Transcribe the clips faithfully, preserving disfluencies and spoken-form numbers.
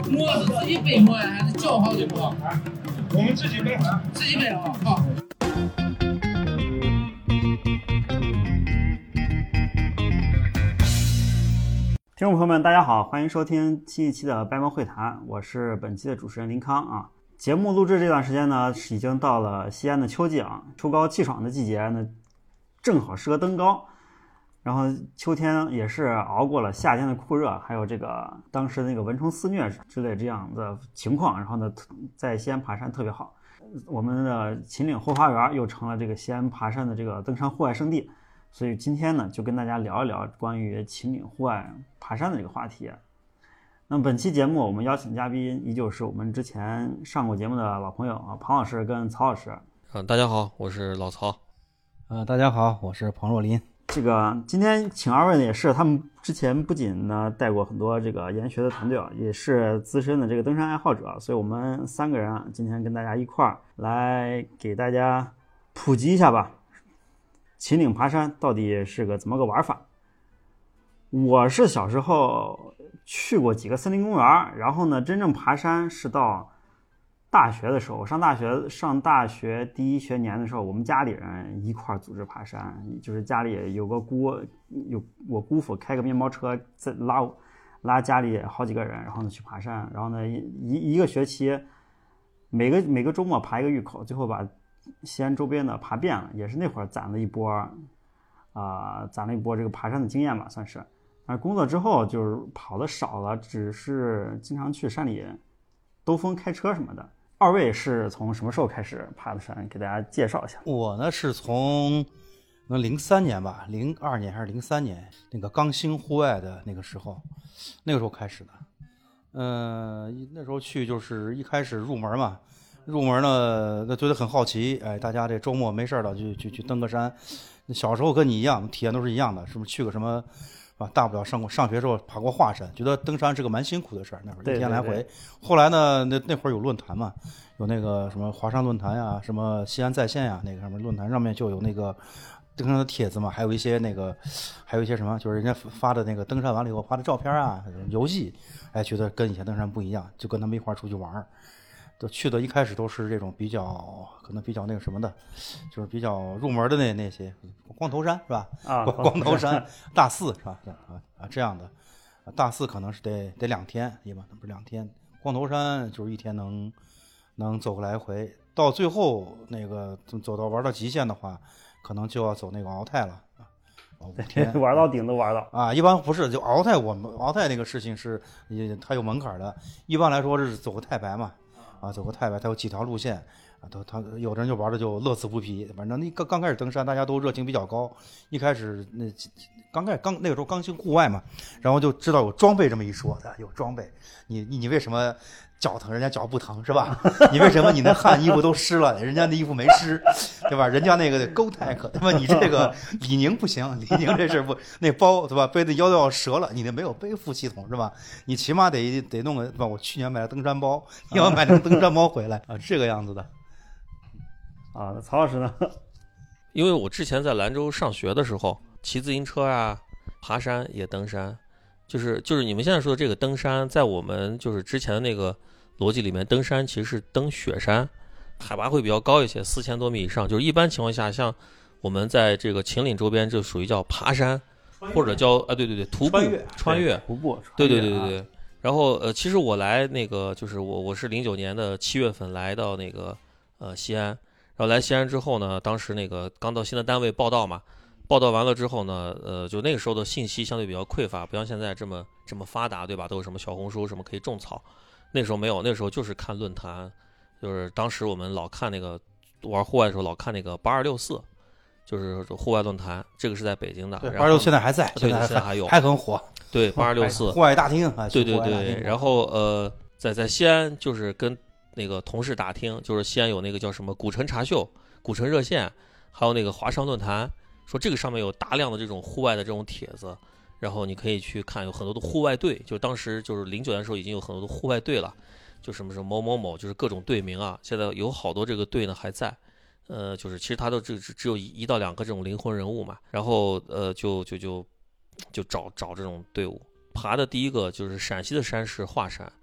馍是自己背馍呀，还是叫好的馍？ 我们自己背， 自己背啊，好。 听众朋友们，大家好，欢迎收听新一期的掰馍会谈，我是本期的主持人林康啊。节目录制这段时间呢，已经到了西安的秋季啊，秋高气爽的季节呢，正好适合登高。然后秋天也是熬过了夏天的酷热，还有这个当时那个蚊虫肆虐之类这样的情况，然后呢，在西安爬山特别好。我们的秦岭后花园又成了这个西安爬山的这个登山户外圣地，所以今天呢，就跟大家聊一聊关于秦岭户外爬山的这个话题。那么本期节目我们邀请嘉宾依旧是我们之前上过节目的老朋友啊，庞老师跟曹老师。 嗯，大家好，我是老曹。 呃，大家好，我是庞若林。 这个今天请二位呢，也是他们之前不仅呢带过很多这个研学的团队啊，也是资深的这个登山爱好者，所以我们三个人啊，今天跟大家一块儿来给大家普及一下吧，秦岭爬山到底是个怎么个玩法。我是小时候去过几个森林公园，然后呢，真正爬山是到大学的时候，上大学上大学第一学年的时候，我们家里人一块儿组织爬山，就是家里有个姑，有我姑父开个面包车，在拉拉家里好几个人，然后呢去爬山，然后呢一一个学期，每个每个周末爬一个峪口，最后把西安周边的爬遍了，也是那会儿攒了一波，啊、呃，攒了一波这个爬山的经验吧，算是。而工作之后就是跑的少了，只是经常去山里兜风、开车什么的。二位是从什么时候开始爬的山？给大家介绍一下。 我呢是从那零三年吧，零二年还是零三年，那个刚兴户外的那个时候，那个时候开始的。嗯、呃，那时候去就是一开始入门嘛，入门呢，那觉得很好奇，哎，大家这周末没事了就去去登个山。小时候跟你一样，体验都是一样的，是不是去个什么？啊，大不了上过上学时候爬过华山，觉得登山是个蛮辛苦的事儿，那会儿一天来回。 对对对， 后来呢，那那会儿有论坛嘛，有那个什么华山论坛呀，什么西安在线呀，那个上面论坛上面就有那个登山的帖子嘛，还有一些那个，还有一些什么，就是人家发的那个登山完了以后发的照片啊，游记，哎，觉得跟以前登山不一样，就跟他们一块儿出去玩。都去的一开始都是这种比较可能比较那个什么的，就是比较入门的那那些光头山是吧？ 啊， 光头山大四是吧？啊啊这样的，大四可能是得得两天，一般不是两天。光头山就是一天能能走个来回，到最后那个走到玩到极限的话，可能就要走那个鳌泰了啊。五天玩到顶都玩到啊！一般不是就鳌泰，我们鳌泰那个事情是也它有门槛的，一般来说是走个太白嘛。啊，走个太白，它有几条路线啊，都他有的人就玩的就乐此不疲。反正那刚刚开始登山，大家都热情比较高。一开始那刚开始刚那个时候刚兴户外嘛，然后就知道有装备这么一说的，有装备。你你你为什么脚疼，人家脚不疼是吧？你为什么你那汗衣服都湿了，人家那衣服没湿，对吧？人家那个 Gore-Tex， 对吧？你这个李宁不行，李宁这事不那包对吧？背的腰都要折了，你那没有背负系统是吧？你起码得得弄个对吧？我去年买了登山包，你要买成登山包回来啊，这个样子的。 啊，那曹老师呢？ 因为我之前在兰州上学的时候，骑自行车啊，爬山也登山，就是就是你们现在说的这个登山，在我们就是之前的那个逻辑里面，登山其实是登雪山，海拔会比较高一些，四千多米以上。就是一般情况下，像我们在这个秦岭周边，就属于叫爬山，或者叫啊，对对对，徒步穿越， 穿越， 徒步， 对对对对对。然后呃，其实我来那个就是我我是零九年的七月份来到那个呃西安，然后来西安之后呢，当时那个刚到新的单位报道嘛，报道完了之后呢，呃，就那个时候的信息相对比较匮乏，不像现在这么这么发达，对吧？都有什么小红书什么可以种草，那时候没有，那时候就是看论坛，就是当时我们老看那个玩户外的时候老看那个八二六四。就是户外论坛，这个是在北京的。 对，八二六现在还在， 对， 现在还有， 还很火。 对，八二六四户外大厅啊， 对对对。然后呃，在在西安就是跟那个同事打听，就是西安有那个叫什么古城茶秀、古城热线，还有那个华商论坛，说这个上面有大量的这种户外的这种帖子，然后你可以去看，有很多的户外队，就当时就是零九年的时候已经有很多的户外队了，就什么什么某某某，就是各种队名啊，现在有好多这个队呢还在。呃，就是其实他都只只有一到两个这种灵魂人物嘛，然后呃就就就就找找这种队伍。爬的第一个就是陕西的山是华山，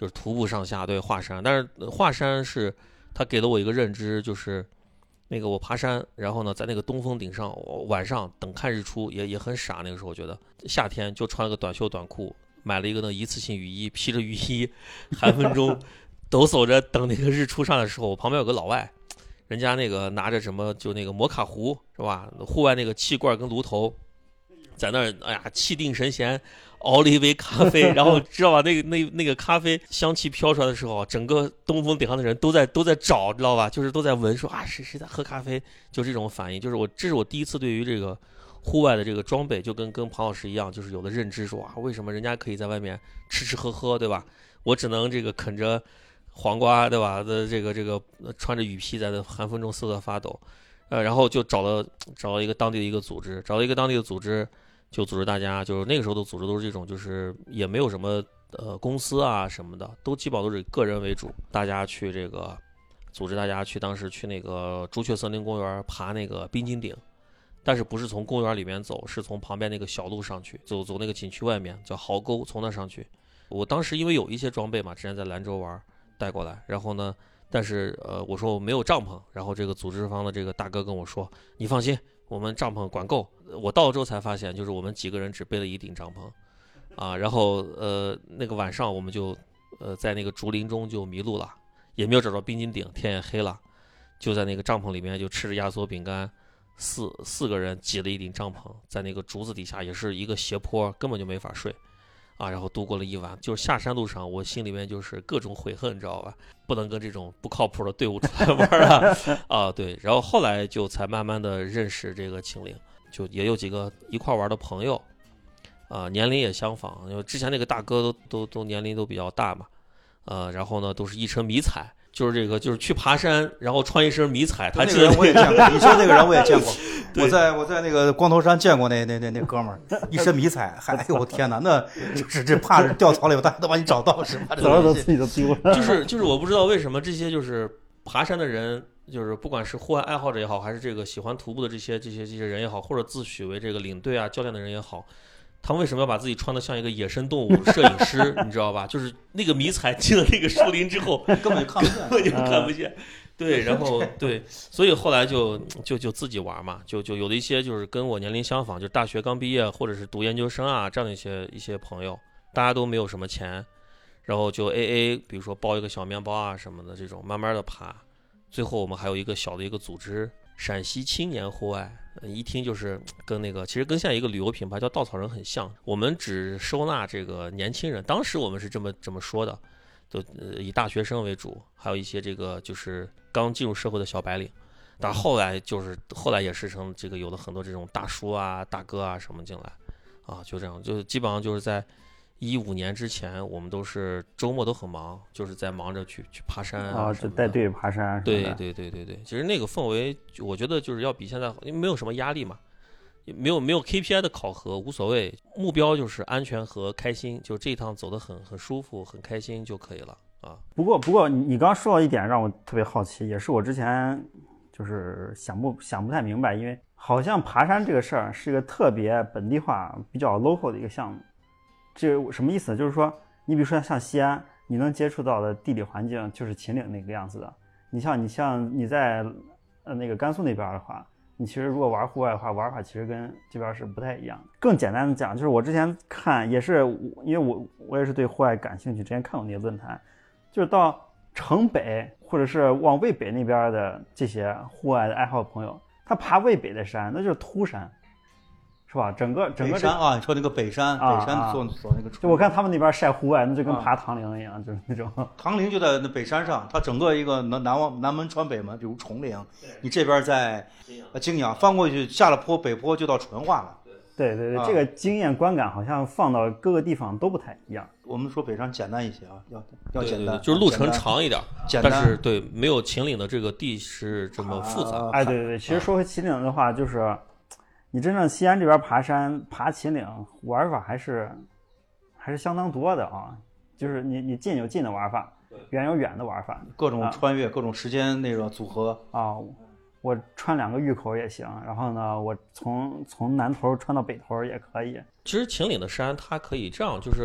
就是徒步上下，对，华山。但是华山是它给了我一个认知，就是那个我爬山，然后呢，在那个东峰顶上，晚上等看日出也也很傻。那个时候我觉得夏天就穿了个短袖短裤，买了一个那一次性雨衣，披着雨衣，寒风中抖擞着等那个日出上的时候，我旁边有个老外，人家那个拿着什么就那个摩卡壶是吧？户外那个气罐跟炉头，在那儿哎呀气定神闲。熬了一杯咖啡，然后知道吧？那个那那个咖啡香气飘出来的时候，整个东风顶上的人都在都在找，知道吧？就是都在闻，说啊谁谁在喝咖啡，就这种反应。就是我这是我第一次对于这个户外的这个装备，就跟跟庞老师一样，就是有了认知说，说啊为什么人家可以在外面吃吃喝喝，对吧？我只能这个啃着黄瓜，对吧？的这个这个穿着雨披在这寒风中瑟瑟发抖，呃，然后就找了找了一个当地的一个组织，找了一个当地的组织。就组织大家，就是那个时候的组织都是这种，就是也没有什么呃公司啊什么的，都基本上都是以个人为主。大家去这个组织大家去，当时去那个朱雀森林公园爬那个冰晶顶，但是不是从公园里面走，是从旁边那个小路上去，走走那个景区外面叫壕沟，从那上去。我当时因为有一些装备嘛，之前在兰州玩带过来，然后呢，但是呃我说我没有帐篷，然后这个组织方的这个大哥跟我说，你放心。我们帐篷管够，我到了之后才发现，就是我们几个人只背了一顶帐篷，啊，然后呃那个晚上我们就呃在那个竹林中就迷路了，也没有找到冰晶顶，天也黑了，就在那个帐篷里面就吃着压缩饼干，四四个人挤了一顶帐篷，在那个竹子底下也是一个斜坡，根本就没法睡。啊，然后度过了一晚，就是下山路上，我心里面就是各种悔恨，你知道吧？不能跟这种不靠谱的队伍出来玩啊！啊，对。然后后来就才慢慢的认识这个秦岭，就也有几个一块玩的朋友，啊，年龄也相仿，因为之前那个大哥都都都年龄都比较大嘛，呃，然后呢都是一身迷彩，就是这个就是去爬山，然后穿一身迷彩。他那个人我也见过，你说那个人我也见过。我在我在那个光头山见过那那那那哥们儿，一身迷彩，还哎呦我天哪，那就是这怕是掉草里，大家都把你找到是吧？ 走着走自己都丢了。 就是就是我不知道为什么这些就是爬山的人，就是不管是户外爱好者也好，还是这个喜欢徒步的这些这些这些人也好，或者自诩为这个领队啊教练的人也好，他们为什么要把自己穿得像一个野生动物摄影师？你知道吧？就是那个迷彩进了那个树林之后， 根本就看不见， 根本就看不见。对，然后对，所以后来就就就自己玩嘛，就就有的一些就是跟我年龄相仿，就是大学刚毕业或者是读研究生啊这样的一些一些朋友，大家都没有什么钱，然后就 A A， 比如说包一个小面包啊什么的这种，慢慢的爬，最后我们还有一个小的一个组织，陕西青年户外，一听就是跟那个其实跟现在一个旅游品牌叫稻草人很像，我们只收纳这个年轻人，当时我们是这么这么说的。都呃以大学生为主，还有一些这个就是刚进入社会的小白领，但后来就是后来也是成这个有了很多这种大叔啊、大哥啊什么进来，啊，就这样，就基本上就是在一五年之前，我们都是周末都很忙，就是在忙着去去爬山啊， 就带队爬山。 对对对对对，其实那个氛围，我觉得就是要比现在，因为没有什么压力嘛。没有没有 K P I 的考核无所谓，目标就是安全和开心，就这一趟走得很很舒服很开心就可以了啊。 不过不过你你刚刚说到一点让我特别好奇，也是我之前就是想不想不太明白，因为好像爬山这个事儿是一个特别本地化比较 local 的一个项目。这什么意思？就是说你比如说像西安，你能接触到的地理环境就是秦岭那个样子的。你像你像你在呃那个甘肃那边的话，你其实如果玩户外的话，玩法其实跟这边是不太一样的。更简单的讲，就是我之前看也是，因为我我也是对户外感兴趣，之前看过那些论坛，就是到城北或者是往渭北那边的这些户外的爱好朋友，他爬渭北的山，那就是秃山，是吧？整个整个、 这个、北山啊，你说那个北山， 啊、 北山做做那个， 就我看他们那边晒户外，那就跟爬唐陵一样，啊、就是那种。 唐陵就在那北山上，它整个一个南南往南门穿北门，比如崇陵，你这边在呃泾阳翻过去，下了坡北坡就到淳化了。 对对对， 啊、 这个经验观感好像放到各个地方都不太一样。 我们说北山简单一些啊，要要简单， 对对对就是路程长一点， 简单， 但是对没有秦岭的这个地势这么复杂。 啊、 哎，对对对，其实说回秦岭的话，就是你真正西安这边爬山爬秦岭玩法还是还是相当多的啊，就是你你近有近的玩法，远有远的玩法， 各种穿越、啊、各种时间那个组合啊。我穿两个峪口也行，然后呢，我从从南头穿到北头也可以。 其实秦岭的山它可以这样，就是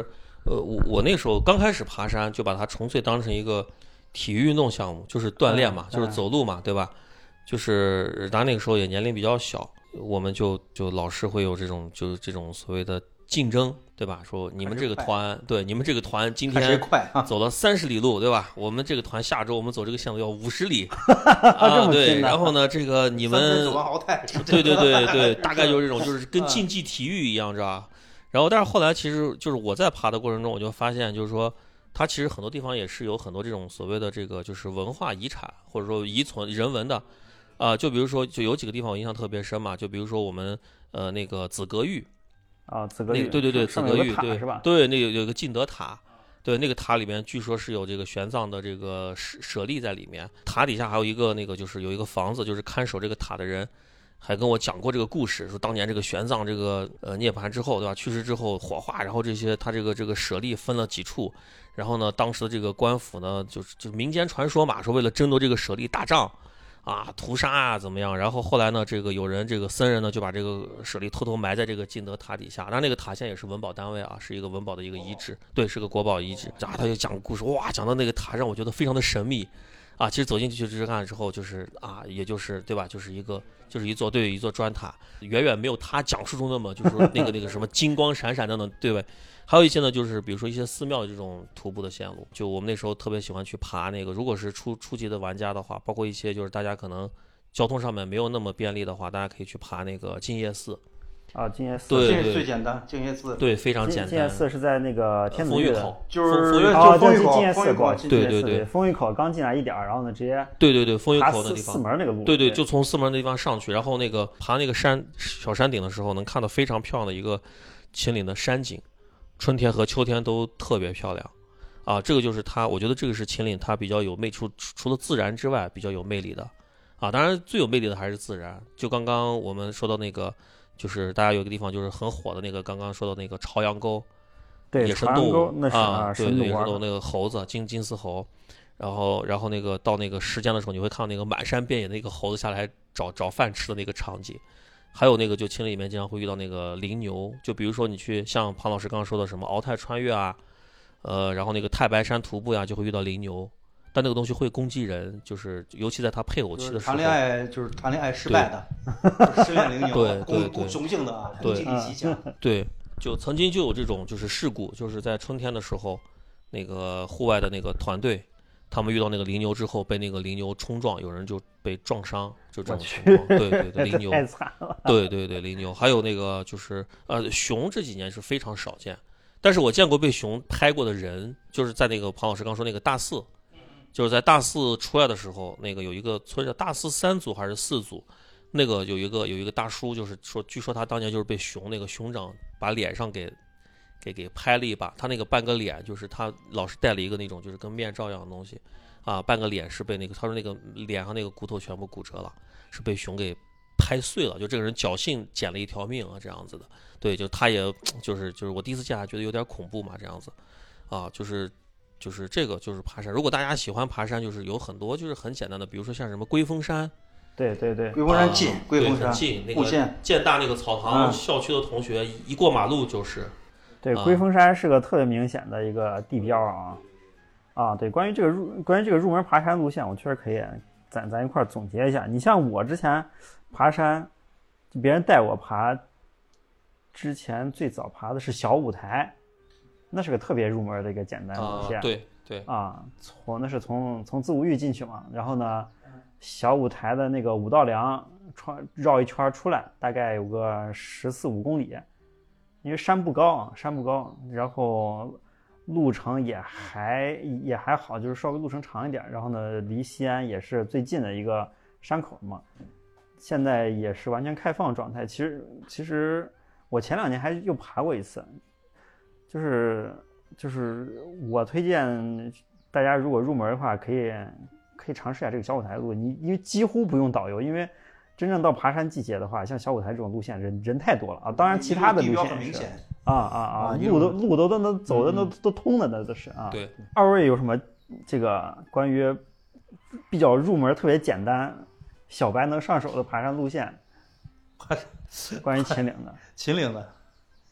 呃，我我那时候刚开始爬山，就把它纯粹当成一个体育运动项目，就是锻炼嘛， 嗯、 就是走路嘛，对吧？就是咱那个时候也年龄比较小，我们就就老是会有这种就是这种所谓的竞争，对吧？说你们这个团，对你们这个团今天走了三十里路，对吧？我们这个团下周我们走这个线路要五十里啊，对。然后呢，这个你们对对对对，大概就是这种，就是跟竞技体育一样，知道吧？然后，但是后来其实就是我在爬的过程中，我就发现，就是说，它其实很多地方也是有很多这种所谓的这个就是文化遗产，或者说遗存人文的，啊、呃，就比如说，就有几个地方我印象特别深嘛，就比如说我们呃那个紫阁峪啊，紫阁峪， 对对对，紫阁峪对是吧？ 对，那个有一个敬德塔。对，那个塔里面据说是有这个玄奘的这个舍舍利在里面，塔底下还有一个那个就是有一个房子，就是看守这个塔的人。还跟我讲过这个故事，说当年这个玄奘这个呃涅槃之后，对吧？去世之后火化，然后这些他这个这个舍利分了几处，然后呢，当时的这个官府呢，就是就民间传说嘛，说为了争夺这个舍利打仗啊，屠杀啊怎么样？然后后来呢，这个有人这个僧人呢就把这个舍利偷偷埋在这个敬德塔底下，当然那个塔现在也是文保单位啊，是一个文保的一个遗址，对，是个国宝遗址。啊，他就讲故事，哇，讲到那个塔让我觉得非常的神秘。啊，其实走进去之看之后，就是啊，也就是对吧，就是一个就是一座对一座砖塔，远远没有他讲述中那么就是说那个那个什么金光闪闪等等，对吧？还有一些呢，就是比如说一些寺庙的这种徒步的线路，就我们那时候特别喜欢去爬那个，如果是初初级的玩家的话，包括一些就是大家可能交通上面没有那么便利的话，大家可以去爬那个净业寺。 啊，净业寺对这是最简单，净业寺对非常简单。 净业寺是在那个天子峪的， 就是就丰峪口， 净业寺口， 对对对， 丰峪口刚进来一点，然后呢直接对对对，丰峪口那地方， 四门那个路， 对对，就从四门那地方上去，然后那个爬那个山小山顶的时候，能看到非常漂亮的一个秦岭的山景，春天和秋天都特别漂亮。啊，这个就是它，我觉得这个是秦岭它比较有魅，除除了自然之外比较有魅力的。啊，当然最有魅力的还是自然。就刚刚我们说到那个。就是大家有一个地方就是很火的那个，刚刚说到那个朝阳沟， 对， 野生动物那是啊，对，野生动动物那个猴子金金丝猴，然后然后那个到那个时间的时候，你会看到那个满山遍野的那个猴子下来找找饭吃的那个场景，还有那个就秦岭里面经常会遇到那个灵牛，就比如说你去像庞老师刚刚说的什么鳌泰穿越啊，呃，然后那个太白山徒步呀、啊，就会遇到灵牛。但那个东西会攻击人，就是尤其在他配偶期的时候， 谈恋爱就是谈恋爱失败的，失恋灵牛， 对对对， 雄性的，攻击力极强。 对，就曾经就有这种就是事故，就是在春天的时候，那个户外的那个团队，他们遇到那个灵牛之后，被那个灵牛冲撞，有人就被撞伤，就这种情况。对对对，灵牛太惨了。 对对对，灵牛，还有那个就是呃，熊这几年是非常少见，但是我见过被熊拍过的人，就是在那个庞老师刚说那个大寺。就是在大寺出来的时候，那个有一个村叫大寺三组还是四组，那个有一个有一个大叔，就是说，据说他当年就是被熊那个熊掌把脸上给给给拍了一把，他那个半个脸就是他老是戴了一个那种就是跟面罩一样的东西，啊，半个脸是被那个他说那个脸上那个骨头全部骨折了，是被熊给拍碎了，就这个人侥幸捡了一条命啊，这样子的。对，就他也就是就是我第一次见还觉得有点恐怖嘛，这样子，啊，就是。就是这个就是爬山，如果大家喜欢爬山，就是有很多就是很简单的，比如说像什么龟峰山， 对对对， 龟峰山近，龟峰山近，那个建大那个草堂校区的同学一过马路就是。 对，龟峰山是个特别明显的一个地标啊啊！对，关于这个入关于这个入门爬山路线，我确实可以咱咱一块总结一下。你像我之前爬山，就别人带我爬，之前最早爬的是小五台。那是个特别入门的一个简单路线， 啊、对对啊，从那是从从自五峪进去嘛，然后呢，小五台的那个五道梁穿绕一圈出来，大概有个十四五公里，因为山不高啊，山不高，然后路程也还也还好，就是稍微路程长一点，然后呢，离西安也是最近的一个山口嘛，现在也是完全开放状态。其实其实我前两年还又爬过一次。就是就是我推荐大家，如果入门的话，可以可以尝试一下这个小五台路。你因为几乎不用导游，因为真正到爬山季节的话，像小五台这种路线人人太多了啊。当然其他的路线是啊啊啊，路都路都都能走的都都通的，那都是啊。 对， 二位有什么这个关于比较入门、特别简单、小白能上手的爬山路线？关于秦岭的， 秦岭的。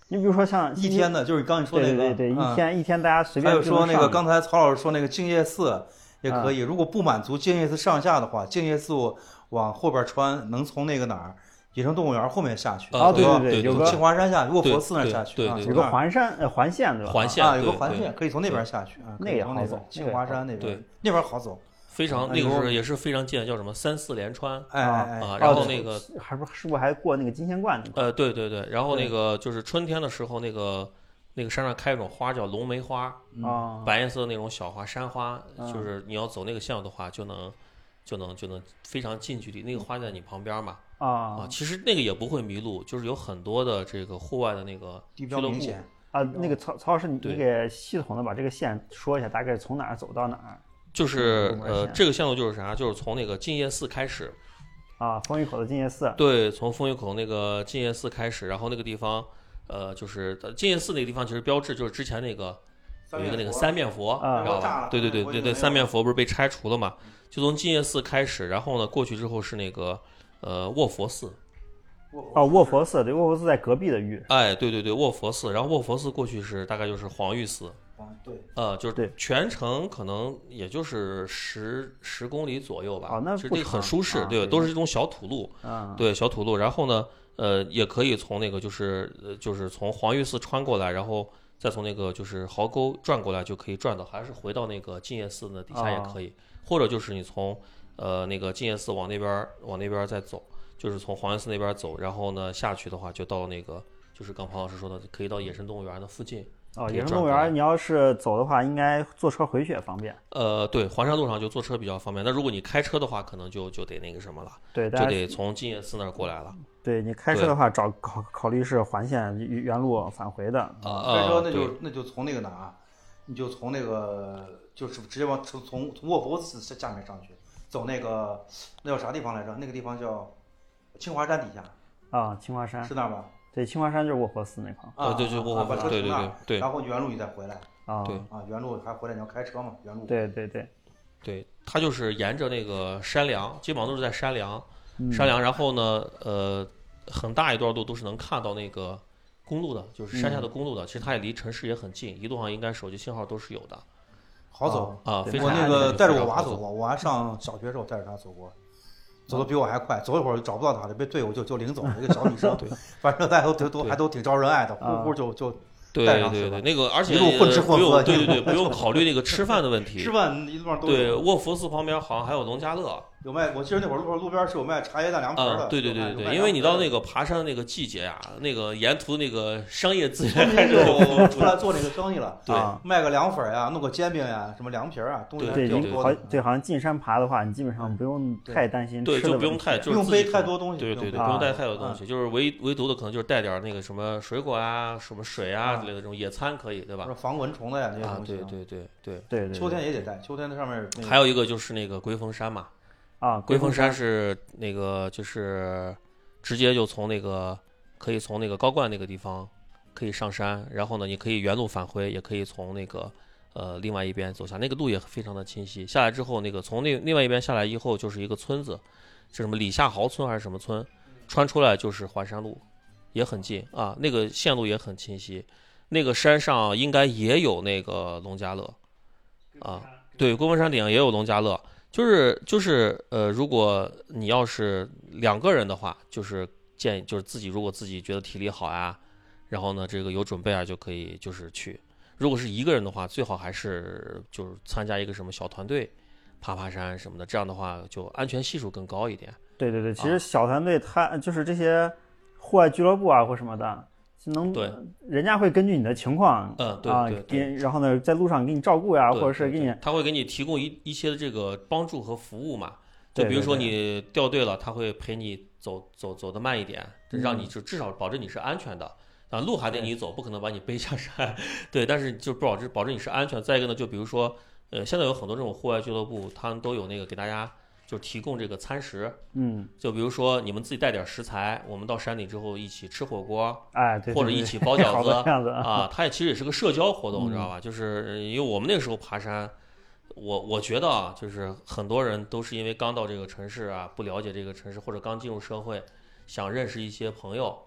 你比如说像一天的，就是刚你说那个， 对对对， 嗯、 一天一天大家随便还有说那个刚才才曹老师说那个静夜寺也可以， 嗯、 如果不满足静夜寺上下的话，静夜寺往后边穿，能从那个哪儿野生动物园后面下去。 啊，对对对，有个青华山下，卧佛寺那儿下去， 对对对啊， 有个环山呃环线对吧？ 环线啊，有个对对环线可以从那边下去啊， 那个也好走， 青华山那边对那边好走。 非常那个是也是非常近的，叫什么三四连川哎哎哎， 啊，然后那个还不是不是还过那个金仙观那块？ 呃，对对对，然后那个就是春天的时候，那个那个山上开一种花叫龙梅花啊， 白颜色的那种小花，山花， 嗯就是你要走那个线路的话，就能就能就能非常近距离，那个花在你旁边嘛啊， 啊其实那个也不会迷路，就是有很多的这个户外的那个地俱乐部标明显。 啊，那个曹曹老师，你对你给系统的把这个线说一下，大概从哪儿走到哪儿？ 就是呃， 路线这个线路就是啥？就是从那个静夜寺开始， 啊，风雨口的静夜寺。 对，从风雨口那个静夜寺开始，然后那个地方，呃，就是呃静夜寺那个地方，其实标志就是之前那个有一个那个三面佛， 啊知道吧？对对对对对，三面佛不是被拆除了嘛？就从静夜寺开始，然后呢过去之后是那个呃卧佛寺， 哦，卧佛寺，对，卧佛寺在隔壁的峪。 哎，对对对，卧佛寺，然后卧佛寺过去是大概就是黄玉寺。 啊，对， 呃，就是对全程可能也就是十十公里左右吧， 哦那其实这个不长很舒适，对， 啊对都是这种小土路， 啊， 对，小土路。然后呢，呃，也可以从那个就是呃就是从黄玉寺穿过来，然后再从那个就是壕沟转过来，就可以转到，还是回到那个静夜寺的底下也可以，或者就是你从呃那个静夜寺往那边往那边再走，就是从黄玉寺那边走，然后呢下去的话就到那个就是刚庞老师说的，可以到野生动物园的附近。 哦， 可以野生动物转过来园，你要是走的话，应该坐车回去也方便。 呃，对，环山路上就坐车比较方便。那如果你开车的话，可能就就得那个什么了， 对， 就大家得从静夜寺那儿过来了。 对你开车的话，找考考虑是环线原原路返回的。 啊所以说啊，对那就那就从那个哪儿，你就从那个就是直接往从从从卧佛寺下面上去，走那个那叫啥地方来着？那个地方叫青华山底下， 啊，青华山， 是那儿吧？ 对，青华山就是卧佛寺那块儿。 啊， 呃对就卧佛啊把寺对对车停那儿对对然后原路你再回来啊， 对啊，原路还回来你要开车嘛，原路。 对对对， 对，它就是沿着那个山梁，基本上都是在山梁， 嗯山梁。然后呢，呃，很大一段路都是能看到那个公路的，就是山下的公路的。其实它也离城市也很近，一路上应该手机信号都是有的好走。 啊。 对非常我那安全个带着非常好走我娃走过，我娃上小学时候带着他走过，走的比我还快，走一会儿就找不到他了，被队友就就领走了，一个小女生， 对， 反正大家都都都对还都挺招人爱的， 啊呼呼就就对带上去了对对，那个而且一路混吃混不用喝对对对，不用考虑那个吃饭的问题。 吃饭一路上都对， 有卧佛寺旁边好像还有农家乐。 有卖，我记得那会儿路路边是有卖茶叶蛋凉皮的， 啊，对对对对对，因为你到那个爬山的那个季节呀、那个沿途那个商业资源开始就出来做这个生意了， 对啊卖个凉粉呀，弄个煎饼呀，什么凉皮啊，东西还对，你好挺多的。 对，好像进山爬的话，你基本上不用太担心对， 吃的问题就不用太，就不用背是自己太多东西， 对对对， 背不用带啊太多东西，就是唯唯独的可能就是带点那个什么水果啊、什么水啊啊之类的这种野餐可以，对吧什么？防蚊虫的呀这些啊， 东西对。对对对。 对对， 秋天也得带，秋天那上面那个还有一个就是那个龟峰山嘛， 啊， 龟峰山山是那个就是直接就从那个可以从那个高冠那个地方可以上山，然后呢，你可以原路返回，也可以从那个呃另外一边走下，那个路也非常的清晰。下来之后，那个从那另外一边下来以后就是一个村子，是什么李下豪村还是什么村，穿出来就是环山路，也很近啊，那个线路也很清晰。那个山上应该也有那个农家乐啊，对，龟峰山顶上也有农家乐。就是就是呃，如果你要是两个人的话，就是建议就是自己如果自己觉得体力好呀，然后呢这个有准备啊，就可以就是去。如果是一个人的话，最好还是就是参加一个什么小团队，爬爬山什么的，这样的话就安全系数更高一点。 对对对，其实啊小团队它就是这些户外俱乐部啊或什么的，能对， 人家会根据你的情况， 嗯，对啊， 对对。 给然后呢在路上给你照顾呀， 对或者是给你对对他会给你提供一一些这个帮助和服务嘛。就比如说对对对你掉队了，他会陪你走走走得慢一点，让你嗯就至少保证你是安全的。啊，路还得你走，不可能把你背下山。对，但是就保证保证你是安全。再一个呢，就比如说，呃，现在有很多这种户外俱乐部，他们都有那个给大家就提供这个餐食。 嗯， 就比如说你们自己带点食材，我们到山里之后一起吃火锅， 哎，对，对对或者一起包好饺子的这样子啊，它也其实也是个社交活动， 嗯知道吧？就是呃因为我们那个时候爬山，我我觉得啊，就是很多人都是因为刚到这个城市啊，不了解这个城市，或者刚进入社会，想认识一些朋友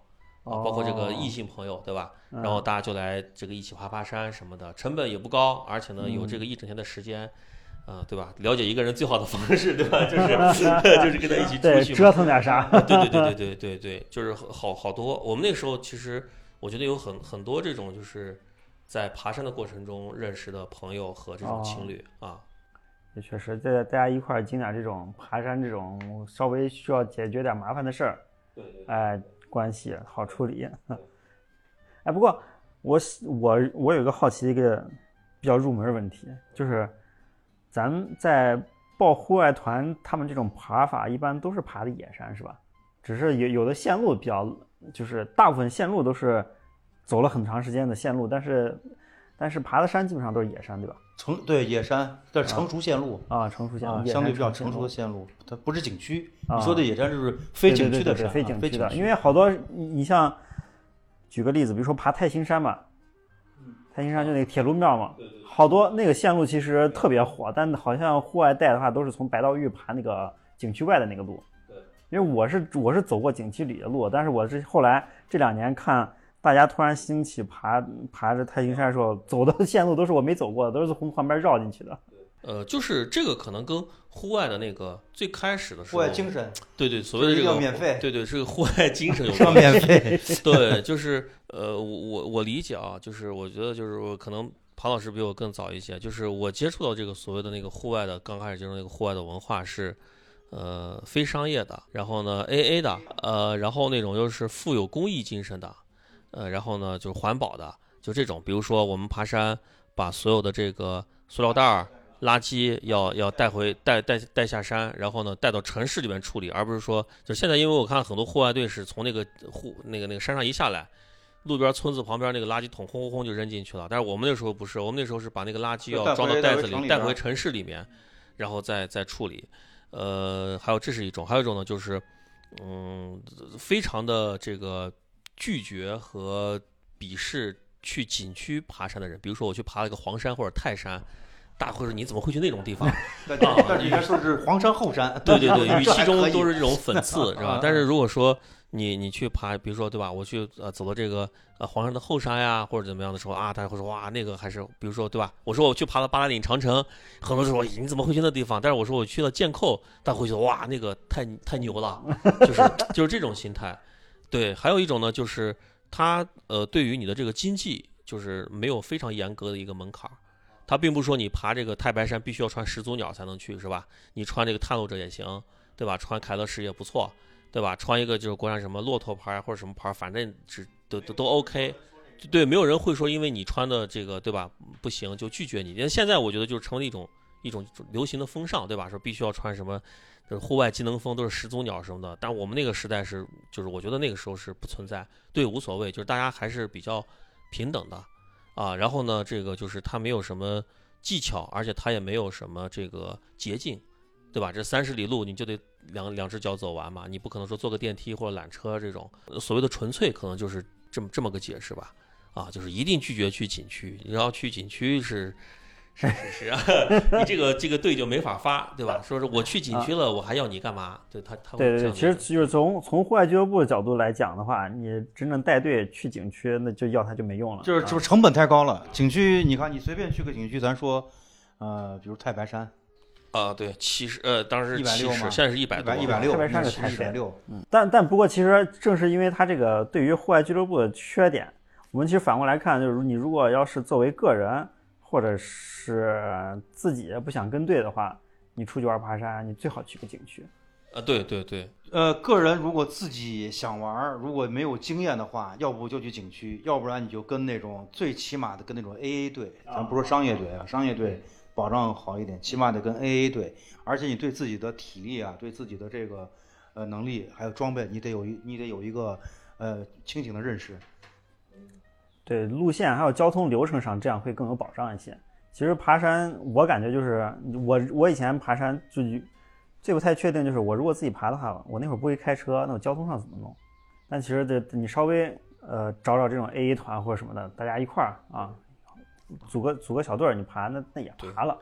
啊，包括这个哦异性朋友，对吧？ 嗯然后大家就来这个一起爬爬山什么的，成本也不高，而且呢有嗯这个一整天的时间。啊、对吧？了解一个人最好的方式，对吧？就是就是跟他一起出对， 去嘛， 折腾点啥？ 对对对对对对对，就是好好多。我们那个时候其实我觉得有很很多这种就是在爬山的过程中认识的朋友和这种情侣、 哦、 啊。 也确实，在大家一块儿经点这种爬山这种稍微需要解决点麻烦的事儿， 对对。 哎，关系好处理。哎，不过我我我有一个好奇的一个比较入门的问题，就是咱们在报户外团，他们这种爬法一般都是爬的野山是吧？只是有有的线路比较，就是大部分线路都是走了很长时间的线路，但是但是爬的山基本上都是野山对吧？ 成对野山，这是成熟线路啊，成熟线路、 啊， 野山相对比较成熟成熟的线路，它不是景区。 啊、 你说的野山就是非景区的山， 对对对对非景啊、 区的， 非景区因为好多你像举个例子，比如说爬太行山嘛，太行山就那个铁路庙嘛，好多那个线路其实特别火，但好像户外带的话都是从白道峪爬那个景区外的那个路。因为我是我是走过景区里的路，但是我是后来这两年看大家突然兴起爬爬着太行山的时候，走的线路都是我没走过的，都是从旁边绕进去的。 呃，就是这个可能跟户外的那个最开始的时候， 户外精神， 对对，所谓的这个免费， 对对，这个户外精神有关系。免费， 对，就是呃，我我我理解啊，就是我觉得就是可能庞老师比我更早一些，就是我接触到这个所谓的那个户外的，刚开始接触那个户外的文化是。呃，非商业的，然后呢 A A 的，呃，然后那种又是富有公益精神的，呃，然后呢就是环保的，就这种，比如说我们爬山，把所有的这个塑料袋、垃圾要要带回带带带下山，然后呢带到城市里面处理，而不是说就现在，因为我看很多户外队是从那个户那个那个山上一下来，路边村子旁边那个垃圾桶轰轰轰就扔进去了，但是我们那时候不是，我们那时候是把那个垃圾要装到袋子里带回城市里面，然后再再处理。呃，还有这是一种，还有一种呢，就是，嗯，非常的这个拒绝和鄙视去景区爬山的人。比如说我去爬了一个黄山或者泰山，大家会说你怎么会去那种地方？ 那那应该说是黄山后山。 对对对，语气中都是这种讽刺，是吧？但是如果说你你去爬，比如说对吧？我去呃走了这个呃黄山的后山呀，或者怎么样的时候啊，大家会说哇那个还是比如说对吧？我说我去爬了八达岭长城，很多人说你怎么会去那地方？但是我说我去了剑扣，大家会说哇那个太太牛了，就是就是这种心态。对，还有一种呢，就是他呃对于你的这个经济就是没有非常严格的一个门槛。他并不是说你爬这个太白山必须要穿始祖鸟才能去，是吧？你穿这个探路者也行，对吧？穿凯乐石也不错。对吧？穿一个就是国产什么骆驼牌或者什么牌，反正只都都都 OK。对，没有人会说因为你穿的这个对吧不行就拒绝你。因为现在我觉得就是成为一种一种流行的风尚，对吧？说必须要穿什么，就是户外机能风都是始祖鸟什么的。但我们那个时代是，就是我觉得那个时候是不存在，对，无所谓，就是大家还是比较平等的啊。然后呢，这个就是它没有什么技巧，而且它也没有什么这个捷径。对吧？这三十里路你就得两两只脚走完嘛，你不可能说坐个电梯或者缆车这种所谓的纯粹，可能就是这么这么个解释吧。啊，就是一定拒绝去景区，你要去景区是是是是啊，你这个这个队就没法发，对吧？说是我去景区了，我还要你干嘛？对他他对对对，其实就是从从户外俱乐部的角度来讲的话，你真正带队去景区，那就要他就没用了， 就是就是成本太高了。景区你看，你随便去个景区，咱说，呃，比如太白山。 啊，对，七十，呃，当时七十，现在是一百多， 一百六， 太白山是一百六。 嗯，但但不过其实正是因为它这个对于户外俱乐部的缺点，我们其实反过来看，就是你如果要是作为个人或者是自己不想跟队的话，你出去玩爬山，你最好去个景区。 啊，对对对， 呃，个人如果自己想玩，如果没有经验的话，要不就去景区，要不然你就跟那种最起码的跟那种 A A 队，咱不说商业队啊，商业队。保障好一点，起码得跟 A A 队，而且你对自己的体力啊，对自己的这个呃能力还有装备，你得有一你得有一个呃清醒的认识。 对路线还有交通流程上，这样会更有保障一些。其实爬山，我感觉就是我我以前爬山就最不太确定，就是我如果自己爬的话，我那会儿不会开车，那我交通上怎么弄？但其实这你稍微呃找找这种 A A 团或者什么的，大家一块儿啊。组个组个小队儿，你爬那那也爬了，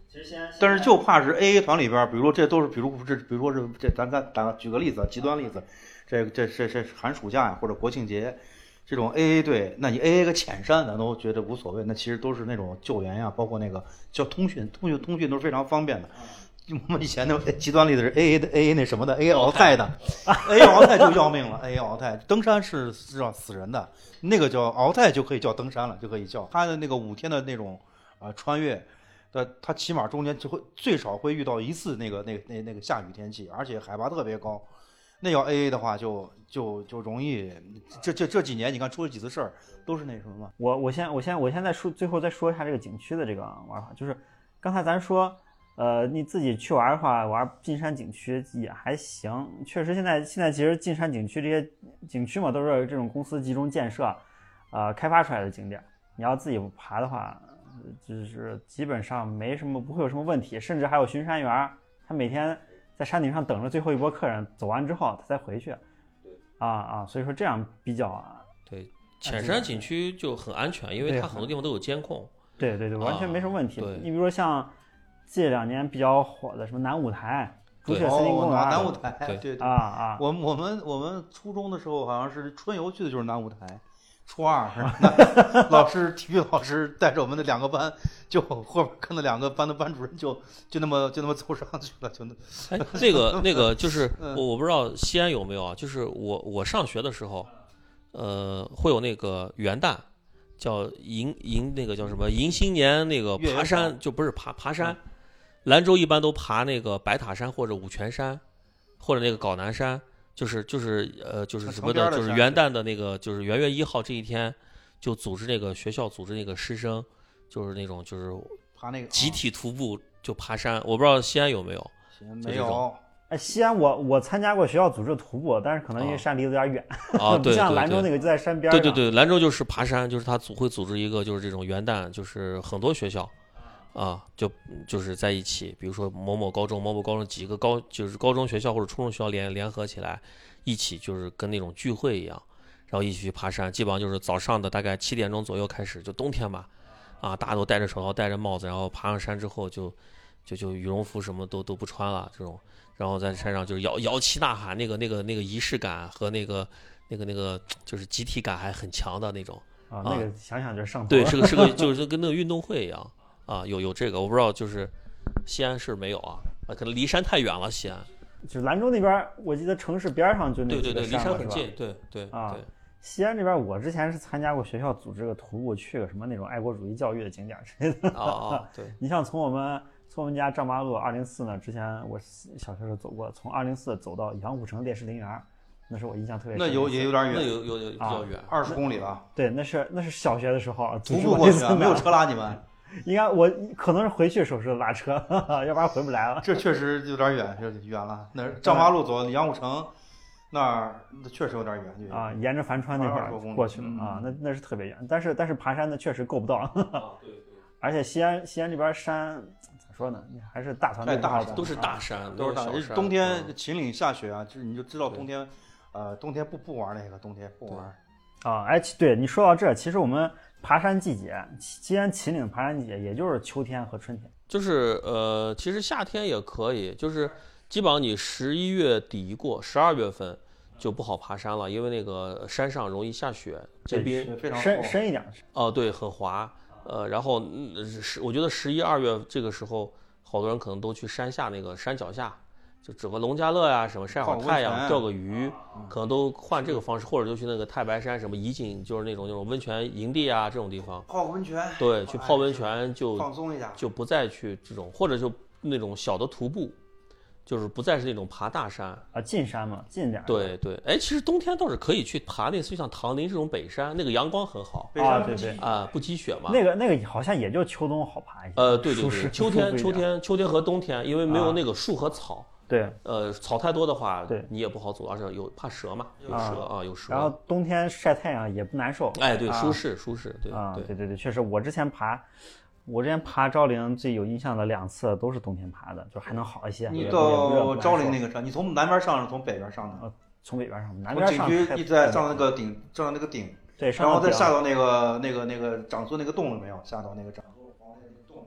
但是就怕是 A A 团里边，比如说这都是，比如这，比如说是这，咱咱打举个例子，极端例子，这这这这寒暑假呀或者国庆节，这种 A A 队，那你 A A 个浅山，咱都觉得无所谓，那其实都是那种救援呀，包括那个叫通讯，通讯通讯都是非常方便的。我们以前的极端例子是 A A 的 A A 那什么的 A A 鳌泰的 A A 鳌泰就要命了 A A 鳌泰登山是是要死人的，那个叫鳌泰就可以叫登山了，就可以叫他的那个五天的那种啊、呃、穿越。呃，它起码中间就会最少会遇到一次那个那个那那个下雨天气，而且海拔特别高。那要 A A 的话就，就就就容易。这这这几年你看出了几次事儿，都是那什么嘛。 我我先我先我现在说最后再说一下这个景区的这个玩法，就是刚才咱说，呃，你自己去玩的话，玩进山景区也还行。确实现在现在其实进山景区这些景区嘛，都是这种公司集中建设，呃，开发出来的景点。你要自己爬的话。就是基本上没什么，不会有什么问题，甚至还有巡山员，他每天在山顶上等着最后一波客人走完之后，他再回去。对，啊啊，所以说这样比较对浅山景区就很安全，因为它很多地方都有监控。 对对对，完全没什么问题。 啊、 你比如说像这两年比较火的什么南五台、朱雀森林公园、 哦、南五台， 对对对啊啊， 我我们我们初中的时候好像是春游去的就是南五台。初二是吧？老师体育老师带着我们的两个班，就后边跟着两个班的班主任就就那么就那么走上去了，就那。 哎，那个那个就是我我不知道西安有没有啊？就是我我上学的时候，呃，会有那个元旦，叫迎迎那个叫什么迎新年那个爬山，就不是爬爬山。兰州一般都爬那个白塔山或者五泉山，或者那个皋南山。就是就是呃就是什么的，就是元旦的那个就是元月一号这一天，就组织那个学校组织那个师生，就是那种就是爬那个集体徒步就爬山。我不知道西安有没有？ 西安没有。 哎，西安我我参加过学校组织徒步，但是可能因为山离得有点远， 啊，对， 不像兰州那个就在山边上。 对对对，兰州就是爬山，就是他组会组织一个就是这种元旦，就是很多学校。啊，就就是在一起，比如说某某高中、某某高中几个高，就是高中学校或者初中学校联联合起来，一起就是跟那种聚会一样，然后一起去爬山。基本上就是早上的大概七点钟左右开始，就冬天嘛，啊，大家都戴着手套、戴着帽子，然后爬上山之后就就就羽绒服什么都都不穿了这种，然后在山上就是摇摇旗呐喊，那个那个那个仪式感和那个那个那个就是集体感还很强的那种啊，那个想想就上头。 对，是个是个就是跟那个运动会一样。啊，有有这个，我不知道，就是西安是没有啊，啊，可能离山太远了。西安， 就兰州那边，我记得城市边上就那对对对，离山很近， 对对对啊。 对西安这边，我之前是参加过学校组织个徒步，去个什么那种爱国主义教育的景点之类的。 啊啊，对。 你像从我们从我们家丈八路二零四呢，之前我小学时候走过，从二零四走到杨虎城烈士陵园，那是我印象特别深。 那有也有点远， 那有有有比较远， 二十公里了。 对，那是那是小学的时候徒步过去，没有车拉你们。 应该我可能是回去的时候是拉车，要不然回不来了。 这确实有点远，有点远了。那丈八路走杨虎城那儿，那确实有点远啊，沿着樊川那块儿过去了啊，那那是特别远。但是但是爬山的确实够不到。 啊，对对。 而且西安西安这边山咋说呢？你还是大团队大都是大山， 都是大山。 冬天秦岭下雪啊，就是你就知道冬天，呃，冬天不不玩那个，冬天不玩。 啊，哎，对你说到这，其实我们。爬山季节，西安秦岭爬山季节也就是秋天和春天， 就是呃，其实夏天也可以，就是基本上你十一月底一过，十二月份就不好爬山了，因为那个山上容易下雪，结冰， 深深一点。 哦，对，很滑。呃，然后十、嗯，我觉得十一二月这个时候，好多人可能都去山下那个山脚下。就整个农家乐呀、啊，什么晒会儿太阳、钓个鱼，可能都换这个方式，或者就去那个太白山什么怡景，就是那种那种温泉营地啊这种地方泡个温泉。 对，去泡温泉就放松一下， 就不再去这种，或者就那种小的徒步，就是不再是那种爬大山啊，进山嘛，近点。 对对，哎，其实冬天倒是可以去爬类似于像唐林这种北山，那个阳光很好啊，对对啊，不积雪嘛。 那个那个好像也就秋冬好爬一些。 呃，对对对，秋天秋天秋天和冬天，因为没有那个树和草。 对， 呃，草太多的话， 对你也不好走，而且有怕蛇嘛，有蛇啊，有蛇。 然后冬天晒太阳也不难受， 哎，对，舒适舒适，对啊，对对对，确实，我之前爬，我之前爬昭陵最有印象的两次都是冬天爬的，就还能好一些。 你到昭陵那个山，你从南边上是从北边上的？ 呃，从北边上，南边上。 景区一直在上那个顶，上到那个顶， 对， 然后再下到那个那个那个长苏那个洞了没有？下到那个长苏黄那个洞。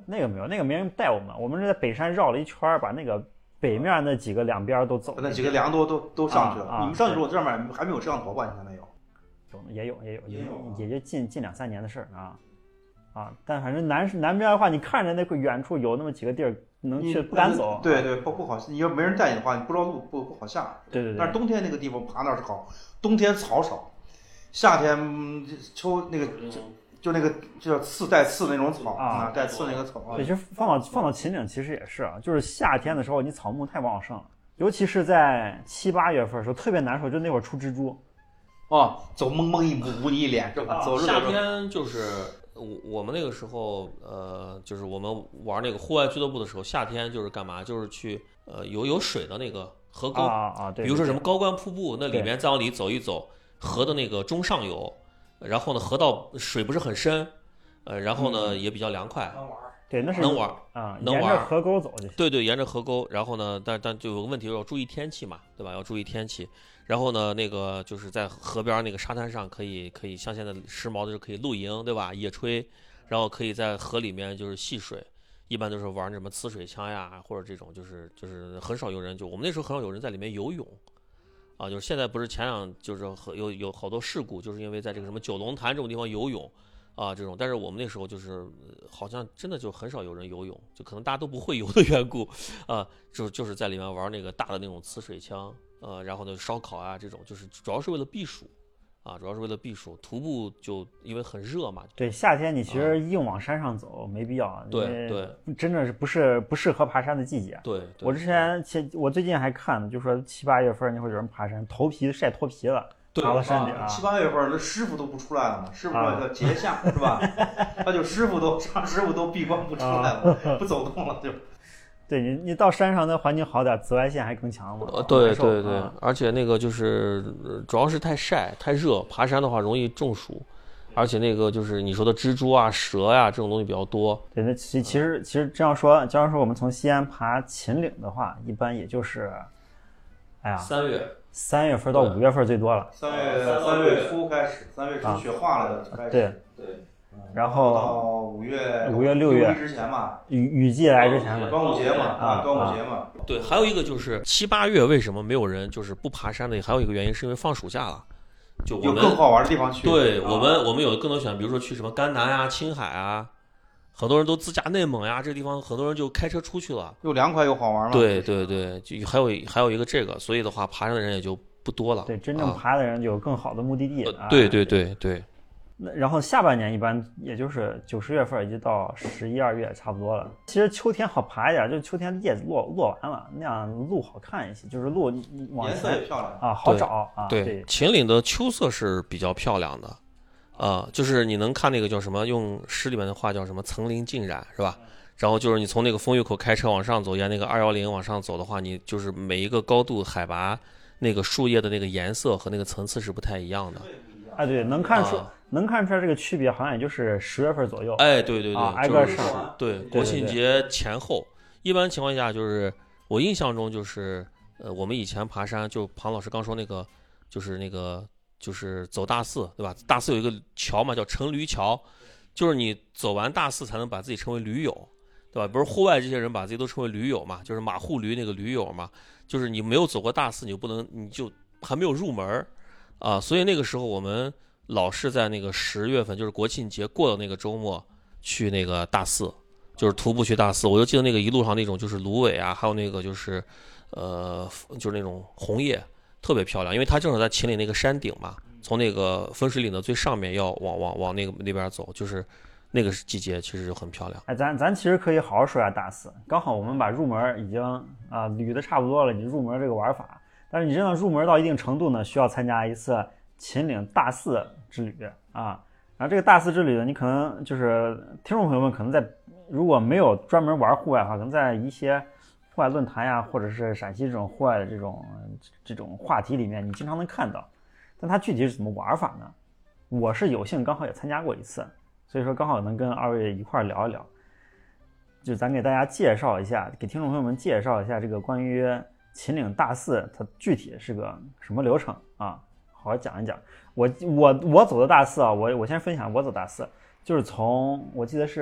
那个没有，那个没人带我们，我们是在北山绕了一圈，把那个北面那几个两边都走， 那几个梁都都都上去了。 啊啊、 你们上去时候，这上面还没有摄像头吧？现在没有？ 有也有也有也有， 也就近近两三年的事儿啊啊！但反正南南边的话，你看着那个远处有那么几个地儿能去，不敢走。 对对，不不好，你要没人带你的话，你不知道路，不不好下。 对对对。 但是冬天那个地方爬那儿是好，冬天草少，夏天秋那个就就那个就叫刺带刺那种草啊，带刺那个草。 对，其实放到放到秦岭其实也是啊，就是夏天的时候你草木太旺盛了，尤其是在七八月份的时候特别难受，就那会儿出蜘蛛。 哦，走蒙蒙一捂你一脸是吧？走夏天就是我我们那个时候，呃，就是我们玩那个户外俱乐部的时候，夏天就是干嘛？就是去呃有有水的那个河沟啊啊，对， 比如说什么高官瀑布，那里面再往里走一走，河的那个中上游，然后呢，河道水不是很深，呃，然后呢、嗯、也比较凉快， 能玩。 对，那是能玩啊， 能玩， 沿着河沟走就行。 对对，沿着河沟，然后呢，但但就有个问题，要注意天气嘛，对吧？要注意天气。然后呢，那个就是在河边那个沙滩上，可以可以像现在时髦的就可以露营，对吧？野炊，然后可以在河里面就是戏水，一般都是玩什么呲水枪呀，或者这种就是就是很少有人就我们那时候很少有人在里面游泳，啊，就是现在不是前两就是有有好多事故，就是因为在这个什么九龙潭这种地方游泳。啊，这种，但是我们那时候就是好像真的就很少有人游泳，就可能大家都不会游的缘故，啊，就就是在里面玩那个大的那种呲水枪，呃，然后呢烧烤啊这种，就是主要是为了避暑，啊，主要是为了避暑。徒步就因为很热嘛， 对，夏天你其实硬往山上走、啊、没必要， 对对， 真的是不是不适合爬山的季节。 对，对我之前前我最近还看，就说七八月份那会儿有人爬山，头皮晒脱皮了。爬到山顶、 啊，七八月份那师傅都不出来了嘛，师傅叫节下、啊、是吧？他就师傅都上师傅都闭关不出来了，啊、不走动了就。 对你，你到山上那环境好点，紫外线还更强嘛。 呃，对对对、啊，而且那个就是主要是太晒太热，爬山的话容易中暑，而且那个就是你说的蜘蛛啊、蛇呀、啊、这种东西比较多。 对，那其其实其实这样说，这样说我们从西安爬秦岭的话，一般也就是，哎呀， 三月。 三月份到五月份最多了。 三月三月初开始，三月初雪化了就开始。 对对。 然后到五月五月六月之前嘛， 雨雨季来之前嘛， 端午节嘛啊，端午节嘛。 对，还有一个就是七八月为什么没有人就是不爬山的？还有一个原因是因为放暑假了，就我们有更好玩的地方去。 对我们，我们有更多选择，比如说去什么甘南啊、青海啊。很多人都自驾内蒙呀，这地方很多人就开车出去了， 又凉快又好玩嘛。 对对对，就还有还有一个这个，所以的话，爬山的人也就不多了。 对，真正爬的人就有更好的目的地。 啊呃、对对对对。 那然后下半年一般也就是九十月份，一直到十一二月差不多了。其实秋天好爬一点，就是秋天叶子落落完了，那样路好看一些，就是路往颜色也漂亮啊，好找啊。 对， 对秦岭的秋色是比较漂亮的。啊、呃，就是你能看那个叫什么，用诗里面的话叫什么“层林尽染”是吧？然后就是你从那个风峪口开车往上走，沿那个二幺零往上走的话，你就是每一个高度、海拔，那个树叶的那个颜色和那个层次是不太一样的。 哎，对，能看出、 啊、 能看出来这个区别，好像也就是十月份左右。 哎，对对对， 啊、挨个上。 对，国庆节前后，一般情况下就是我印象中就是呃，我们以前爬山，就庞老师刚说那个，就是那个。就是走大寺，对吧？大寺有一个桥嘛，叫乘驴桥，就是你走完大寺才能把自己称为驴友，对吧？不是户外这些人把自己都称为驴友嘛，就是马户驴那个驴友嘛，就是你没有走过大寺，你就不能，你就还没有入门啊。所以那个时候我们老是在那个十月份，就是国庆节过的那个周末去那个大寺，就是徒步去大寺。我就记得那个一路上那种就是芦苇啊，还有那个就是呃，就是那种红叶。特别漂亮，因为它正好在秦岭那个山顶嘛，从那个分水岭的最上面要往往往那个那边走，就是那个季节其实就很漂亮。 哎，咱咱其实可以好好说一下大寺，刚好我们把入门已经啊、呃、捋的差不多了，你入门这个玩法，但是你真的入门到一定程度呢，需要参加一次秦岭大寺之旅啊。然后这个大寺之旅呢，你可能就是听众朋友们可能在如果没有专门玩户外的话，可能在一些户外论坛呀，或者是陕西这种户外的这种这种话题里面，你经常能看到。但它具体是怎么玩法呢？我是有幸刚好也参加过一次，所以说刚好能跟二位一块聊一聊。就咱给大家介绍一下，给听众朋友们介绍一下这个关于秦岭大寺它具体是个什么流程啊？好好讲一讲。我我我走的大寺啊，我我先分享我走大寺，就是从我记得是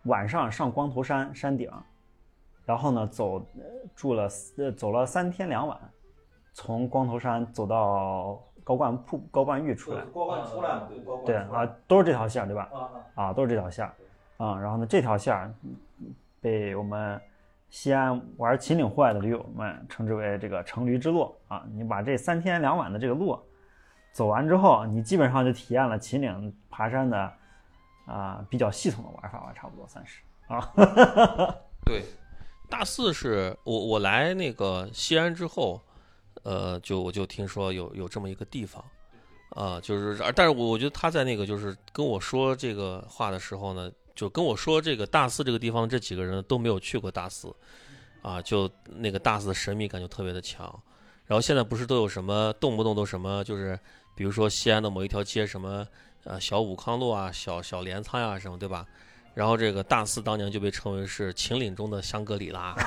晚上上光头山山顶，然后呢走住了呃走了三天两晚，从光头山走到高冠瀑高冠峪出来。 高冠出来嘛？ 对啊，都是这条线对吧？啊，都是这条线啊。然后呢，这条线被我们西安玩秦岭户外的驴友们称之为这个乘驴之路啊。你把这三天两晚的这个路走完之后，你基本上就体验了秦岭爬山的啊比较系统的玩法吧，差不多算是啊。 对，大四是我我来那个西安之后，呃，就我就听说有有这么一个地方，啊、呃，就是但是我我觉得他在那个就是跟我说这个话的时候呢，就跟我说这个大四这个地方这几个人都没有去过大四，啊，就那个大四的神秘感就特别的强。然后现在不是都有什么动不动都什么就是比如说西安的某一条街什么呃小武康路啊、小小镰仓啊什么，对吧？然后这个大四当年就被称为是秦岭中的香格里拉，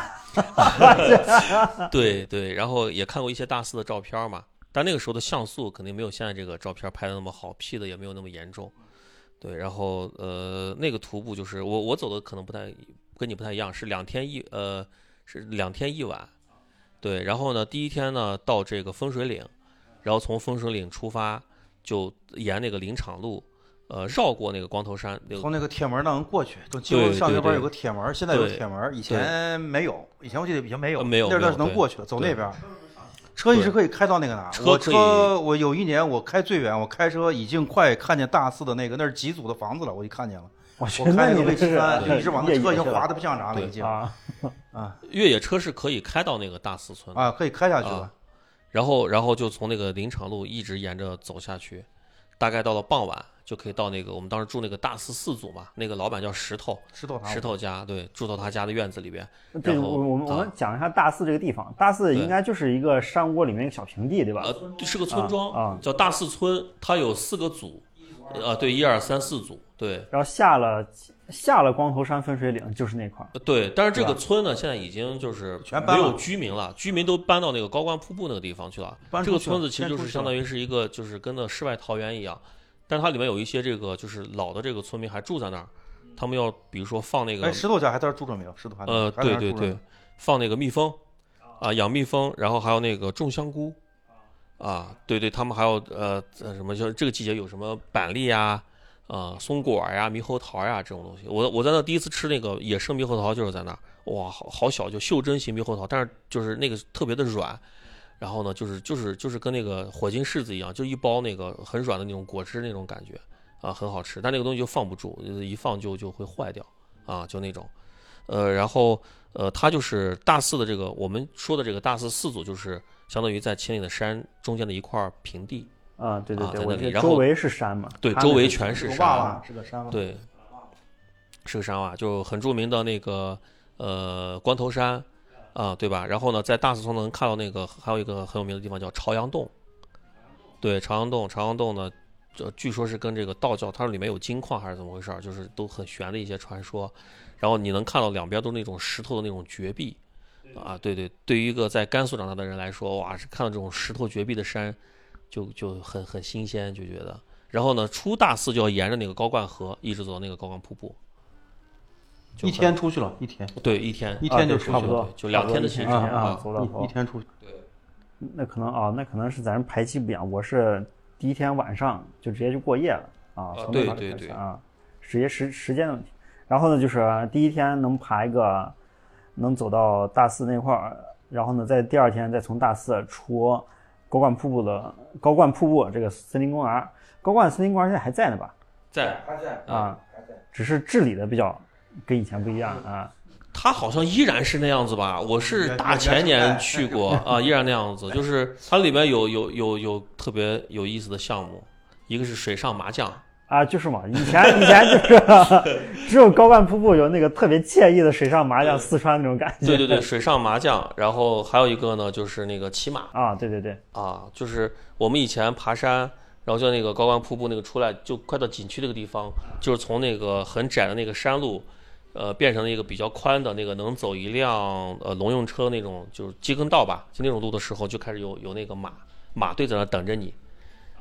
对对。然后也看过一些大四的照片嘛，但那个时候的像素肯定没有现在这个照片拍的那么好，P的也没有那么严重。对，然后呃那个徒步就是我我走的可能不太跟你不太一样，是两天一呃是两天一晚。对，然后呢第一天呢到这个风水岭，然后从风水岭出发，就沿那个林场路。呃，绕过那个光头山，那个、 从那个铁门那能过去。就进入上学班有个铁门，现在有对铁门，以前没有，以前我记得以前没有， 呃没有那段是能过去的，走那边。车一直可以开到那个哪？我车车我有一年我开最远，我开车已经快看见大四的那个，那是几组的房子了，我就看见了。 我我开那个 V 七三， 对一直往那车已经滑的不像啥了，已经啊啊越野车是可以开到那个大四村啊，可以开下去了。 啊、然后然后就从那个林场路一直沿着走下去，大概到了傍晚。就可以到那个我们当时住那个大四四组嘛，那个老板叫石头， 石头石头家，对，住到他家的院子里边。 对， 然后我我们、 啊、 我们讲一下大四这个地方，大四应该就是一个山窝里面一个小平地，对吧？ 呃，是个村庄， 啊啊、 叫大四村，它有四个组，呃，对，一二三四组，对。 然后下了下了光头山分水岭就是那块儿。 对，但是这个村呢，现在已经就是没有居民了，居民都搬到那个高冠瀑布那个地方去了。这个村子其实就是相当于是一个就是跟那世外桃源一样。但是它里面有一些这个就是老的这个村民还住在那儿，他们要比如说放那个， 哎，石头家还在那住着没有？石头还呃，对对对，放那个蜜蜂，啊，养蜜蜂，然后还有那个种香菇，啊，对对，他们还有呃什么，就这个季节有什么板栗呀、啊、呃、松果呀、猕猴桃呀这种东西。我我在那第一次吃那个野生猕猴桃就是在那儿，哇，好好小，就袖珍型猕猴桃，但是就是那个特别的软。然后呢，就是就是就是跟那个火金柿子一样，就一包那个很软的那种果汁那种感觉啊，很好吃。但那个东西就放不住，一放就就会坏掉啊，就那种。呃，然后呃，它就是大四的这个我们说的这个大四四组，就是相当于在秦岭的山中间的一块平地啊，对对对， 啊、 我这周围是山嘛， 对，周围全是山， 是个山， 对，是个山洼，就很著名的那个呃关头山。啊，对吧？然后呢，在大四村能看到那个还有一个很有名的地方叫朝阳洞，对，朝阳洞，朝阳洞呢，这据说是跟这个道教，它里面有金矿还是怎么回事，就是都很玄的一些传说。然后你能看到两边都是那种石头的那种绝壁，啊，对对，对于一个在甘肃长大的人来说，哇，是看到这种石头绝壁的山，就就很很新鲜，就觉得。然后呢，出大四就要沿着那个高冠河一直走到那个高冠瀑布。 一天出去了，一天， 对，一天， 一天就出去了， 差不多， 就两天的行程啊，走到一天出去。 对， 那可能啊，那可能是咱排期不一样。我是第一天晚上就直接就过夜了啊，从那对对对啊，直接时时间的问题。然后呢，就是第一天能爬一个，能走到大四那块儿，然后呢，在第二天再从大四出高冠瀑布的高冠瀑布这个森林公园。高冠森林公园现在还在呢吧？ 在， 还在啊，只是治理的比较。跟以前不一样啊， 它好像依然是那样子吧？我是大前年去过啊，依然那样子。就是它里面有有有有特别有意思的项目，一个是水上麻将啊，就是嘛，以前以前就是只有高冠瀑布有那个特别惬意的水上麻将，四川那种感觉。 对对对，水上麻将，然后还有一个呢，就是那个骑马啊，对对对啊，就是我们以前爬山。然后就那个高冠瀑布那个出来，就快到景区那个地方，就是从那个很窄的那个山路，呃，变成了一个比较宽的那个能走一辆呃农用车那种，就是机耕道吧，就那种路的时候，就开始有有那个马马队在那等着你，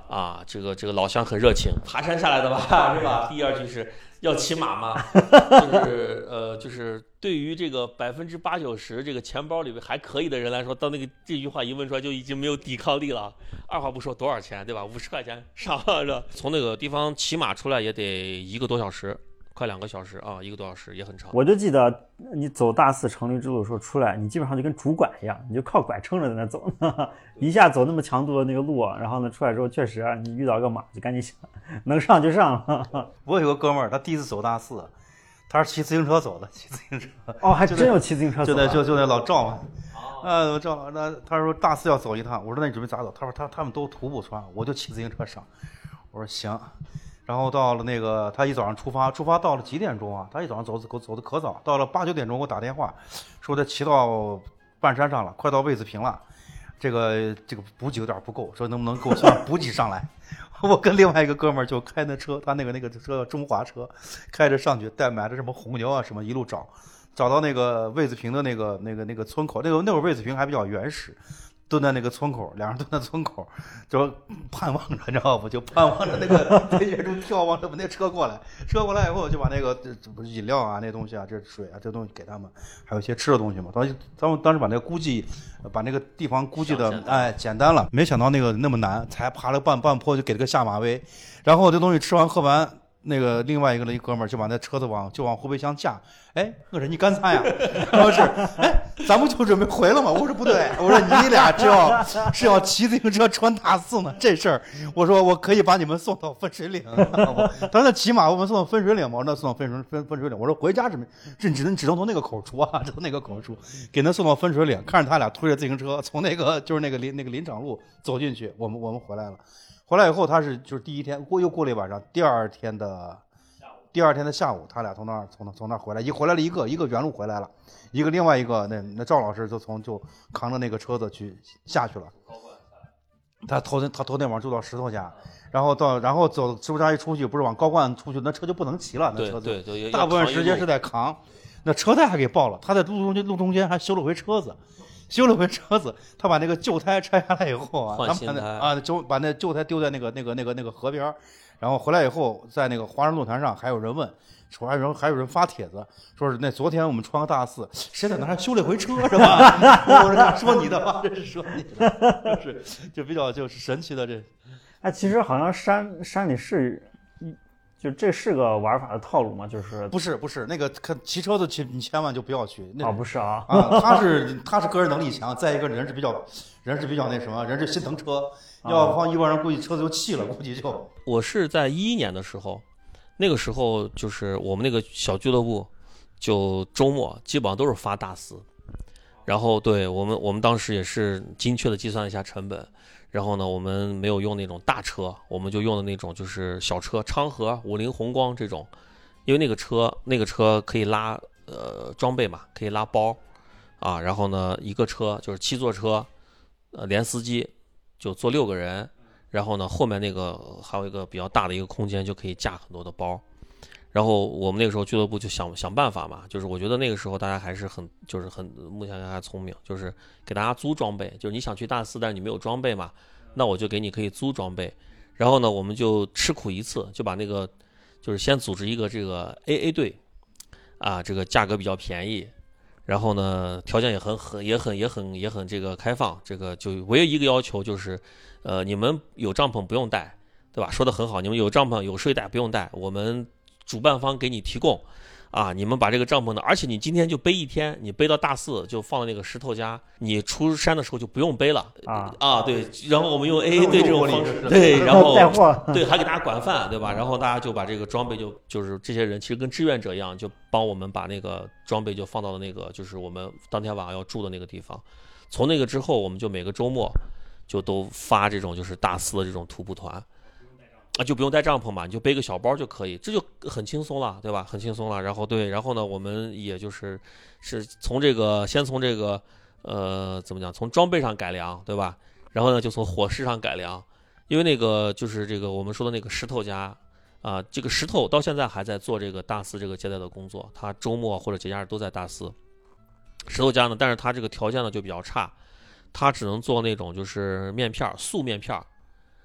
啊，这个这个老乡很热情，爬山下来的吧，是吧？第二句是要骑马吗？就是呃，就是对于这个百分之八九十这个钱包里面还可以的人来说，到那个这句话一问出来就已经没有抵抗力了。二话不说多少钱，对吧？五十块钱上了，从那个地方骑马出来也得一个多小时。快两个小时啊，一个多小时也很长。 我就记得你走大四成驴之路的时候出来，你基本上就跟拄拐一样，你就靠拐撑着在那走呢，一下走那么强度的那个路，然后呢出来之后确实你遇到个马就赶紧想能上就上了。 我有个哥们儿，他第一次走大四，他是骑自行车走的，骑自行车。 哦，还真有骑自行车走的。 就那就就那老赵嘛。啊，赵那他说大四要走一趟，我说那你准备咋走？他说他他们都徒步穿，我就骑自行车上。我说行。然后到了那个，他一早上出发，出发到了几点钟啊？他一早上走走走的可早，到了八九点钟给我打电话，说他骑到半山上了，快到魏子坪了，这个这个补给有点不够，说能不能给我送点补给上来？我跟另外一个哥们儿就开那车，他那个那个车中华车，开着上去，带买的什么红牛啊什么，一路找，找到那个魏子坪的那个那个那个村口，那个那会儿魏子坪还比较原始。蹲在那个村口，两人蹲在村口，就盼望着，你知道不？就盼望着那个在远处眺望着那车过来，车过来以后就把那个这这不是饮料啊，那东西啊，这水啊，这东西给他们，还有一些吃的东西嘛。当时他们当时把那个估计，把那个地方估计的哎简单了，没想到那个那么难，才爬了半半坡就给了个下马威，然后这东西吃完喝完。那个另外一个一哥们儿就把那车子往就往后备箱架，哎，我说你干啥呀？然后是，哎，咱不就准备回了吗？我说不对，我说你俩是要是要骑自行车穿大四呢，这事儿，我说我可以把你们送到分水岭，当时骑马我们送到分水岭嘛，那送到分水分分水岭，我说回家准备，这只能只能从那个口出啊，从那个口出，给他送到分水岭，看着他俩推着自行车从那个就是那个林那个林场路走进去，我们我们回来了。回来以后，他是就是第一天过又过了一晚上，第二天的第二天的下午，他俩从那儿从那从那儿回来，一回来了一个一个原路回来了，一个另外一个那那赵老师就从就扛着那个车子去下去了。他头天他头天晚上住到石头家，然后到然后走石头家一出去，不是往高灌出去，那车就不能骑了，那车对对对， 大部分时间是在扛，那车胎还给爆了，他在路中间路中间还修了回车子。修了回车子，他把那个旧胎拆下来以后啊， 换新胎啊，就把那旧胎丢在那个那个那个那个河边，然后回来以后，在那个华人论坛上还有人问，说还有人还有人发帖子，说是那昨天我们穿个大四，谁在那还修了回车是吧？我说说你的吧，这是说你的，就是就比较就是神奇的这。 哎，其实好像山山里是。就这是个玩法的套路吗？就是不是不是那个骑车子去，你千万就不要去。 哦，不是啊， 啊，他是他是个人能力强，再一个人是比较人是比较那什么，人是心疼车，要放一般人估计车子就气了，估计就。 我是在一一年的时候，那个时候就是我们那个小俱乐部，就周末基本上都是发大四，然后对我们我们当时也是精确的计算了一下成本。然后呢，我们没有用那种大车，我们就用的那种就是小车，昌河、五菱宏光这种，因为那个车那个车可以拉呃装备嘛，可以拉包啊。然后呢，一个车就是七座车，呃连司机就坐六个人，然后呢后面那个还有一个比较大的一个空间，就可以架很多的包。然后我们那个时候俱乐部就想想办法嘛，就是我觉得那个时候大家还是很就是很目前还聪明，就是给大家租装备，就是你想去大四，但是你没有装备嘛，那我就给你可以租装备。然后呢，我们就吃苦一次，就把那个就是先组织一个这个 A A 队，啊，这个价格比较便宜，然后呢条件也很很也很也很也很这个开放，这个就唯一一个要求就是，呃，你们有帐篷不用带，对吧？说的很好，你们有帐篷有睡袋不用带，我们主办方给你提供，啊，你们把这个帐篷呢，而且你今天就背一天，你背到大四就放在那个石头家，你出山的时候就不用背了啊啊，对，然后我们用 A A 对这种方式，对，然后带货， 对，还给大家管饭，对吧？然后大家就把这个装备就就是这些人其实跟志愿者一样，就帮我们把那个装备就放到了那个就是我们当天晚上要住的那个地方。从那个之后，我们就每个周末就都发这种就是大四的这种徒步团。啊，就不用带帐篷嘛，你就背个小包就可以，这就很轻松了，对吧？很轻松了。然后对，然后呢，我们也就是是从这个先从这个呃怎么讲，从装备上改良，对吧？然后呢，就从伙食上改良，因为那个就是这个我们说的那个石头家啊，这个石头到现在还在做这个大四这个接待的工作，他周末或者节假日都在大四。石头家呢，但是他这个条件呢就比较差，他只能做那种就是面片素面片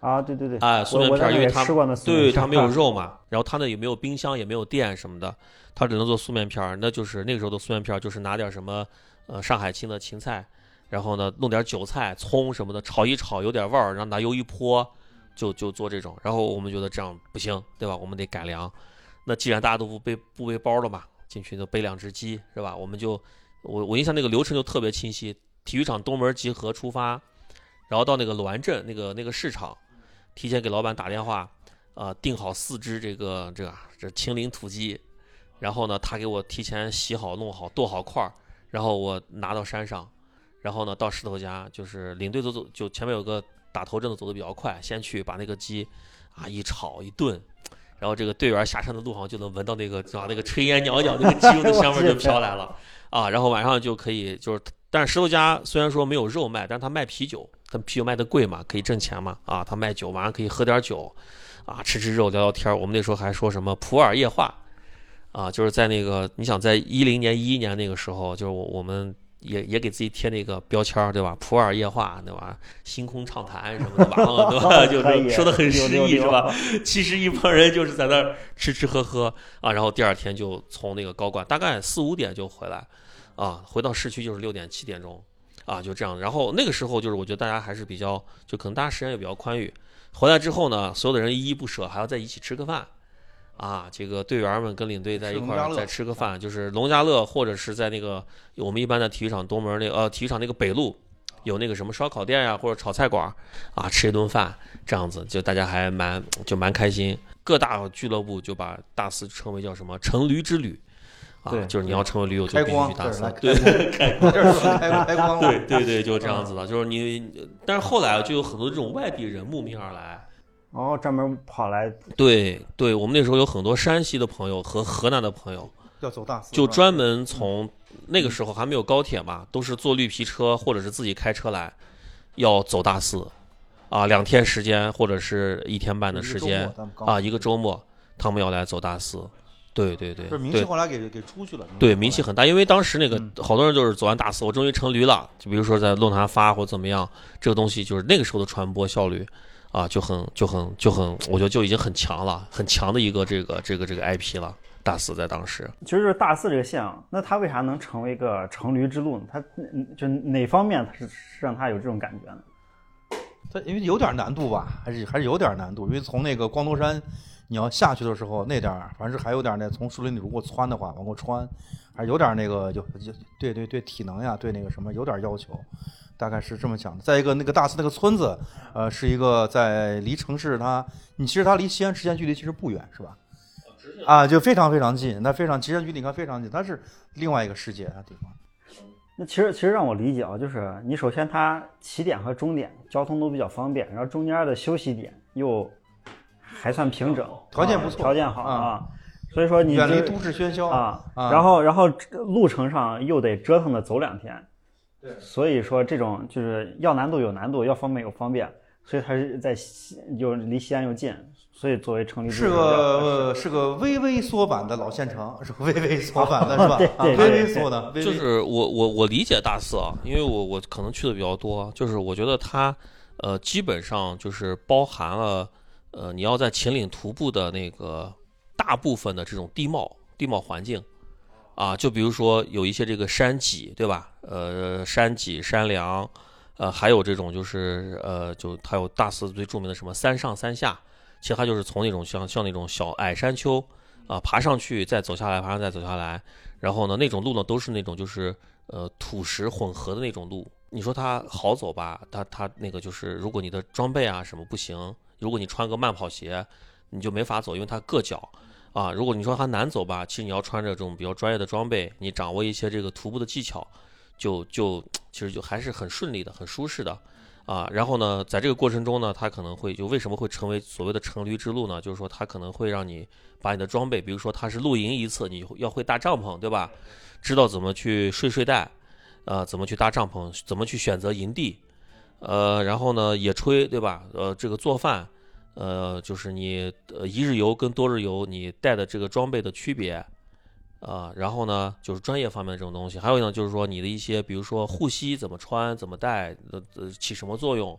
啊，对对对， 哎，素面片儿，因为它吃过那素面片对它没有肉嘛，然后它那也没有冰箱，也没有电什么的，它只能做素面片儿。那就是那个时候的素面片儿，就是拿点什么呃上海青的芹菜，然后呢弄点韭菜、葱什么的炒一炒，有点味儿，然后拿油一泼，就就做这种。然后我们觉得这样不行，对吧？我们得改良。那既然大家都不背不背包了嘛，进去就背两只鸡，是吧？我们就我我印象那个流程就特别清晰，体育场东门集合出发，然后到那个滦镇那个那个市场。提前给老板打电话，呃，订好四只这个这个这青鳞土鸡，然后呢，他给我提前洗好、弄好、剁好块儿，然后我拿到山上，然后呢，到石头家，就是领队走走，就前面有个打头阵的走得比较快，先去把那个鸡啊一炒一炖，然后这个队员下山的路上就能闻到那个啊那个炊烟袅袅，那个鸡肉的香味就飘来了啊，然后晚上就可以就是。但是石头家虽然说没有肉卖，但是他卖啤酒，他啤酒卖的贵嘛，可以挣钱嘛，啊，他卖酒，晚上可以喝点酒，啊，吃吃肉，聊聊天。我们那时候还说什么普洱夜话，啊，就是在那个你想在一零年、一一年那个时候，就是我我们也也给自己贴那个标签，对吧？普洱夜话，对吧？星空畅谈什么的，晚上对吧？就是说的很诗意，是吧？其实一帮人就是在那儿吃吃喝喝啊，然后第二天就从那个高管大概四五点就回来。啊，回到市区就是六点七点钟，啊，就这样。然后那个时候就是我觉得大家还是比较，就可能大家时间也比较宽裕。回来之后呢，所有的人依依不舍，还要在一起吃个饭，啊，这个队员们跟领队在一块儿再吃个饭，就是农家乐或者是在那个我们一般在体育场东门那个呃体育场那个北路有那个什么烧烤店呀、啊、或者炒菜馆啊，吃一顿饭，这样子就大家还蛮就蛮开心。各大俱乐部就把大四称为叫什么成驴之旅。啊，就是你要成为驴友就必须去大四，对， 开光，这是开开光， 对对对，就这样子的，就是你，但是后来就有很多这种外地人慕名而来， 哦，专门跑来， 对对，我们那时候有很多山西的朋友和河南的朋友， 要走大四， 就专门从那个时候还没有高铁嘛，都是坐绿皮车或者是自己开车来，要走大四，啊，两天时间或者是一天半的时间啊，一个周末他们要来走大四。对对对， 是名气后来给给出去了。 对，名气很大，因为当时那个好多人就是走完大四，我终于成驴了。就比如说在论坛发或怎么样，这个东西就是那个时候的传播效率啊，就很就很就很，我觉得就已经很强了，很强的一个这个这个这个 I P 了。大四在当时， 其实就是大四这个县啊，那它为啥能成为一个成驴之路呢？它就哪方面它是让它有这种感觉呢？ 它因为有点难度吧，还是还是有点难度，因为从那个光头山。你要下去的时候，那点儿反正还有点那从树林里如果窜的话，往过穿，还是有点那个就就对对对体能呀，对那个什么有点要求，大概是这么讲的。再一个，那个大四那个村子，呃，是一个在离城市它，你其实它离西安直线距离其实不远，是吧？啊，就非常非常近，那非常直线距离你看非常近，它是另外一个世界的地方。 那其实其实让我理解啊，就是你首先它起点和终点交通都比较方便，然后中间的休息点又。还算平整， 条件不错， 条件好啊， 啊，所以说你远离都市喧嚣啊， 啊然后然后路程上又得折腾的走两天， 对， 所以说这种就是要难度有难度，要方便有方便，所以它是在西又离西安又近，所以作为成立是个、呃、是个微微缩版的老县城，是个微微缩版的是吧？ 对对对啊、微微缩的，微微就是我我我理解大四啊，因为我我可能去的比较多，就是我觉得它呃基本上就是包含了。呃，你要在秦岭徒步的那个大部分的这种地貌、地貌环境，啊，就比如说有一些这个山脊，对吧？呃，山脊、山梁，呃，还有这种就是呃，就还有大四最著名的什么三上三下，其实它就是从那种像像那种小矮山丘啊爬上去，再走下来，爬上再走下来，然后呢，那种路呢都是那种就是呃土石混合的那种路。你说它好走吧？它它那个就是如果你的装备啊什么不行。如果你穿个慢跑鞋，你就没法走，因为它硌脚啊。如果你说它难走吧，其实你要穿着这种比较专业的装备，你掌握一些这个徒步的技巧，就就其实就还是很顺利的，很舒适的啊。然后呢，在这个过程中呢，它可能会就为什么会成为所谓的成驴之路呢？就是说它可能会让你把你的装备，比如说它是露营一次，你要会搭帐篷，对吧？知道怎么去睡睡袋，呃，怎么去搭帐篷，怎么去选择营地。呃，然后呢，野炊，对吧？呃，这个做饭，呃，就是你呃一日游跟多日游你带的这个装备的区别，啊、呃，然后呢，就是专业方面的这种东西，还有呢，就是说你的一些，比如说护膝怎么穿、怎么戴，呃呃，起什么作用，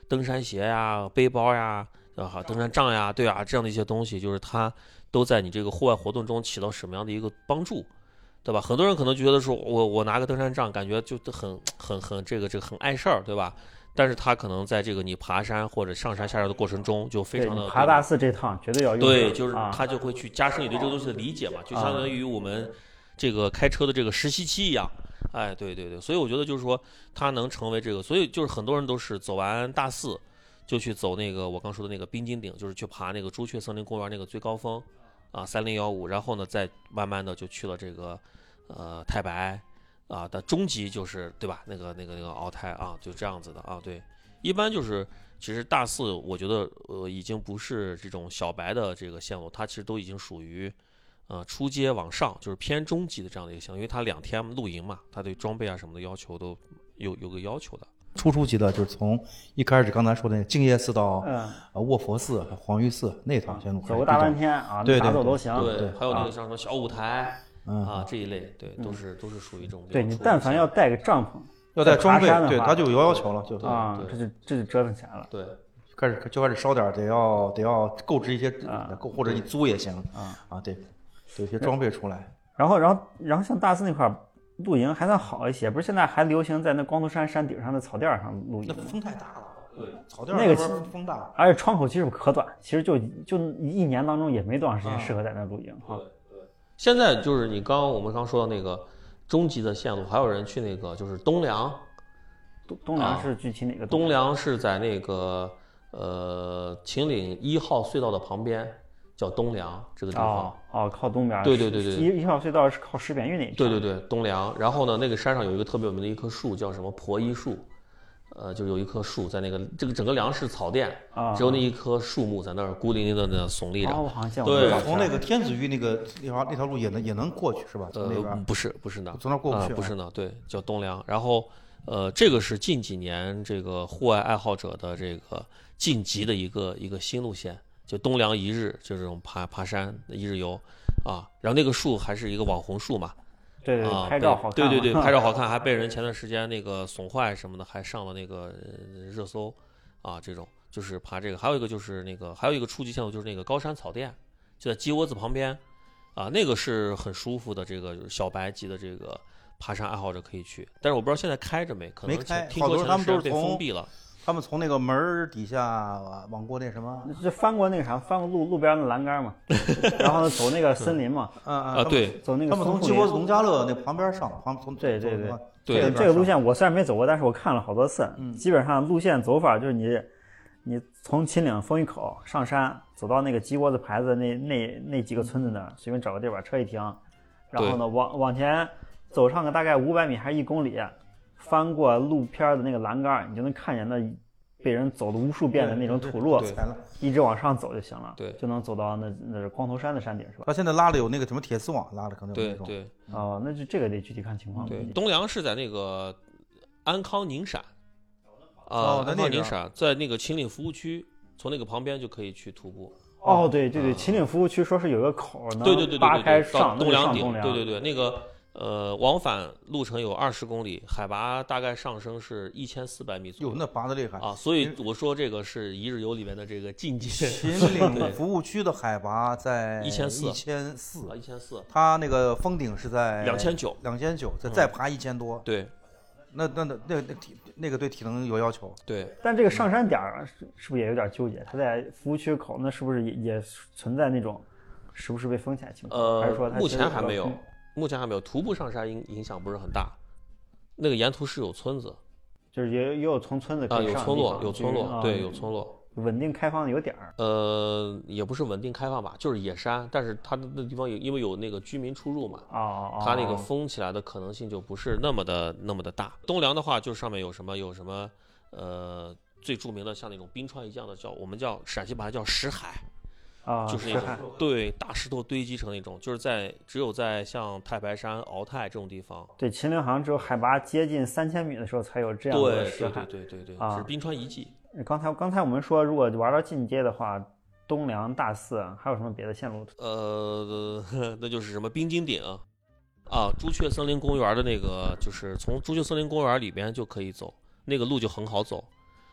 登山鞋呀、背包呀、啊登山杖呀，对啊，这样的一些东西，就是它都在你这个户外活动中起到什么样的一个帮助，对吧？很多人可能觉得说我我拿个登山杖，感觉就很很很这个这个很碍事儿，对吧？但是他可能在这个你爬山或者上山下山的过程中，就非常的爬大寺这趟绝对要用。 对，就是啊、 他就会去加深你对这个东西的理解嘛，就相当于我们这个开车的这个实习期一样。哎，对对对，所以我觉得就是说，它能成为这个，所以就是很多人都是走完大寺，就去走那个我刚说的那个冰晶顶，就是去爬那个朱雀森林公园那个最高峰啊，三零幺五，然后呢，再慢慢的就去了这个呃太白。啊的终极就是对吧？那个那个那个鳌泰啊，就这样子的啊。对，一般就是其实大寺，我觉得呃已经不是这种小白的这个线路，它其实都已经属于呃初阶往上，就是偏中级的这样的一个线路，因为它两天露营嘛，它对装备啊什么的要求都有有个要求的。 初初级的就是从一开始刚才说的净业寺到嗯呃卧佛寺、黄玉寺那趟线路， 走个大半天啊， 对对哪走都行。 对，还有那啊个像什么小舞台。 嗯啊，这一类对，都是都是属于这种。 对你但凡要带个帐篷， 要带装备，对， 他他就有要求了，就啊，这就这就折腾钱了。 对， 开始就开始烧点，得要得要购置一些，购或者你租也行啊啊，对，有些装备出来。 然后，然后，然后像大寺那块露营还算好一些，不是现在还流行在那光头山山顶上的草垫上露营？ 那风太大了，对，草垫那个风大， 而且窗口其实可短，其实就就一年当中也没多长时间适合在那露营哈。 现在就是你刚我们刚说到那个中级的线路，还有人去那个就是东梁。 东东梁是具体哪个？ 东梁是在那个呃秦岭一号隧道的旁边，叫东梁这个地方。 哦，哦靠东边。 对对对对， 一一号隧道是靠石扁峪那一片。 对对对，东梁。然后呢，那个山上有一个特别有名的一棵树，叫什么婆衣树。呃，就有一棵树在那个这个整个梁是草甸， 啊， 只有那一棵树木在那儿孤零零的那耸立着。 哦，我好像见过。 对， 从那个天子峪那个那条那条路也能也能过去是吧？ 呃，不是不是呢， 从那过不去、 呃，不是呢，对，叫东梁。然后呃，这个是近几年这个户外爱好者的这个晋级的一个一个新路线，就东梁一日，就这种爬爬山一日游啊。然后那个树还是一个网红树嘛。 对对， 啊， 拍照好看。 对对对，拍照好看，还被人前段时间那个损坏什么的，还上了那个热搜，啊，这种就是爬这个。还有一个就是那个，还有一个初级线路就是那个高山草甸，就在鸡窝子旁边，啊，那个是很舒服的，这个就是小白级的这个爬山爱好者可以去。但是我不知道现在开着没，可能没开， 听说他们都是被封闭了。 他们从那个门底下往过那什么， 就翻过那个啥，翻过路路边的栏杆嘛，然后走那个森林嘛， 嗯嗯啊对， 走那个。 他们从鸡窝子农家乐那旁边上，旁从对对对， 对这个这个路线我虽然没走过，但是我看了好多次， 嗯， 基本上路线走法就是你你从秦岭风雨口上山，走到那个鸡窝子牌子那那那几个村子那儿，随便找个地儿把车一停，然后呢往往前走上个大概五百米还是一公里。翻过路边的那个栏杆，你就能看见那被人走了无数遍的那种土路，一直往上走就行了， 对， 就能走到那那是光头山的山顶，是吧？ 他现在拉的有那个什么铁丝网，拉的可能有那种。 对对。 哦，那就这个得具体看情况。 对，东梁是在那个安康宁陕，啊、 哦， 安康宁陕在那个秦岭服务区，从那个旁边就可以去徒步。 哦，对对对，秦岭服务区说是有个口能对对对扒开上东梁顶，对对对，那个。呃，往返路程有二十公里，海拔大概上升是一千四百米左右。 哟，那拔的厉害啊！所以我说这个是一日游里面的这个境界。 秦岭服务区的海拔在一千四， 一千四啊，一千四。 它那个峰顶是在两千九， 两千九，再再爬一千多。 对， 那那那那那体那个对体能有要求。 对， 但这个上山点儿是是不是也有点纠结？它在服务区口，那是不是也也存在那种是不是被封起来情况？ 呃， 还是说它目前还没有。目前还没有，徒步上山影影响不是很大，那个沿途是有村子， 就是也也有从村子可以上啊，有村落，有村落， 啊、 对，有村落， 稳定开放的有点儿。 呃，也不是稳定开放吧，就是野山，但是它的那地方有，因为有那个居民出入嘛， 啊啊， 它那个封起来的可能性就不是那么的那么的大。东梁的话，就上面有什么有什么，呃，最著名的像那种冰川一样的叫我们叫陕西把它叫石海。 啊， 就是那种对大石头堆积成那种，就是在只有在像太白山、鳌泰这种地方， 对秦岭好像只有海拔接近三千米的时候才有这样的石海， 对对对对对， 啊， 是冰川遗迹。 刚才刚才我们说，如果玩到进阶的话，东梁、大寺还有什么别的线路？ 呃，那就是什么冰晶顶啊，朱雀森林公园的那个，就是从朱雀森林公园里边就可以走，那个路就很好走。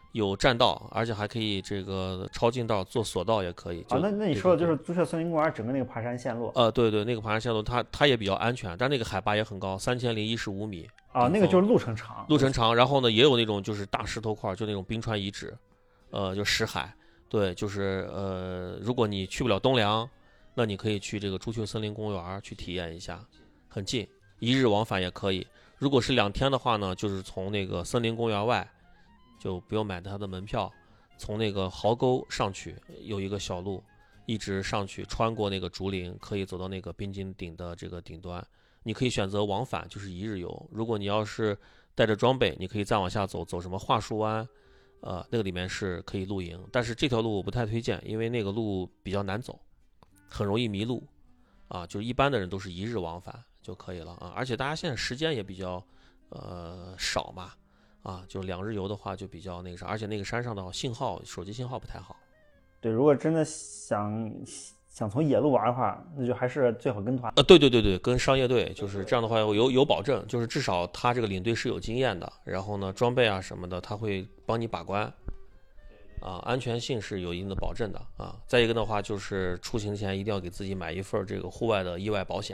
有栈道，而且还可以这个超近道做索道也可以。 啊，那那你说的就是朱雀森林公园整个那个爬山线路？ 呃，对对，那个爬山线路它它也比较安全，但那个海拔也很高，三千零一十五米。 啊，那个就是路程长。 路程长，然后呢，也有那种就是大石头块，就那种冰川遗址，呃，就石海。对，就是呃，如果你去不了东梁，那你可以去这个朱雀森林公园去体验一下，很近，一日往返也可以。如果是两天的话呢，就是从那个森林公园外，就不用买它的门票，从那个壕沟上去有一个小路，一直上去，穿过那个竹林，可以走到那个冰晶顶的这个顶端。你可以选择往返，就是一日游。如果你要是带着装备，你可以再往下走，走什么桦树湾。呃，那个里面是可以露营，但是这条路我不太推荐，因为那个路比较难走，很容易迷路，啊，就是一般的人都是一日往返就可以了啊，而且大家现在时间也比较呃少嘛，啊，就两日游的话就比较那个啥，而且那个山上的信号，手机信号不太好。 对，如果真的想想从野路玩的话，那就还是最好跟团。 呃，对对对对，跟商业队，就是这样的话有有保证，就是至少他这个领队是有经验的，然后呢装备啊什么的他会帮你把关，啊，安全性是有一定的保证的啊。再一个的话就是出行前一定要给自己买一份这个户外的意外保险。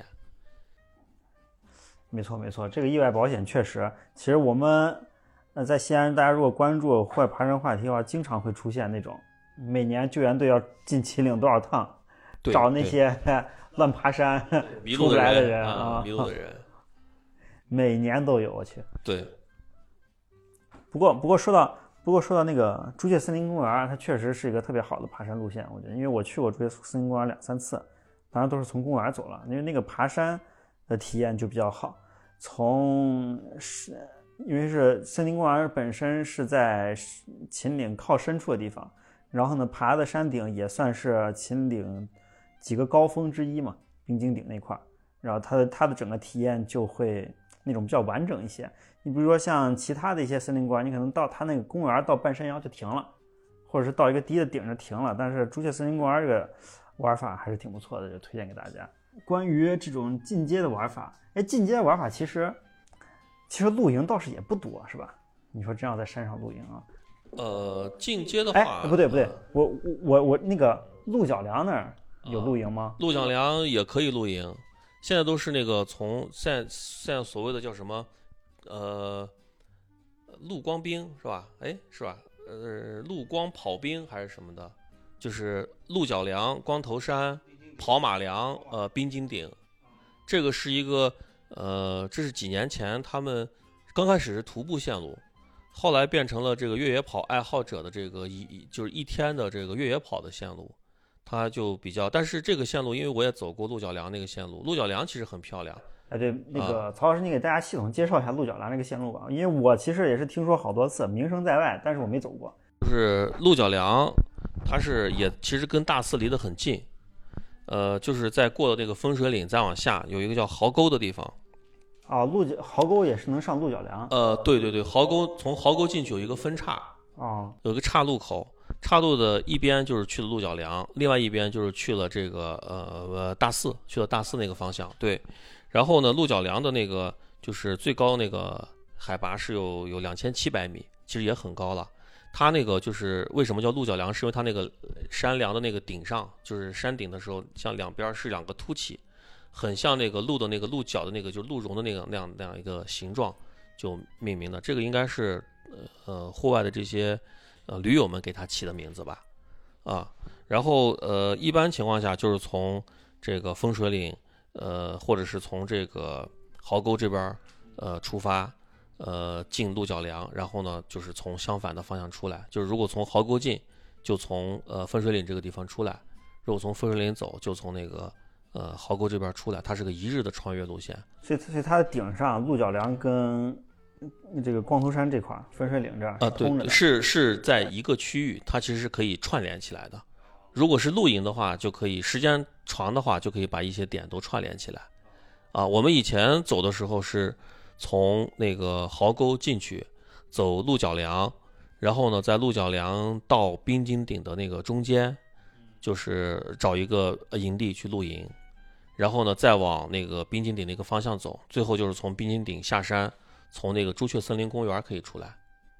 没错没错，这个意外保险确实，其实我们呃在西安，大家如果关注户外爬山话题的话，经常会出现那种每年救援队要进秦岭多少趟。找那些乱爬山出不来的人啊， 迷路的人， 每年都有，我去。 对。 不过，不过说到，不过说到那个朱雀森林公园，它确实是一个特别好的爬山路线，我觉得，因为我去过朱雀森林公园两三次，当然都是从公园走了，因为那个爬山的体验就比较好。从是，因为是森林公园本身是在秦岭靠深处的地方，然后呢，爬的山顶也算是秦岭几个高峰之一嘛，冰晶顶那块，然后它的它的整个体验就会那种比较完整一些。你比如说像其他的一些森林公园，你可能到它那个公园到半山腰就停了，或者是到一个低的顶上停了。但是朱雀森林公园这个玩法还是挺不错的，就推荐给大家。关于这种进阶的玩法，哎，进阶的玩法其实其实露营倒是也不多，是吧？你说这样在山上露营啊？ 呃，进阶的话， 哎，不对不对，我我我那个鹿角梁那儿。有露营吗？ 鹿角梁也可以露营，现在都是那个从现在现在所谓的叫什么，呃，陆光冰是吧？哎，是吧？呃，陆光跑冰还是什么的，就是鹿角梁、光头山、跑马梁、呃，冰晶顶，这个是一个呃，这是几年前他们刚开始是徒步线路，后来变成了这个越野跑爱好者的这个一就是一天的这个越野跑的线路。它就比较，但是这个线路，因为我也走过鹿角梁那个线路，鹿角梁其实很漂亮。 哎，对，那个曹老师，你给大家系统介绍一下鹿角梁这个线路吧，因为我其实也是听说好多次，名声在外，但是我没走过。 就是鹿角梁，它是也其实跟大寺离得很近，呃，就是在过了那个分水岭再往下，有一个叫壕沟的地方。 啊，鹿角壕沟也是能上鹿角梁？ 呃，对对对，壕沟从壕沟进去有一个分岔， 哦， 有一个岔路口。岔路的一边就是去了鹿角梁，另外一边就是去了这个呃大寺，去了大寺那个方向。对，然后呢，鹿角梁的那个就是最高那个海拔是有有两千七百米，其实也很高了。它那个就是为什么叫鹿角梁，是因为它那个山梁的那个顶上，就是山顶的时候，像两边是两个凸起，很像那个鹿的那个鹿角的那个，就是鹿茸的那个那样那样一个形状，就命名的。这个应该是呃户外的这些。呃，驴友们给它起的名字吧，啊，然后呃，一般情况下就是从这个分水岭，呃，或者是从这个壕沟这边呃出发，呃，进鹿角梁，然后呢，就是从相反的方向出来。就是如果从壕沟进，就从呃分水岭这个地方出来；如果从分水岭走，就从那个呃壕沟这边出来。它是个一日的穿越路线。 所以，所以它的顶上鹿角梁跟这个光头山这块分水岭这儿啊，对，是是在一个区域，它其实是可以串联起来的。如果是露营的话，就可以时间长的话，就可以把一些点都串联起来。啊，我们以前走的时候是从那个壕沟进去，走鹿角梁，然后呢，在鹿角梁到冰晶顶的那个中间，就是找一个营地去露营，然后呢，再往那个冰晶顶那个方向走，最后就是从冰晶顶下山。从那个朱雀森林公园可以出来，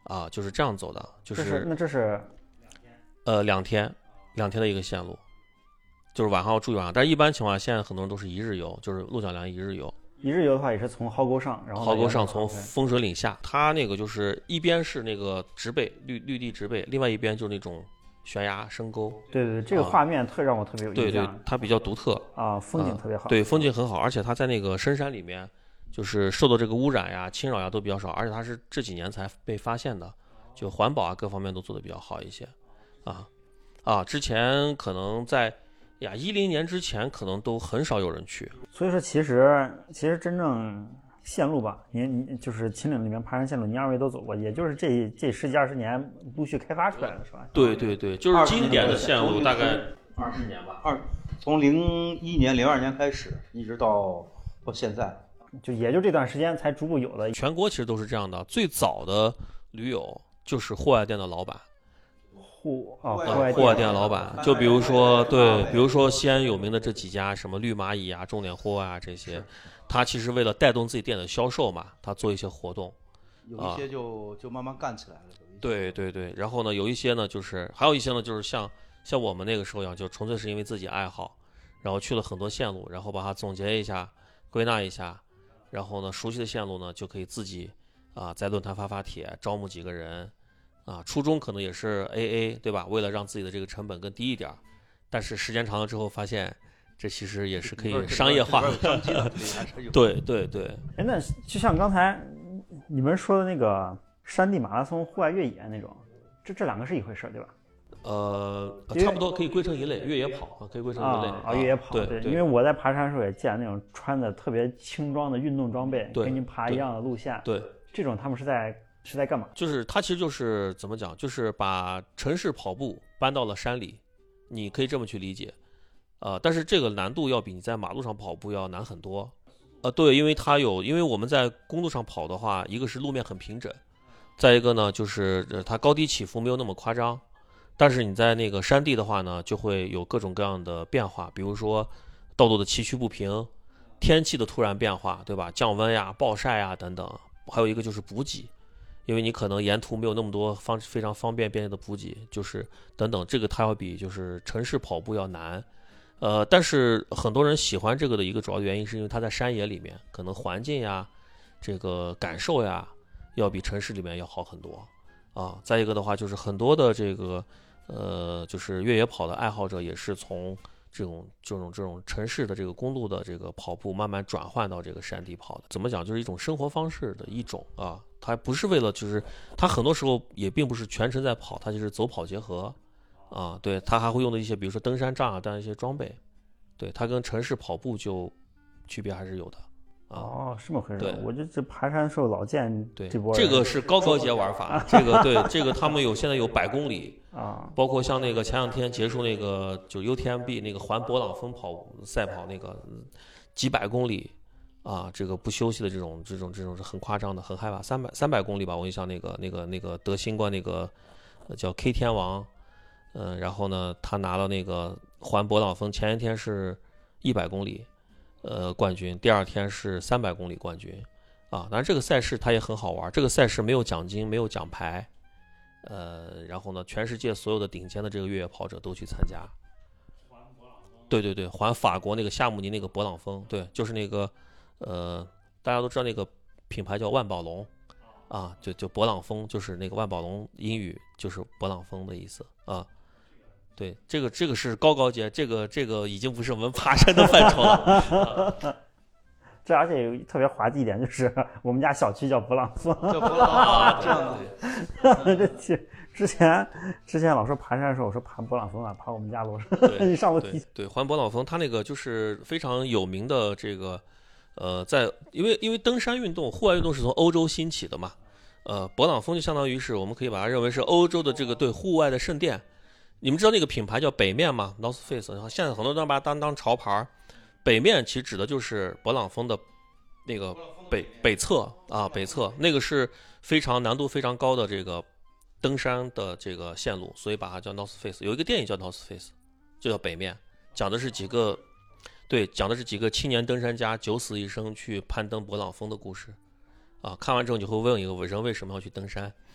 啊，就是这样走的，就这是那这是呃两天两天的一个线路，就是晚上要住一晚上，但是一般情况下现在很多人都是一日游，就是鹿角梁一日游。 一日游的话也是从壕沟上，然后壕沟上从对风水岭下，它那个就是一边是那个植被绿绿地植被，另外一边就是那种悬崖深沟。 对对，这个画面特让我特别有印象。 对对，它比较独特啊，风景特别好。 对，风景很好，而且它在那个深山里面，就是受到这个污染呀、侵扰呀都比较少，而且它是这几年才被发现的，就环保啊各方面都做得比较好一些。啊啊，之前可能在呀一零年之前可能都很少有人去。 所以说，其实其实真正线路吧，您您就是秦岭里面爬山线路，您二位都走过，也就是这这十几二十年陆续开发出来的，是吧？ 对对对，就是经典的线路，大概二十年吧。 二从零一年、零二年开始，一直到到现在， 就也就这段时间才逐步有的。 全国其实都是这样的，最早的驴友就是户外店的老板。 户啊， 户外户外店老板，就比如说对，比如说西安有名的这几家，什么绿蚂蚁啊、重点户外啊这些，他其实为了带动自己店的销售嘛，他做一些活动， 有一些就就慢慢干起来了。 对对对，然后呢，有一些呢就是还有一些呢就是像像我们那个时候一样，就纯粹是因为自己爱好，然后去了很多线路，然后把它总结一下、归纳一下，然后呢熟悉的线路呢就可以自己啊在论坛发发帖，招募几个人。啊，初衷可能也是 A A， 对吧？为了让自己的这个成本更低一点，但是时间长了之后发现，这其实也是可以商业化的。对对对。 哎，那就像刚才你们说的那个山地马拉松、户外越野那种，这这两个是一回事，对吧？ 呃，差不多可以归成一类，越野跑啊，可以归成一类啊，啊越野跑， 对对，因为我在爬山的时候也见那种穿的特别轻装的运动装备，跟您爬一样的路线， 对， 这种他们是在。是在干嘛？ 就是它其实就是怎么讲，就是把城市跑步搬到了山里，你可以这么去理解，呃，但是这个难度要比你在马路上跑步要难很多，呃，对，因为它有，因为我们在公路上跑的话，一个是路面很平整，再一个呢就是它高低起伏没有那么夸张，但是你在那个山地的话呢，就会有各种各样的变化，比如说道路的崎岖不平，天气的突然变化，对吧？降温呀、暴晒呀等等，还有一个就是补给。因为你可能沿途没有那么多方非常方便便利的补给，就是等等，这个它要比就是城市跑步要难，呃，但是很多人喜欢这个的一个主要原因是因为它在山野里面，可能环境呀，这个感受呀，要比城市里面要好很多啊。再一个的话，就是很多的这个呃，就是越野跑的爱好者也是从这种这种这种城市的这个公路的这个跑步慢慢转换到这个山地跑的，怎么讲，就是一种生活方式的一种啊。它不是为了，就是它很多时候也并不是全程在跑，它就是走跑结合，啊，对，它还会用的一些，比如说登山杖啊这样一些装备，对，它跟城市跑步就区别还是有的。啊、 哦，是这么回事。 对， 我这这爬山时候老见对这波。 这个是高高阶玩法，这个对，这个他们有现在有百公里啊， 包括像那个前两天结束那个就 U T M B 那个环勃朗峰跑赛跑那个几百公里。啊，这个不休息的这种这种这种是很夸张的，很害怕。三百三百公里吧，我印象那个那个那个得新冠那个、呃、叫 K 天王，嗯、呃，然后呢，他拿了那个环勃朗峰，前一天是一百公里，呃，冠军，第二天是三百公里冠军，啊，当然这个赛事它也很好玩，这个赛事没有奖金，没有奖牌，呃，然后呢，全世界所有的顶尖的这个越野跑者都去参加。对对对，环法国那个夏慕尼那个勃朗峰，对，就是那个。呃，大家都知道那个品牌叫万宝龙，啊，就就勃朗峰，就是那个万宝龙，英语就是勃朗峰的意思啊。对，这个这个是高高阶，这个这个已经不是我们爬山的范畴了。啊、 这而且有特别滑稽一点，就是我们家小区叫勃朗峰， 叫勃朗啊，这样子。这之前之前老说爬山的时候，我说爬勃朗峰啊，爬我们家楼上，你上楼梯。 对，对环勃朗峰，它那个就是非常有名的这个。呃，在因为因为登山运动、户外运动是从欧洲兴起的嘛，呃，勃朗峰就相当于是我们可以把它认为是欧洲的这个对户外的圣殿。你们知道那个品牌叫北面吗 ？North Face， 然后现在很多人把它当当潮牌。北面其实指的就是勃朗峰的那个北北侧啊，北侧那个是非常难度非常高的这个登山的这个线路，所以把它叫 North Face。有一个电影叫 North Face， 就叫北面，讲的是几个。对，讲的是几个青年登山家九死一生去攀登勃朗峰的故事，啊，看完之后你会问一个人为什么要去登山？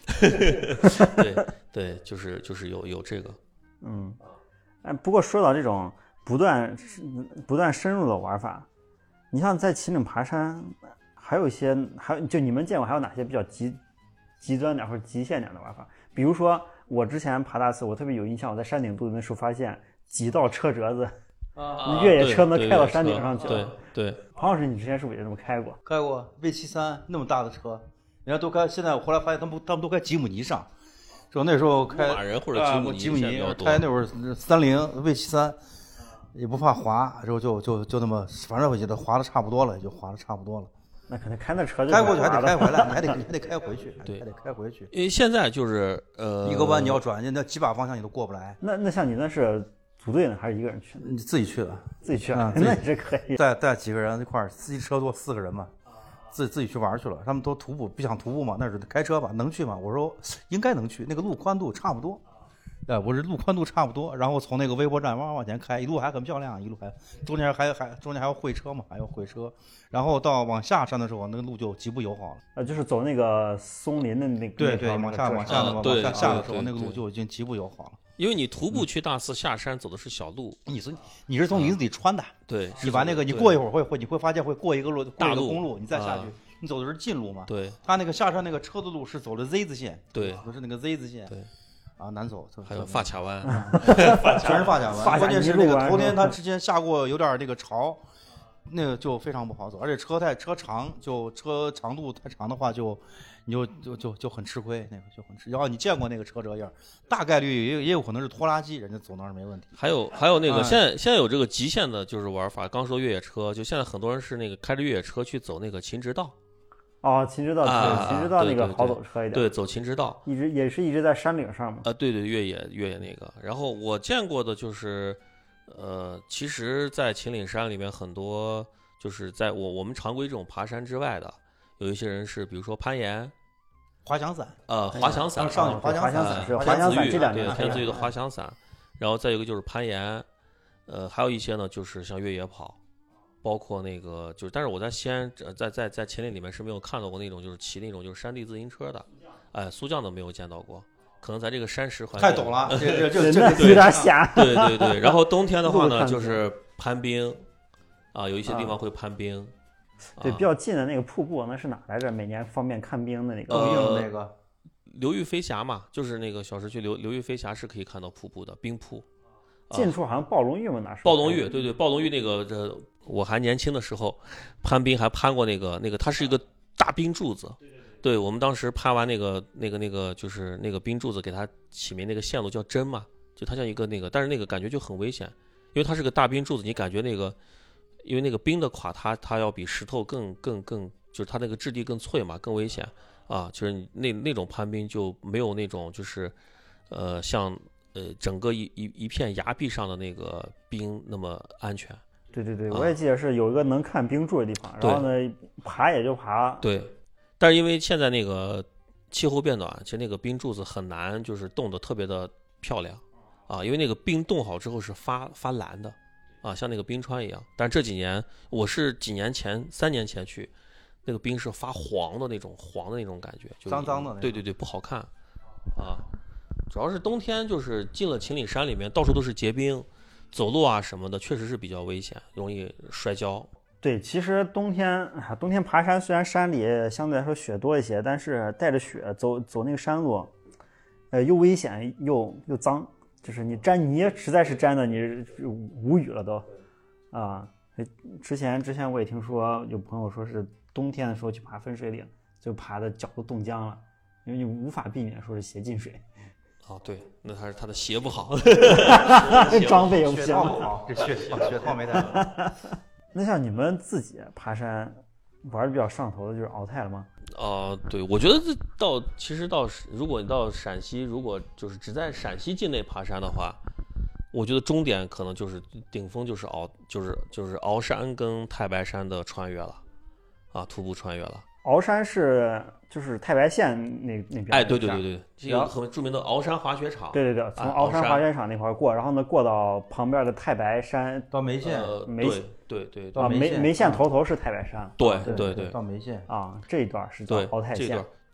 对对，就是就是有有这个。 嗯，哎，不过说到这种不断不断深入的玩法，你像在秦岭爬山，还有一些还有就你们见过还有哪些比较极极端点或者极限点的玩法？比如说我之前爬大寺，我特别有印象，我在山顶渡的时候发现几道车辙子。 啊， 越野车能开到山顶上去对对， 庞老师，你之前是不是也这么开过？ 开过 V 七三那么大的车，人家都开。现在我后来发现他们他们都开吉姆尼上，说那时候开牧马人或者吉姆尼， 吉姆尼开那会儿三菱 V 七三，也不怕滑，然后就就就那么，反正我觉得滑的差不多了，也就滑的差不多了。 那可能开那车就开过去还得开回来，你还得你还得开回去， 对， 还得开回去。 因为现在就是呃， 一个弯你要转，那几把方向你都过不来。 那那像你那是组队呢，还是一个人去的？ 你自己去的， 自己去啊， 那也是可以。 带带几个人一块儿，自己车多四个人嘛，自己自己去玩去了。他们都徒步，不想徒步嘛，那是开车吧，能去吗？我说应该能去，那个路宽度差不多。哎，我这路宽度差不多，然后从那个微波站往往前开，一路还很漂亮，一路还中间还还中间还要会车嘛，还要会车，然后到往下山的时候，那个路就极不友好了。 呃，就是走那个松林的那对对，往下往下的往下下的时候，那个路就已经极不友好了。 因为你徒步去大寺下山走的是小路， 你是你是从林子里穿的， 对， 你把那个你过一会儿会会你会发现会过一个路大路公路，你再下去，你走的是近路嘛。 对， 他那个下山那个车的路是走的 Z 字线， 对， 不是那个 Z 字线。 对。 啊，难走， 还有发卡弯， 全是发卡弯。关键是那个头天他之前下过有点那个潮，那个就非常不好走，而且车太车长，就车长度太长的话就，你就就就就很吃亏，那个就很吃。然后你见过那个车辙样，大概率也有也有可能是拖拉机，人家走那儿没问题。 还有还有那个哎现在现在有这个极限的就是玩法，刚说越野车，就现在很多人是那个开着越野车去走那个秦直道。 哦，秦直道， 啊、 秦直道那个好走车一点， 对，走秦直道， 一直也是一直在山顶上嘛。 啊，对对，越野越野那个。然后我见过的就是，呃，其实，在秦岭山里面很多，就是在我我们常规这种爬山之外的，有一些人是，比如说攀岩、 滑翔伞， 呃，滑翔伞， 上去滑翔伞是滑天翔伞这两对年天子玉的滑翔伞，然后再有一个就是攀岩，呃，还有一些呢就是像越野跑。包括那个就是，但是我在西安，在在在秦岭里面是没有看到过那种就是骑那种就是山地自行车的，哎，速降都没有见到过，可能在这个山石环境太陡了，这这这这有点险。 对对对，然后冬天的话呢，就是攀冰，啊，有一些地方会攀冰。 对，比较近的那个瀑布那是哪来着？每年方便看冰的那个。 呃，那个流域飞峡嘛，就是那个小石区流流域飞峡是可以看到瀑布的冰瀑。 近处好像暴龙峪嘛，那是。 暴龙峪，对对，暴龙峪那个这。我还年轻的时候，攀冰还攀过那个那个，它是一个大冰柱子。对，我们当时攀完那个那个那个，就是那个冰柱子，给它起名那个线路叫针嘛，就它像一个那个，但是那个感觉就很危险，因为它是个大冰柱子，你感觉那个，因为那个冰的垮塌，它要比石头更更更，就是它那个质地更脆嘛，更危险啊。就是你那那种攀冰就没有那种就是，呃，像呃整个一一一片崖壁上的那个冰那么安全。 对对对，我也记得是有一个能看冰柱的地方，然后呢爬也就爬。 对，但是因为现在那个气候变暖，其实那个冰柱子很难就是冻得特别的漂亮啊，因为那个冰冻好之后是发发蓝的啊，像那个冰川一样。但这几年我是几年前三年前去，那个冰是发黄的那种黄的那种感觉，就脏脏的那种。 对对对，不好看啊。主要是冬天就是进了秦岭山里面，到处都是结冰。走路啊什么的，确实是比较危险，容易摔跤。 对，其实冬天冬天爬山，虽然山里相对来说雪多一些，但是带着雪走走那个山路，呃，又危险又又脏，就是你沾泥实在是沾的你无语了都啊。之前之前我也听说有朋友说是冬天的时候去爬分水岭，就爬的脚都冻僵了，因为你无法避免说是鞋进水。 哦，对，那还是他的鞋不好， 装备也不行， 雪套不好，这雪雪套没带好。 那像你们自己爬山玩的比较上头的就是鳌泰了吗？ 哦、呃，对，我觉得这到其实到如果你到陕西，如果就是只在陕西境内爬山的话，我觉得终点可能就是顶峰就是鳌，就是就是鳌山跟太白山的穿越了，啊，徒步穿越了。 鳌山是就是太白县那那边， 哎，对对对对，这个很著名的鳌山滑雪场。 对对对，从鳌山滑雪场那块过，然后呢过到旁边的太白山， 到眉县， 呃、 眉对对对， 啊眉眉县头头是太白山。 对对对对， 到眉县啊，这一段是叫鳌泰县。 对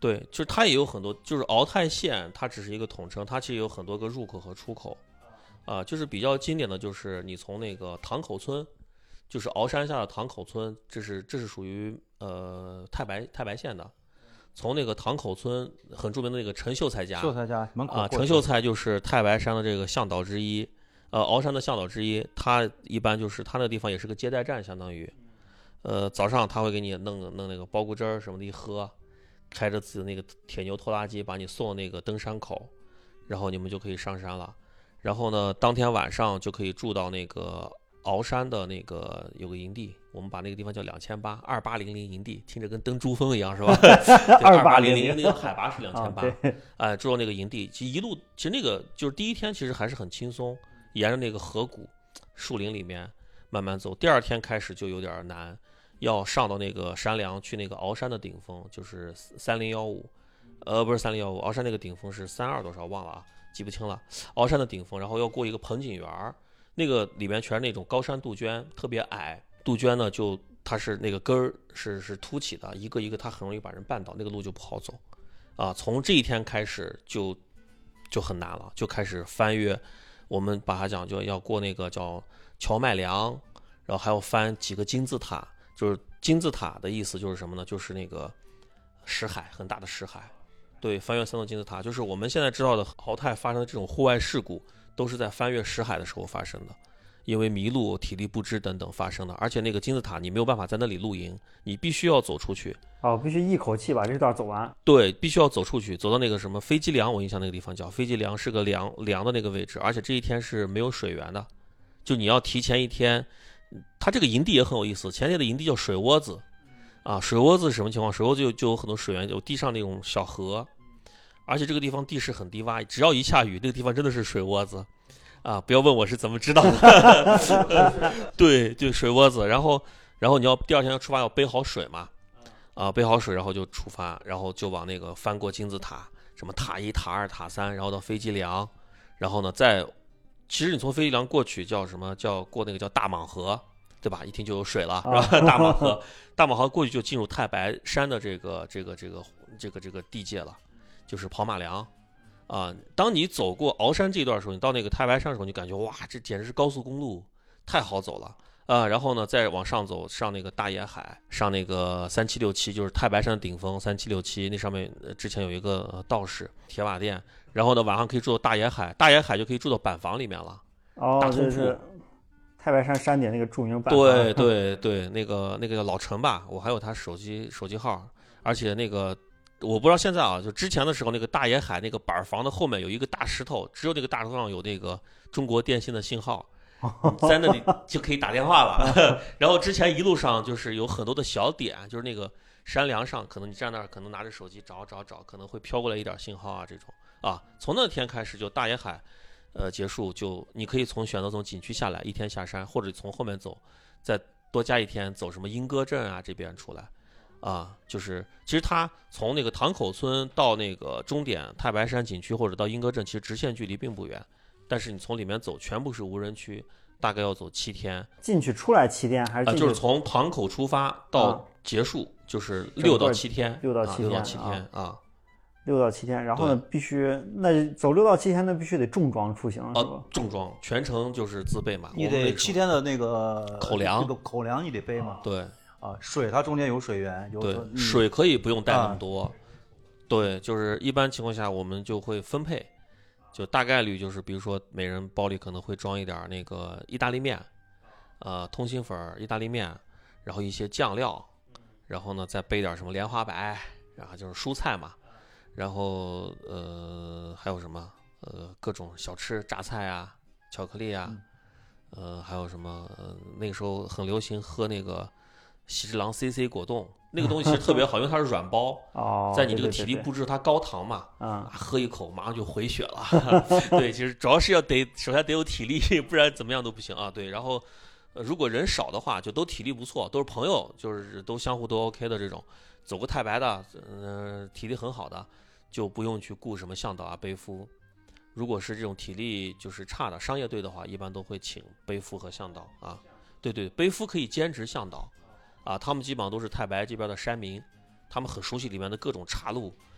对，就是它也有很多，就是鳌泰县它只是一个统称，它其实有很多个入口和出口，啊、呃，就是比较经典的就是你从那个塘口村，就是鳌山下的塘口村，这是这是属于呃太白太白县的。从那个塘口村很著名的那个陈秀才家， 秀才家门口啊，陈秀才就是太白山的这个向导之一，呃，鳌山的向导之一。他一般就是他那地方也是个接待站，相当于，呃，早上他会给你弄弄那个苞谷汁儿什么的一喝，开着自己的那个铁牛拖拉机把你送到那个登山口，然后你们就可以上山了。然后呢，当天晚上就可以住到那个鳌山的那个有个营地，我们把那个地方叫两千八二八零零营地，听着跟登珠峰一样是吧？二八零零那个海拔是两千八，哎，住到那个营地，其实一路其实那个就是第一天其实还是很轻松，沿着那个河谷树林里面慢慢走。第二天开始就有点难，要上到那个山梁去那个鳌山的顶峰，就是三零幺五，呃，不是三零幺五，鳌山那个顶峰是三二多少忘了啊，记不清了。鳌山的顶峰，然后要过一个盆景园。那个里面全是那种高山杜鹃，特别矮。杜鹃呢，就它是那个根儿是是凸起的，一个一个它很容易把人绊倒，那个路就不好走。啊，从这一天开始就就很难了，就开始翻越。我们把它讲就要过那个叫荞麦梁，然后还要翻几个金字塔。就是金字塔的意思就是什么呢？就是那个石海，很大的石海。对，翻越三座金字塔，就是我们现在知道的鳌泰发生的这种户外事故。都是在翻越石海的时候发生的，因为迷路、体力不支等等发生的。而且那个金字塔你没有办法在那里露营，你必须要走出去。 哦，必须一口气把这段走完。 对，必须要走出去，走到那个什么飞机梁，我印象那个地方叫飞机梁，是个梁梁的那个位置，而且这一天是没有水源的，就你要提前一天。它这个营地也很有意思，前天的营地叫水窝子，啊，水窝子是什么情况？水窝子就就有很多水源，有地上那种小河。而且这个地方地势很低洼，只要一下雨，那个地方真的是水窝子，啊！不要问我是怎么知道的，对，就水窝子。然后，然后你要第二天要出发，要背好水嘛，啊，背好水，然后就出发，然后就往那个翻过金字塔，什么塔一、塔二、塔三，然后到飞机梁，然后呢，再，其实你从飞机梁过去叫什么？叫过那个叫大蟒河，对吧？一听就有水了，是吧？大蟒河，大蟒河过去就进入太白山的这个这个这个这个这个地界了。就是跑马梁，啊、呃，当你走过鳌山这一段的时候，你到那个太白山的时候，你感觉哇，这简直是高速公路，太好走了啊、呃！然后呢，再往上走，上那个大野海，上那个三七六七，就是太白山的顶峰，三七六七那上面、呃、之前有一个、呃、道士铁瓦店，然后呢晚上可以住到大野海，大野海就可以住到板房里面了。 哦， 大通铺。 就是太白山山顶那个著名板房。 对对对，那个那个叫老陈吧，我还有他手机手机号，而且那个。我不知道现在啊，就之前的时候，那个大野海那个板房的后面有一个大石头，只有那个大石头上有那个中国电信的信号，在那里就可以打电话了。然后之前一路上就是有很多的小点，就是那个山梁上，可能你站那儿，可能拿着手机找找找，可能会飘过来一点信号啊这种啊。从那天开始就大野海，呃结束就你可以从选择从景区下来，一天下山，或者从后面走，再多加一天走什么莺歌镇啊这边出来。啊，就是其实它从那个塘口村到那个终点太白山景区或者到莺歌镇，其实直线距离并不远，但是你从里面走全部是无人区，大概要走七天。 进去出来七天还是进去、呃？就是从塘口出发到结束，啊、就是六到七天， 六到七天， 六到七天啊， 六到七天。然后呢，必须那走六到七天，那必须得重装出行，是吧？ 啊，重装，全程就是自备嘛。 你得七天的那个口粮， 这个口粮你得背嘛。 对。 啊，水它中间有水源，有对、 嗯、 水可以不用带那么多、啊，对，就是一般情况下我们就会分配，就大概率就是比如说每人包里可能会装一点那个意大利面，呃，通心粉、意大利面，然后一些酱料，然后呢再备点什么莲花白，然后就是蔬菜嘛，然后呃还有什么呃各种小吃，榨菜啊、巧克力啊，呃还有什么、呃、那个时候很流行喝那个。喜之郎 C C 果冻那个东西其实特别好，因为它是软包， 哦， 在你这个体力不支，它高糖嘛， 啊、 嗯，喝一口马上就回血了。对，其实主要是要得首先得有体力，不然怎么样都不行啊。对，然后、呃、如果人少的话，就都体力不错，都是朋友，就是都相互都 OK 的这种，走个太白的，嗯、呃，体力很好的，就不用去雇什么向导啊、背夫。如果是这种体力就是差的商业队的话，一般都会请背夫和向导啊。对对，背夫可以兼职向导。啊，他们基本上都是太白这边的山民，他们很熟悉里面的各种岔路，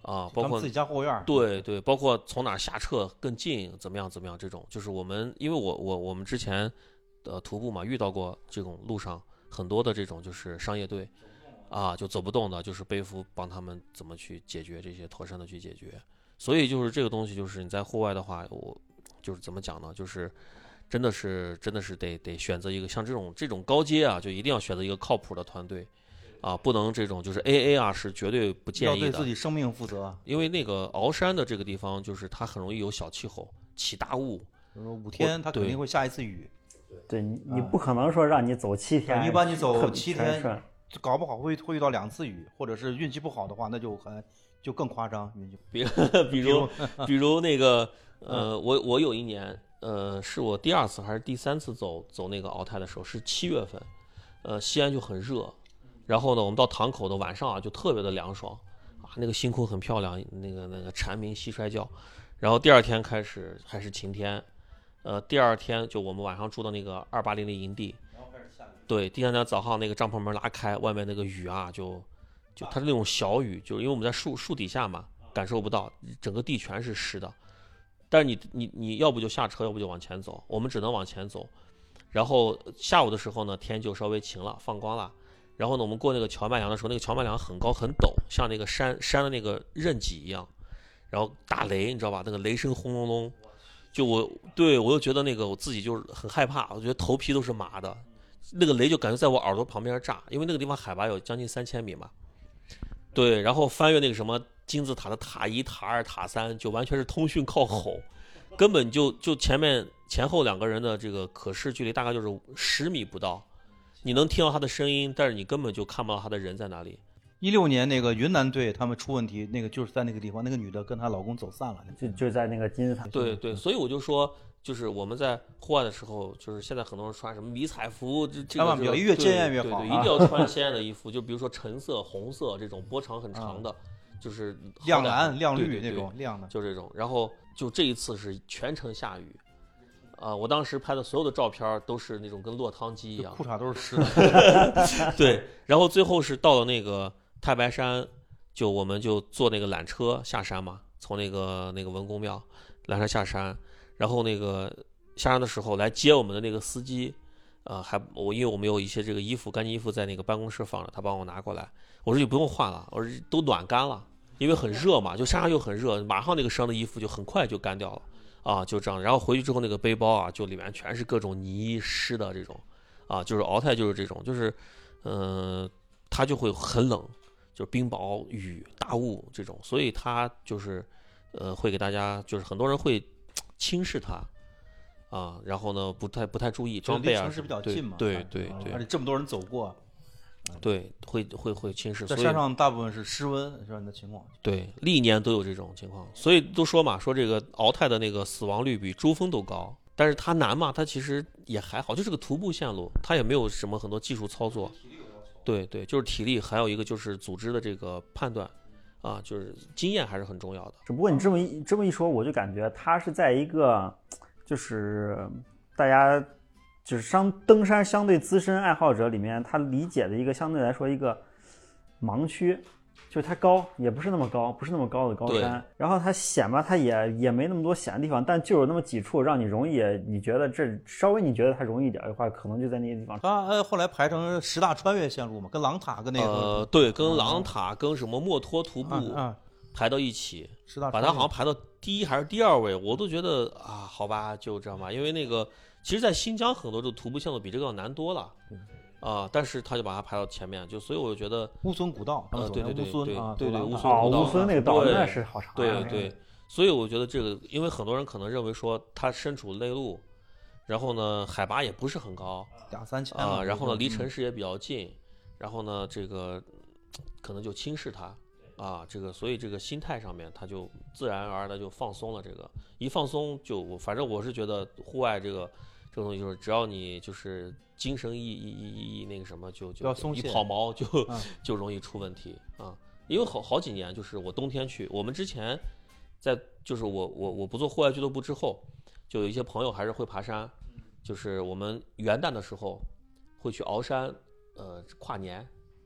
啊，包括自己家后院。 对对，包括从哪儿下撤更近，怎么样怎么样，这种就是我们，因为我我我们之前呃徒步嘛，遇到过这种路上很多的这种就是商业队啊，就走不动的，就是背夫帮他们怎么去解决这些，妥善的去解决。所以就是这个东西，就是你在户外的话，我就是怎么讲呢？就是真的是真的是得得选择一个像这种这种高阶啊，就一定要选择一个靠谱的团队。啊，不能这种就是 A A 啊，是绝对不建议的。 要对自己生命负责。 因为那个鳌山的这个地方，就是它很容易有小气候，起大雾。 比如说五天，它肯定会下一次雨。 对你，你不可能说让你走七天。 一般你走七天， 天搞不好会会遇到两次雨，或者是运气不好的话，那就很就更夸张。运气比比如比如那个呃，我我有一年呃，是我第二次还是第三次走走那个鳌泰的时候，是七月份，呃，西安就很热。然后呢，我们到塘口的晚上啊，就特别的凉爽啊，那个星空很漂亮，那个那个蝉鸣蟋蟀叫。然后第二天开始还是晴天，呃，第二天就我们晚上住的那个二八零零营地， 然后开始下雨。 对，第三天早上那个帐篷门拉开，外面那个雨啊，就就它是那种小雨，就因为我们在树树底下嘛，感受不到，整个地全是湿的。但是你你你要不就下车，要不就往前走，我们只能往前走。然后下午的时候呢，天就稍微晴了，放光了。然后呢，我们过那个荞麦梁的时候，那个荞麦梁很高很陡，像那个山山的那个刃脊一样。然后打雷，你知道吧？那个雷声轰隆隆，就我对我就觉得那个我自己就是很害怕，我觉得头皮都是麻的。那个雷就感觉在我耳朵旁边炸，因为那个地方海拔有将近三千米嘛。对，然后翻越那个什么金字塔的塔一、塔二、塔三，就完全是通讯靠吼，根本就就前面前后两个人的这个可视距离大概就是十米不到。你能听到他的声音，但是你根本就看不到他的人在哪里。 一六年那个云南队他们出问题，那个就是在那个地方，那个女的跟她老公走散了， 就就在那个金字塔。 对对，所以我就说，就是我们在户外的时候，就是现在很多人穿什么迷彩服，这这个、这个、 越鲜艳越好， 对对，一定要穿鲜艳的衣服，就比如说橙色、红色这种波长很长的，嗯、就是亮蓝、亮绿对对对那种亮的， 就这种。然后就这一次是全程下雨。啊、呃，我当时拍的所有的照片都是那种跟落汤鸡一样， 裤衩都是湿的。 对，然后最后是到了那个太白山，就我们就坐那个缆车下山嘛，从那个那个文公庙缆车下山，然后那个下山的时候来接我们的那个司机，呃，还我因为我们有一些这个衣服干净衣服在那个办公室放着，他帮我拿过来，我说你不用换了，我说都暖干了，因为很热嘛，就山上又很热，马上那个身上的衣服就很快就干掉了。啊，就这样，然后回去之后那个背包啊，就里面全是各种泥湿的这种，啊，就是鳌泰就是这种，就是，嗯、呃，它就会很冷，就是冰雹、雨、大雾这种，所以它就是，呃，会给大家就是很多人会轻视它，啊，然后呢不太不太注意装备啊， 城市比较近嘛， 对对对， 而且这么多人走过。 对，会会会轻视。 在山上大部分是湿温，是吧？你的情况。 对，历年都有这种情况，所以都说嘛，说这个鳌泰的那个死亡率比珠峰都高，但是它难嘛，它其实也还好，就是个徒步线路，它也没有什么很多技术操作。对对，就是体力，还有一个就是组织的这个判断，啊，就是经验还是很重要的。 只不过你这么一这么一说，我就感觉它是在一个，就是大家。就是相登山相对资深爱好者里面，他理解的一个相对来说一个盲区，就是它高也不是那么高，不是那么高的高山，然后它险吧，它也也没那么多险的地方，但就有那么几处让你容易，你觉得这稍微你觉得它容易一点的话，可能就在那些地方。 它呃后来排成十大穿越线路嘛，跟狼塔跟那个呃对，跟狼塔跟什么墨脱徒步。 嗯嗯排到一起， 十大把它好像排到第一还是第二位，我都觉得啊，好吧，就这样吧。因为那个，其实，在新疆很多这个徒步线路比这个要难多了，啊、呃，但是他就把它排到前面，就所以我就觉得乌孙古道， 呃，对对对对啊， 对对，乌孙古道， 乌孙那个道那是好长， 对对，所以我觉得这个，因为很多人可能认为说他身处内陆，然后呢，海拔也不是很高， 两三千啊、呃，然后呢，离城市也比较近，嗯、然后呢，这个可能就轻视它。啊，这个所以这个心态上面，他就自然而然的就放松了。这个一放松就，我反正我是觉得户外这个这个东西，就是只要你就是精神一一一一那个什么，就就一跑毛就、嗯、就容易出问题啊。因为好好几年，就是我冬天去，我们之前在就是我我我不做户外俱乐部之后，就有一些朋友还是会爬山，就是我们元旦的时候会去鳌山，呃，跨年。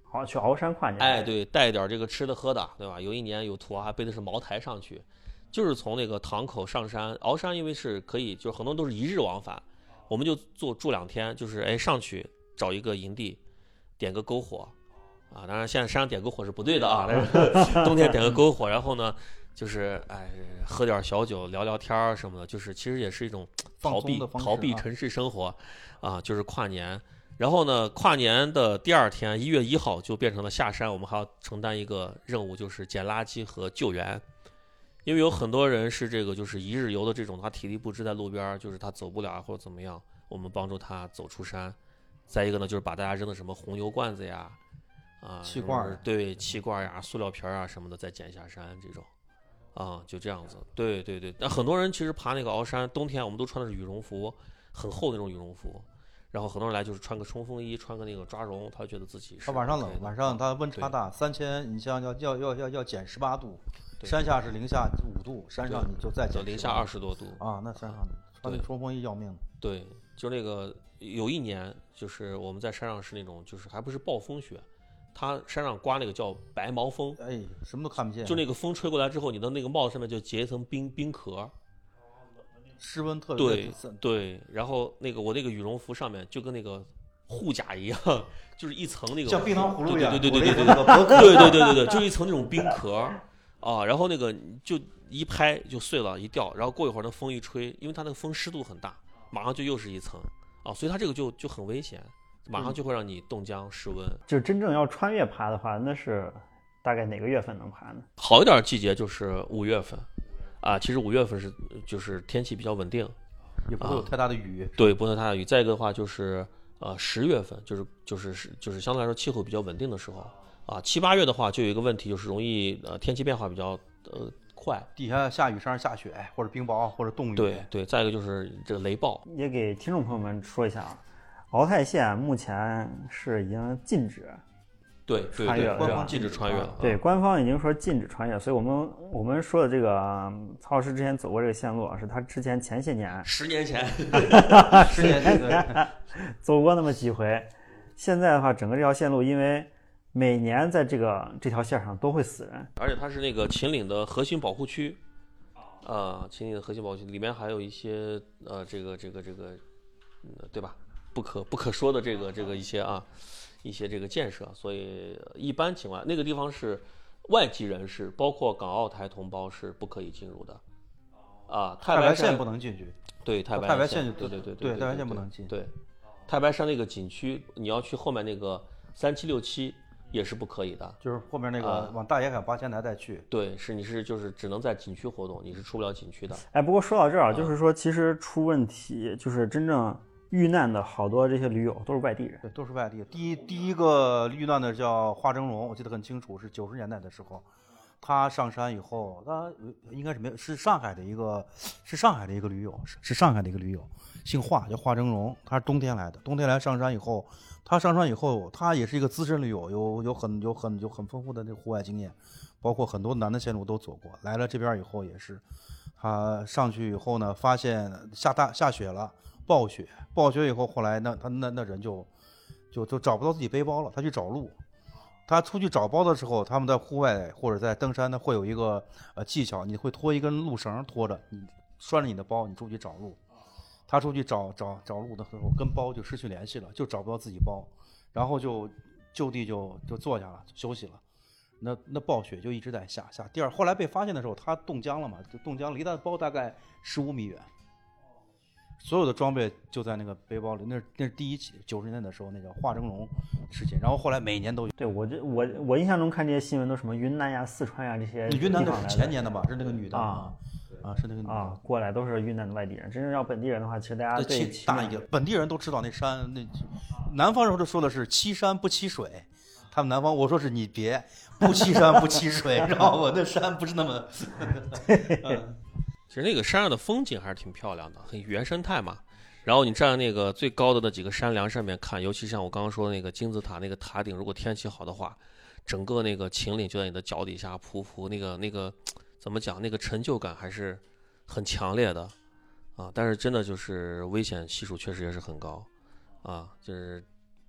好去鳌山跨年。 哎，对，带一点这个吃的喝的，对吧？有一年有图啊，还背的是茅台上去，就是从那个塘口上山。鳌山因为是可以，就是很多人都是一日往返，我们就坐住两天，就是哎上去找一个营地，点个篝火，啊，当然现在山上点篝火是不对的啊，但是冬天点个篝火，然后呢，就是哎喝点小酒，聊聊天什么的，就是其实也是一种逃避逃避城市生活，啊，就是跨年。然后呢，跨年的第二天，一月一号就变成了下山，我们还要承担一个任务，就是捡垃圾和救援。因为有很多人是这个就是一日游的这种，他体力不支在路边，就是他走不了或者怎么样，我们帮助他走出山。再一个呢，就是把大家扔的什么红油罐子呀，啊， 气罐， 对，气罐呀、塑料瓶啊什么的，再捡下山这种，啊，就这样子。对对对，那很多人其实爬那个鳌山，冬天我们都穿的是羽绒服，很厚的那种羽绒服。然后很多人来就是穿个冲锋衣，穿个那个抓绒，他觉得自己是。 他晚上冷，晚上他温差大，三千，你像要要要要要减十八度，山下是零下五度，山上你就再减零下二十多度啊，那山上穿那个冲锋衣要命。 对，就那个有一年，就是我们在山上是那种，就是还不是暴风雪，它山上刮那个叫白毛风， 哎，什么都看不见， 就那个风吹过来之后，你的那个帽子上面就结一层冰冰壳。 室温特别对对，然后那个我那个羽绒服上面就跟那个护甲一样，就是一层那个像冰糖葫芦一样， 对对对对对对对对对对对，就一层那种冰壳啊，然后那个就一拍就碎了，一掉，然后过一会儿那风一吹，因为它那个风湿度很大，马上就又是一层啊，所以它这个就就很危险，马上就会让你冻僵失温。 就真正要穿越爬的话，那是大概哪个月份能爬呢？ 好一点季节就是五月份。啊，其实五月份是就是天气比较稳定， 也不会有太大的雨。 啊、对，不会有太大的雨。再一个的话就是呃十月份，就是就是就是相对来说气候比较稳定的时候啊。七八月的话就有一个问题，就是容易呃天气变化比较呃快， 地下下雨，山上下雪或者冰雹或者冻雨。 对对，再一个就是这个雷暴。 也给听众朋友们说一下啊，鳌太县目前是已经禁止。 对， 穿越官方禁止穿越了。 对，官方已经说禁止穿越，所以我们我们说的这个曹老师之前走过这个线路，是他之前前些年， 十年前， 十年前走过那么几回。现在的话，整个这条线路，因为每年在这个这条线上都会死人， 而且它是那个秦岭的核心保护区，啊、呃，秦岭的核心保护区里面还有一些呃，这个这个这个，嗯，对吧？不可不可说的这个这个一些啊。一些这个建设，所以一般情况那个地方是外籍人士，包括港澳台同胞是不可以进入的。啊，太白县不能进去。 对，太白县就对对对对，太白县不能进。 对，太白山那个景区，你要去后面那个三七六七也是不可以的， 就是后面那个往大野海八仙台再去。 对，是你是就是只能在景区活动，你是出不了景区的。 哎，不过说到这儿，就是说其实出问题就是真正。遇难的好多这些驴友都是外地人， 对，都是外地。第一第一个遇难的叫华峥嵘，我记得很清楚，是九十年代的时候，他上山以后，他应该是没有，是上海的一个，是上海的一个驴友，是上海的一个驴友，姓华，叫华峥嵘，他是冬天来的，冬天来上山以后，他上山以后，他也是一个资深驴友，有有很有很有很丰富的那个户外经验，包括很多难的线路都走过。来了这边以后也是，他上去以后呢，发现下大下雪了。暴雪，暴雪以后，后来那他那那人就就就找不到自己背包了，他去找路。他出去找包的时候，他们在户外或者在登山呢，会有一个呃技巧，你会拖一根路绳拖着，你拴着你的包，你出去找路。他出去找找找路的时候，跟包就失去联系了，就找不到自己包，然后就就地就就坐下了，休息了。那那暴雪就一直在下下。第二，后来被发现的时候，他冻僵了嘛，就冻僵，离他的包大概十五米远。所有的装备就在那个背包里，那是那是第一起九十年代的时候那个华峥嵘事件，然后后来每年都有。 对，我这我我印象中看这些新闻都什么云南呀、四川呀这些。 云南的是前年的吧？是那个女的啊啊，是那个女的啊，过来都是云南的外地人。真正要本地人的话，其实大家对大一个本地人都知道那山，那南方人说的是欺山不欺水，他们南方我说是你别不欺山不欺水，知道吗？那山不是那么。 嗯其实那个山上的风景还是挺漂亮的，很原生态嘛。然后你站在那个最高的那几个山梁上面看，尤其像我刚刚说的那个金字塔那个塔顶，如果天气好的话，整个那个秦岭就在你的脚底下匍匐，那个那个怎么讲，那个成就感还是很强烈的啊。但是真的就是危险系数确实也是很高啊，就是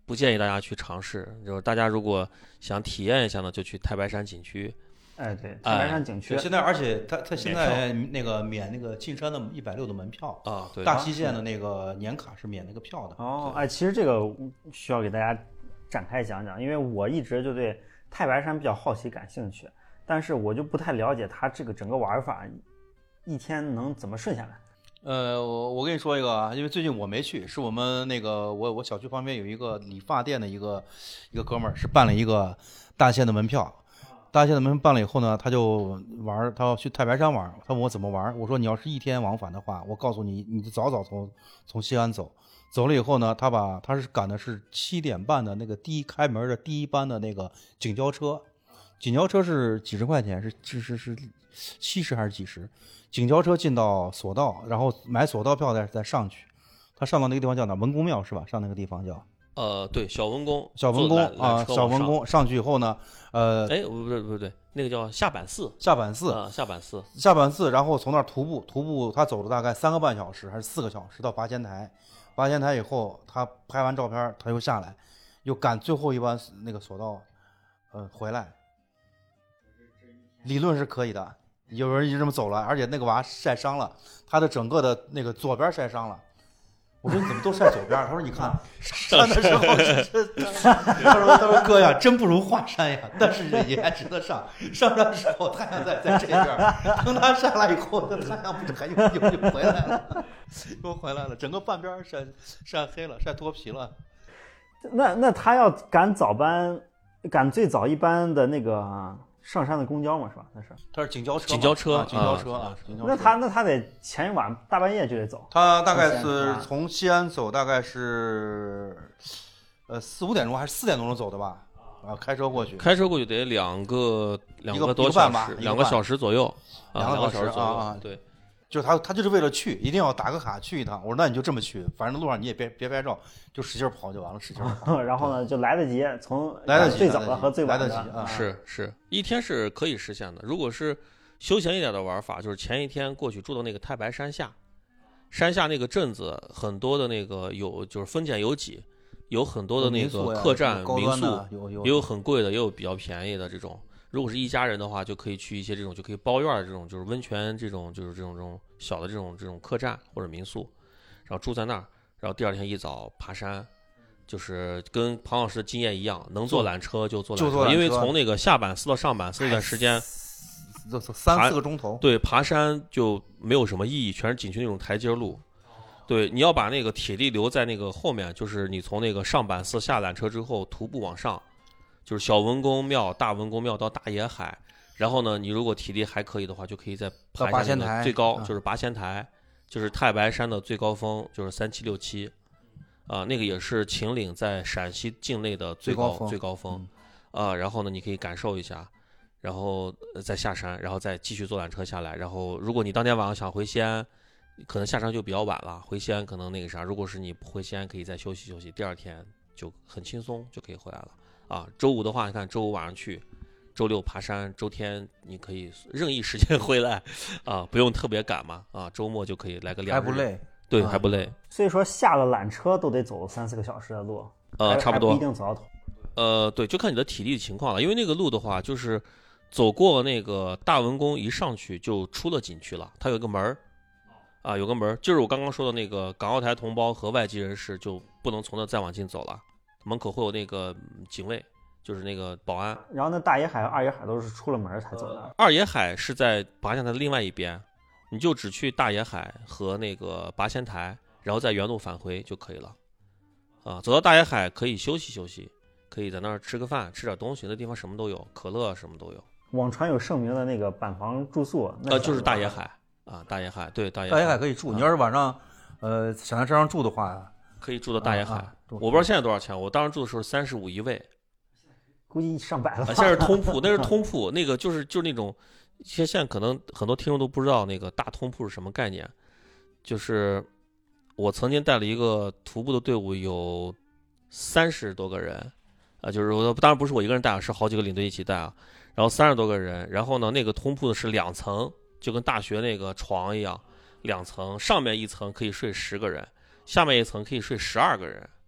不建议大家去尝试。就是大家如果想体验一下呢，就去太白山景区。 哎，对，太白山景区。 现在而且他他现在那个免那个进山的一百六的门票啊，对， 大西线的那个年卡是免那个票的。 哦，哎，其实这个需要给大家展开讲讲，因为我一直就对太白山比较好奇感兴趣，但是我就不太了解它这个整个玩法，一天能怎么顺下来。 呃，我我跟你说一个啊，因为最近我没去，是我们那个我我小区旁边有一个理发店的一个一个哥们儿是办了一个大线的门票。大线的门办了以后呢，他就玩，他要去太白山玩。他问我怎么玩，我说你要是一天往返的话，我告诉你，你就早早从从西安走，走了以后呢，他把他是赶的是七点半的那个第一开门的第一班的那个景交车，景交车是几十块钱，是是是是七十还是几十？景交车进到索道，然后买索道票再再上去。他上到那个地方叫哪？文公庙是吧？上那个地方叫。 呃，对，小文宫， 小文宫啊，小文宫上去以后呢，呃， 哎，不对不对，那个叫下板寺， 下板寺啊，下板寺， 下板寺，然后从那儿徒步，徒步他走了大概三个半小时还是四个小时到八仙台，八仙台以后他拍完照片他又下来，又赶最后一班那个索道，呃，回来，理论是可以的，有人就这么走了，而且那个娃晒伤了，他的整个的那个左边晒伤了。我说你怎么都晒左边？他说你看山的时候是，他说他说哥呀，真不如华山呀，但是也还值得上。上山的时候太阳在在这边，等他下来以后，那太阳不还又又又回来了，又回来了，整个半边晒晒黑了，晒脱皮了。 那那他要赶早班，赶最早一班的那个上山的公交嘛，是吧？那是他是景交车， 景交车， 景交车啊。 那他那他得前一晚大半夜就得走。 他大概是从西安走，大概是呃四五点钟还是四点钟走的吧？啊，开车过去， 开车过去得两个两个多小时， 两个小时左右， 两个小时左右啊。 对， 就他他就是为了去，一定要打个卡去一趟。我说那你就这么去，反正路上你也别别拍照，就使劲跑就完了，使劲跑。 然后呢，就来得及从来得及最早的和最晚的， 来得及啊。 是是，一天是可以实现的。如果是休闲一点的玩法，就是前一天过去住到那个太白山下，山下那个镇子很多的那个有就是分拣有几，有很多的那个客栈民宿，也有很贵的，也有比较便宜的这种。如果是一家人的话，就可以去一些这种就可以包院的这种，就是温泉这种，就是这种这种小的这种这种客栈或者民宿，然后住在那儿，然后第二天一早爬山，就是跟庞老师的经验一样，能坐缆车就坐缆车， 就坐缆车因为从那个下板寺到上板寺那段时间， 三四个钟头， 对，爬山就没有什么意义，全是景区那种台阶路。对，你要把那个体力留在那个后面，就是你从那个上板寺下缆车之后徒步往上。就是小文公庙、大文公庙到大野海，然后呢，你如果体力还可以的话，就可以再爬下那个最高，就是八仙台，就是太白山的最高峰，就是三七六七，啊，那个也是秦岭在陕西境内的最高最高峰，啊，然后呢，你可以感受一下，然后再下山，然后再继续坐缆车下来，然后如果你当天晚上想回西安，可能下山就比较晚了，回西安可能那个啥，如果是你不回西安，可以再休息休息，第二天就很轻松就可以回来了。啊，周五的话，你看周五晚上去，周六爬山，周天你可以任意时间回来，啊，不用特别赶嘛，啊，周末就可以来个两日， 还不累， 对， 啊、 还不累。 所以说下了缆车都得走三四个小时的路， 呃，差不多， 不一定走到头。 呃，对，就看你的体力情况了，因为那个路的话，就是走过那个大文宫一上去就出了景区了，它有一个门儿，啊，有个门儿，就是我刚刚说的那个港澳台同胞和外籍人士就不能从那再往进走了。门口会有那个警卫，就是那个保安。 然后那大野海和二野海都是出了门才走的。 呃、二野海是在拔仙台的另外一边，你就只去大野海和那个拔仙台，然后再原路返回就可以了。啊，走到大野海可以休息休息，可以在那儿吃个饭，吃点东西，那地方什么都有，可乐什么都有。 网传有盛名的那个板房住宿， 呃，就是大野海啊，大野海，对，大野海。 大野海可以住， 啊、 你要是晚上，呃，想在车上住的话。 可以住到大野海、 啊啊， 我不知道现在多少钱。我当时住的时候三十五一位， 估计上百了、 啊。现在是通铺，那是通铺，那个就是就是那种，现在可能很多听众都不知道那个大通铺是什么概念。就是我曾经带了一个徒步的队伍，有三十多个人，啊，就是我当然不是我一个人带，是好几个领队一起带啊。然后三十多个人，然后呢，那个通铺的是两层，就跟大学那个床一样，两层，上面一层可以睡十个人。下面一层可以睡十二个人，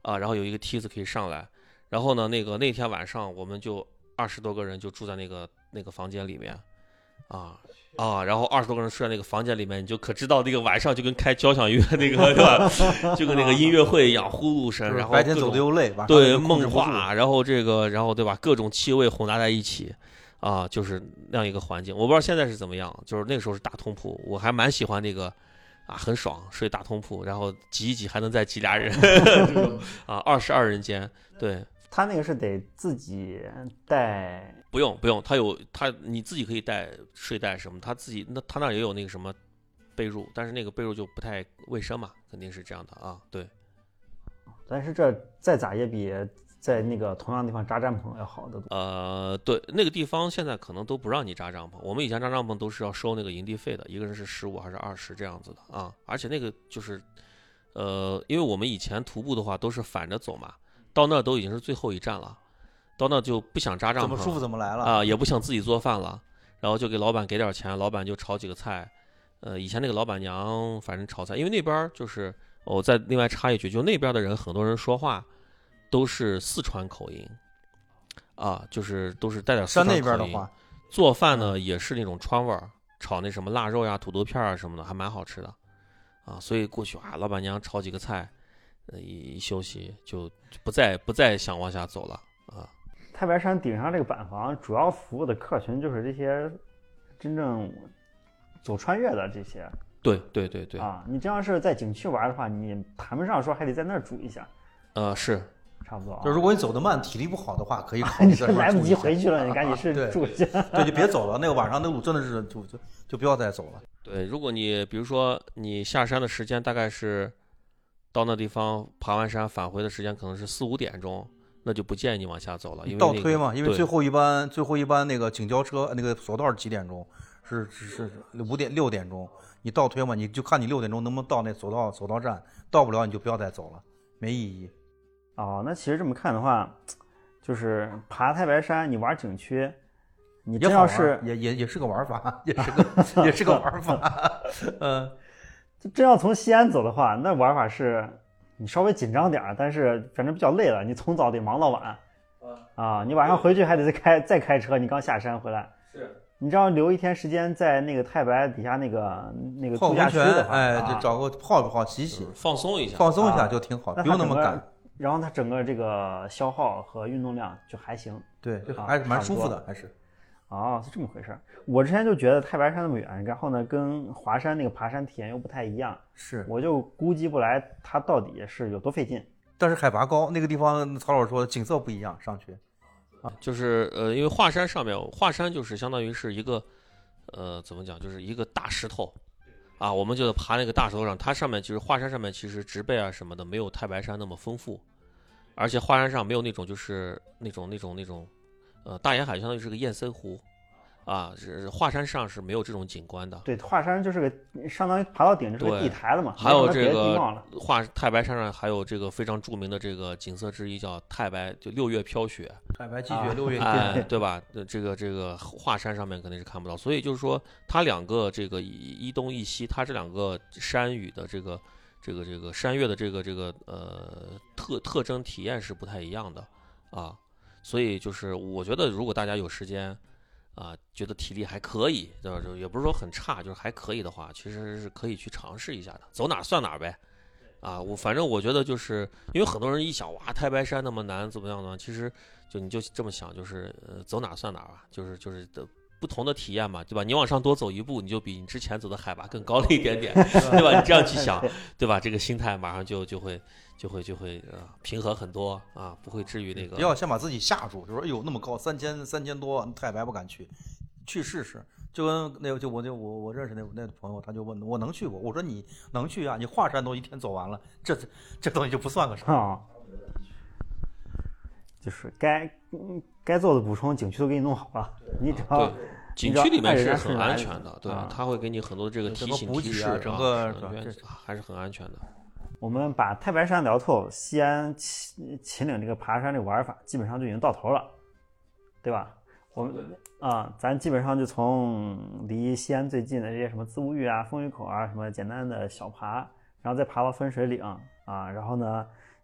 啊，然后有一个梯子可以上来，然后呢，那个那天晚上我们就二十多个人就住在那个那个房间里面，啊啊，然后二十多个人睡在那个房间里面，你就可知道那个晚上就跟开交响乐那个对吧，就跟那个音乐会一样，呼噜声，然后白天走的又累，晚上对又控制梦不住话，然后这个然后对吧，各种气味混杂在一起。啊，就是那样一个环境，我不知道现在是怎么样。就是那个时候是大通铺，我还蛮喜欢那个，啊，很爽，睡大通铺，然后挤一挤还能再挤俩人，啊，二十二人间，对。 他那个是得自己带， 不用不用，他有他你自己可以带睡袋什么，他自己那他那也有那个什么被褥，但是那个被褥就不太卫生嘛，肯定是这样的啊，对。 但是这再咋也比在那个同样地方扎帐篷要好得多。 呃，对，那个地方现在可能都不让你扎帐篷。我们以前扎帐篷都是要收那个营地费的，一个人是十五还是二十这样子的啊。而且那个就是，呃，因为我们以前徒步的话都是反着走嘛，到那都已经是最后一站了，到那就不想扎帐篷， 怎么舒服怎么来了啊，也不想自己做饭了，然后就给老板给点钱，老板就炒几个菜。呃，以前那个老板娘反正炒菜，因为那边就是我、哦、再另外插一句，就那边的人很多人说话都是四川口音，啊，就是都是带点四川口音。 山那边的话， 做饭呢也是那种川味儿，炒那什么腊肉呀、土豆片啊什么的，还蛮好吃的，啊，所以过去啊，老板娘炒几个菜，呃，一休息就不再不再想往下走了啊。 太白山顶上这个板房主要服务的客群就是这些真正走穿越的这些。 对对对对啊，你这样是在景区玩的话，你谈不上说还得在那儿住一下。 呃，是。 差不多、啊， 就如果你走得慢，体力不好的话，可以考虑你来不及回去了，你赶紧是住一下。 对，就别走了。那个晚上那路真的是就就就不要再走了。 对，如果你比如说你下山的时间大概是到那地方爬完山返回的时间可能是四五点钟，那就不建议你往下走了，因为、那个、 倒推嘛，因为最后一班最后一班那个警交车那个索道是几点钟？是是是五点六点钟。你倒推嘛，你就看你六点钟能不能到那索道索道站，到不了你就不要再走了，没意义。 哦，那其实这么看的话，就是爬太白山，你玩景区，你真要是也也也是个玩法，也是个也是个玩法。嗯， 真要从西安走的话，那玩法是你稍微紧张点儿，但是反正比较累了，你从早得忙到晚。啊，你晚上回去还得再开再开车，你刚下山回来。 是。 你只要留一天时间在那个太白底下那个那个度假区的话， 哎， 啊、 就找个泡一泡、洗洗， 放松一下， 放松一下就挺好， 啊、 不用那么赶。 然后它整个这个消耗和运动量就还行， 对，就还是蛮舒服的，还是。 哦，是这么回事。我之前就觉得太白山那么远，然后呢，跟华山那个爬山体验又不太一样， 是， 我就估计不来它到底是有多费劲。 但是海拔高，那个地方曹老师说景色不一样，上去。 啊，就是呃，因为华山上面，华山就是相当于是一个，呃，怎么讲，就是一个大石头。啊，我们就爬那个大石头上，它上面就是华山上面，其实植被啊什么的没有太白山那么丰富，而且华山上没有那种就是那种那种那种，呃，大沿海相当于是个堰塞湖，啊，是华山上是没有这种景观的。 对，华山就是个相当于爬到顶就是个地台了嘛。 还有这个华太白山上还有这个非常著名的这个景色之一叫太白，就六月飘雪。 太白积雪六月， 哎，对吧？这个这个华山上面肯定是看不到，所以就是说，它两个这个一东一西，它这两个山域的这个这个这个山岳的这个这个呃特特征体验是不太一样的啊。所以就是我觉得，如果大家有时间啊，觉得体力还可以，对吧？就也不是说很差，就是还可以的话，其实是可以去尝试一下的，走哪算哪呗。啊，我反正我觉得就是因为很多人一想哇，太白山那么难，怎么样呢？其实就你就这么想，就是呃，走哪算哪吧，就是就是的不同的体验嘛，对吧？你往上多走一步，你就比你之前走的海拔更高了一点点，对吧？你这样去想，对吧？这个心态马上就就会就会就会呃平和很多啊，不会至于那个。 不要先把自己吓住，就说哎呦那么高，三千三千多，太白不敢去，去试试。就跟那个就我就我我认识那那朋友，他就问我能去不？我说你能去啊，你华山都一天走完了，这这东西就不算个啥。 啊，就是该该做的补充，景区都给你弄好了，你只要景区里面是很安全的，对， 啊、 他会给你很多这个提醒提示， 啊，整个还是很安全的。 我们把太白山聊透，西安秦秦岭这个爬山这个玩法基本上就已经到头了，对吧？我们啊，咱基本上就从离西安最近的这些什么子午峪啊、风雨口啊，什么简单的小爬，然后再爬到分水岭啊，然后呢，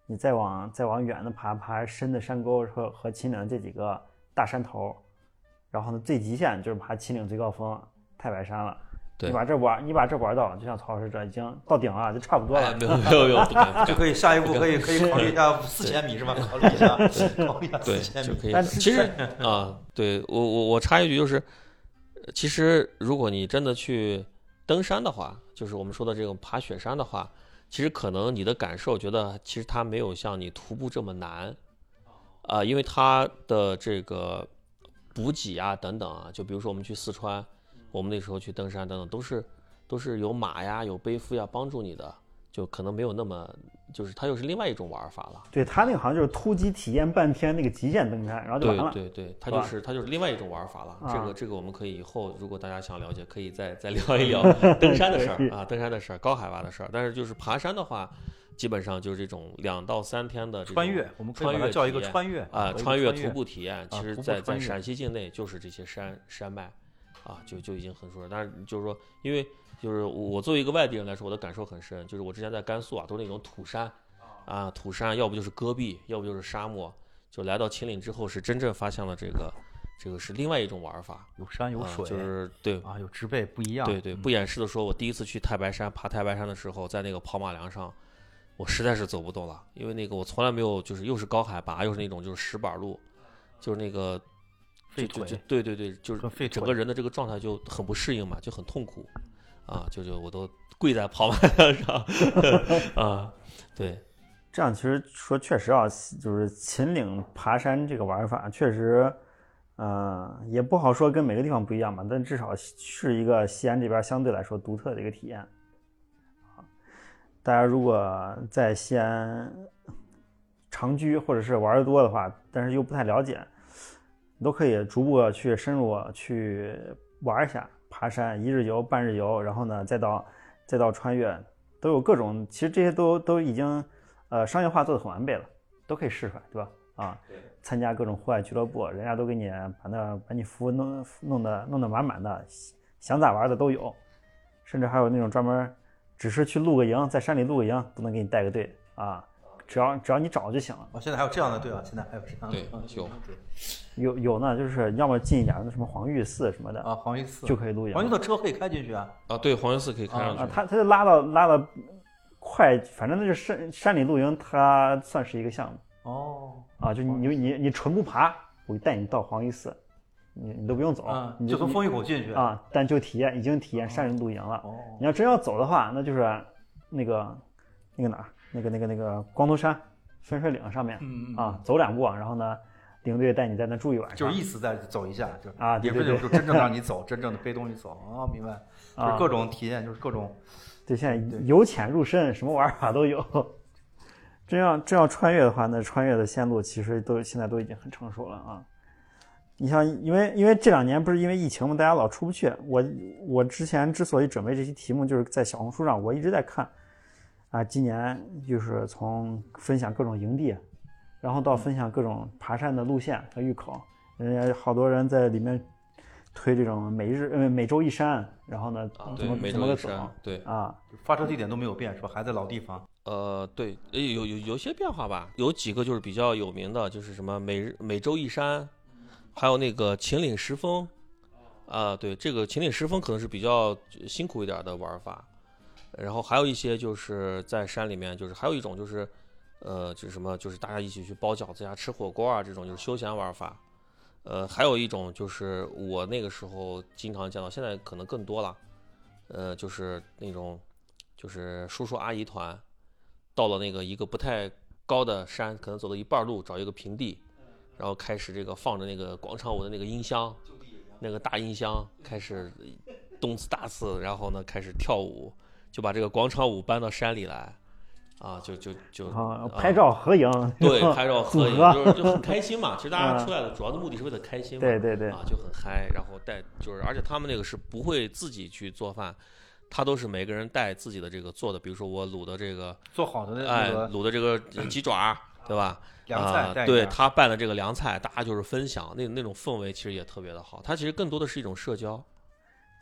你再往再往远的爬，爬深的山沟和和秦岭这几个大山头，然后呢，最极限就是爬秦岭最高峰太白山了。 对， 你把这玩，你把这玩到，就像曹老师这已经到顶了，就差不多了。 哎、没有没有没有，不敢不敢就可以下一步可以可以考虑一下四千米是吧？考虑一下，考虑一下四千米就可以。其实啊，对我我我插一句就是，其实如果你真的去登山的话，就是我们说的这种爬雪山的话，其实可能你的感受觉得其实它没有像你徒步这么难啊、呃，因为它的这个补给啊等等啊，就比如说我们去四川。我们那时候去登山等等，都是都是有马呀、有背夫呀帮助你的，就可能没有那么，就是它又是另外一种玩法了。 对他那个好像就是突击体验半天那个极限登山，然后就完了。 对对对，它就是它就是另外一种玩法了。 啊、 这个这个我们可以以后如果大家想了解，可以再再聊一聊登山的事儿啊，登山的事儿、高海拔的事儿。但是就是爬山的话，基本上就是这种两到三天的穿越，我们可以把它叫一个穿越啊，穿越徒步体验。其实在在陕西境内就是这些山山脉。啊，就就已经很舒适，但是就是说，因为就是我作为一个外地人来说，我的感受很深。就是我之前在甘肃啊，都是那种土山，啊，土山，要不就是戈壁，要不就是沙漠。就来到秦岭之后，是真正发现了这个，这个是另外一种玩法， 有山有水， 啊、就是对啊，有植被不一样。 对对，不掩饰的说，我第一次去太白山爬太白山的时候，在那个跑马梁上，我实在是走不动了，因为那个我从来没有，就是又是高海拔，又是那种就是石板路，就是那个。 废腿， 对对对，就是整个人的这个状态就很不适应嘛，就很痛苦，啊，就就我都跪在跑马梁上，啊，对， 这样其实说确实啊，就是秦岭爬山这个玩法确实，呃，也不好说跟每个地方不一样吧，但至少是一个西安这边相对来说独特的一个体验。大家如果在西安长居或者是玩的多的话，但是又不太了解。你都可以逐步去深入去玩一下，爬山一日游、半日游，然后呢再到再到穿越，都有各种，其实这些都都已经呃商业化做得很完备了，都可以试出来，对吧？啊，参加各种户外俱乐部，人家都给你把那把你服务弄弄得弄得满满的，想咋玩的都有，甚至还有那种专门只是去露个营，在山里露个营都能给你带个队啊。只要只要你找就行了。 哦，现在还有这样的队啊！现在还有这样的。 对，有有有呢，就是要么近一点的什么黄玉寺什么的啊，黄玉寺就可以露营。 黄玉寺车可以开进去啊。 啊，对，黄玉寺可以开上去。 啊，他他就拉到拉到快，反正那是山山里露营，它算是一个项目。 哦。 啊，就你你你纯不爬，我带你到黄玉寺，你你都不用走， 啊、 你就从风峪口进去啊，但就体验已经体验山里露营了。 哦。 你要真要走的话，那就是那个那个哪儿，那个那个那个光头山。分水岭上面， 嗯啊，走两步，然后呢，领队带你在那住一晚上， 就是意思再走一下，就啊，对对对， 也不是真正让你走，真正的背东西走啊，明白？就是各种体验，就是各种， 对，现在由浅入深，什么玩法都有。真要真要穿越的话，那穿越的线路其实都现在都已经很成熟了啊。你像，因为因为这两年不是因为疫情嘛，大家老出不去。我我之前之所以准备这些题目，就是在小红书上我一直在看。啊，今年就是从分享各种营地，然后到分享各种爬山的路线和入口，人家好多人在里面推这种每日呃每周一山，然后呢、 啊、 怎么每怎么个走， 对啊， 发车地点都没有变是吧？还在老地方。 呃，对，有有有些变化吧，有几个就是比较有名的，就是什么每日每周一山，还有那个秦岭十峰，啊，对，这个秦岭十峰可能是比较辛苦一点的玩法。然后还有一些就是在山里面，就是还有一种就是，呃，就是什么，就是大家一起去包饺子呀、吃火锅啊，这种就是休闲玩法。呃，还有一种就是我那个时候经常见到，现在可能更多了。呃，就是那种，就是叔叔阿姨团，到了那个一个不太高的山，可能走到一半路，找一个平地，然后开始这个放着那个广场舞的那个音箱，那个大音箱，开始动次打次，然后呢开始跳舞。就把这个广场舞搬到山里来，啊，就就就、 啊、拍照合影， 对，拍照合影，就是就很开心嘛。其实大家出来的主要的目的是为了开心嘛， 对对对， 啊，就很嗨，然后带就是，而且他们那个是不会自己去做饭，他都是每个人带自己的这个做的，比如说我卤的这个做好的那个， 哎，卤的这个鸡爪，对吧？ 凉菜， 啊，对他拌的这个凉菜，大家就是分享，那那种氛围其实也特别的好。它其实更多的是一种社交。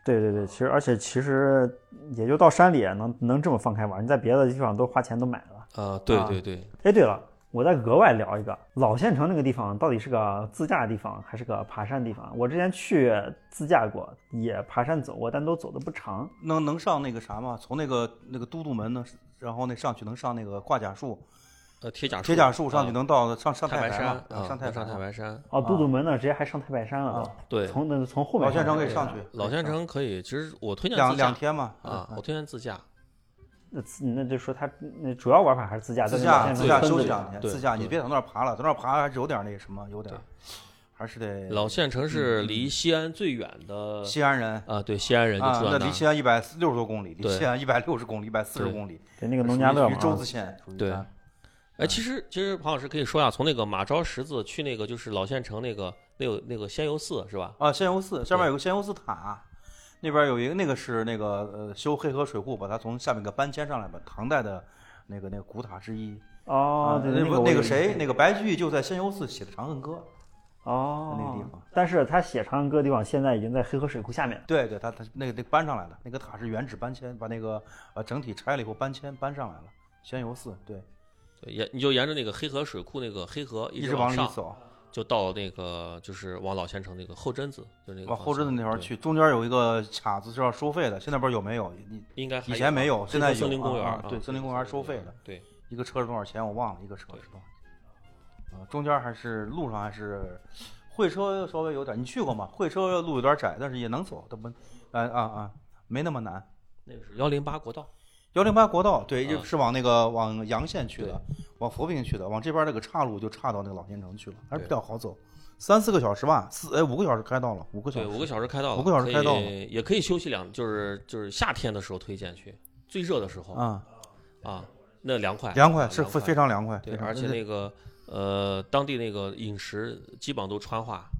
对对对，其实而且其实也就到山里能能这么放开玩，你在别的地方都花钱都买了。 啊，对对对。 哎，对了，我再额外聊一个，老县城那个地方到底是个自驾的地方还是个爬山地方？我之前去自驾过，也爬山走过，但都走的不长。 能能上那个啥吗？从那个那个都督门呢，然后那上去能上那个挂甲树。 呃，铁甲树， 铁甲树上去能到、 啊、 上上太白山嘛？ 啊， 上太上太白山。 哦，都督门呢，直接还上太白山了。 啊、 对， 从那从后面老县城可以上去。 老县城可以，其实我推荐两自驾两天嘛。 啊，我推荐自驾。 那那就说它那主要玩法还是自驾， 自驾自驾休息两天， 对自驾你别在那儿爬了，在那儿爬还是有点那什么，有点，还是得。 老县城是离西安最远的。 西安人啊，对，西安人就住啊，那离西安一百六十多公里，离西安一百六十公里，一百四十公里。 对，那个农家乐嘛， 州子县。 对。哎，其实其实庞老师可以说啊，从那个马昭十字去那个就是老县城那个那有那个仙游寺是吧？ 啊，仙游寺上面有个仙游寺塔，那边有一个那个是那个呃修黑河水库，把它从下面给搬迁上来吧，唐代的那个那个古塔之一。 哦，对， 那个那个谁，那个白居易就在仙游寺写的《长恨歌》。 哦， 那个地方。 但是他写《长恨歌》的地方现在已经在黑河水库下面。 对对，他他那个那个搬上来了，那个塔是原址搬迁，把那个呃整体拆了以后搬迁搬上来了。仙游寺，对。 对，沿你就沿着那个黑河水库那个黑河一直往上走， 就到那个就是往老县城那个后榛子，就那个往后榛子那块去，中间有一个卡子是要收费的，现在不知道有没有？你应该以前没有，现在有。 森林公园， 啊、对，森林公园收费的。 对， 一个车是多少钱？我忘了，一个车是多少钱？啊，中间还是路上还是会车稍微有点，你去过吗？会车路有点窄，但是也能走，它不，啊啊啊，没那么难。 那个是幺零八国道。 幺零八国道，对， 啊、 是往那个往阳县去的，往佛坪去的，往这边那个岔路就岔到那个老县城去了，还是比较好走，三四个小时吧，四哎五个小时开到了，五个小时， 对，五个小时开到了， 五个小时开到了， 也可以休息两，就是就是夏天的时候推荐去，最热的时候啊、 嗯、啊，那凉快， 凉快是非非常凉快， 对，而且那个呃当地那个饮食基本上都川化，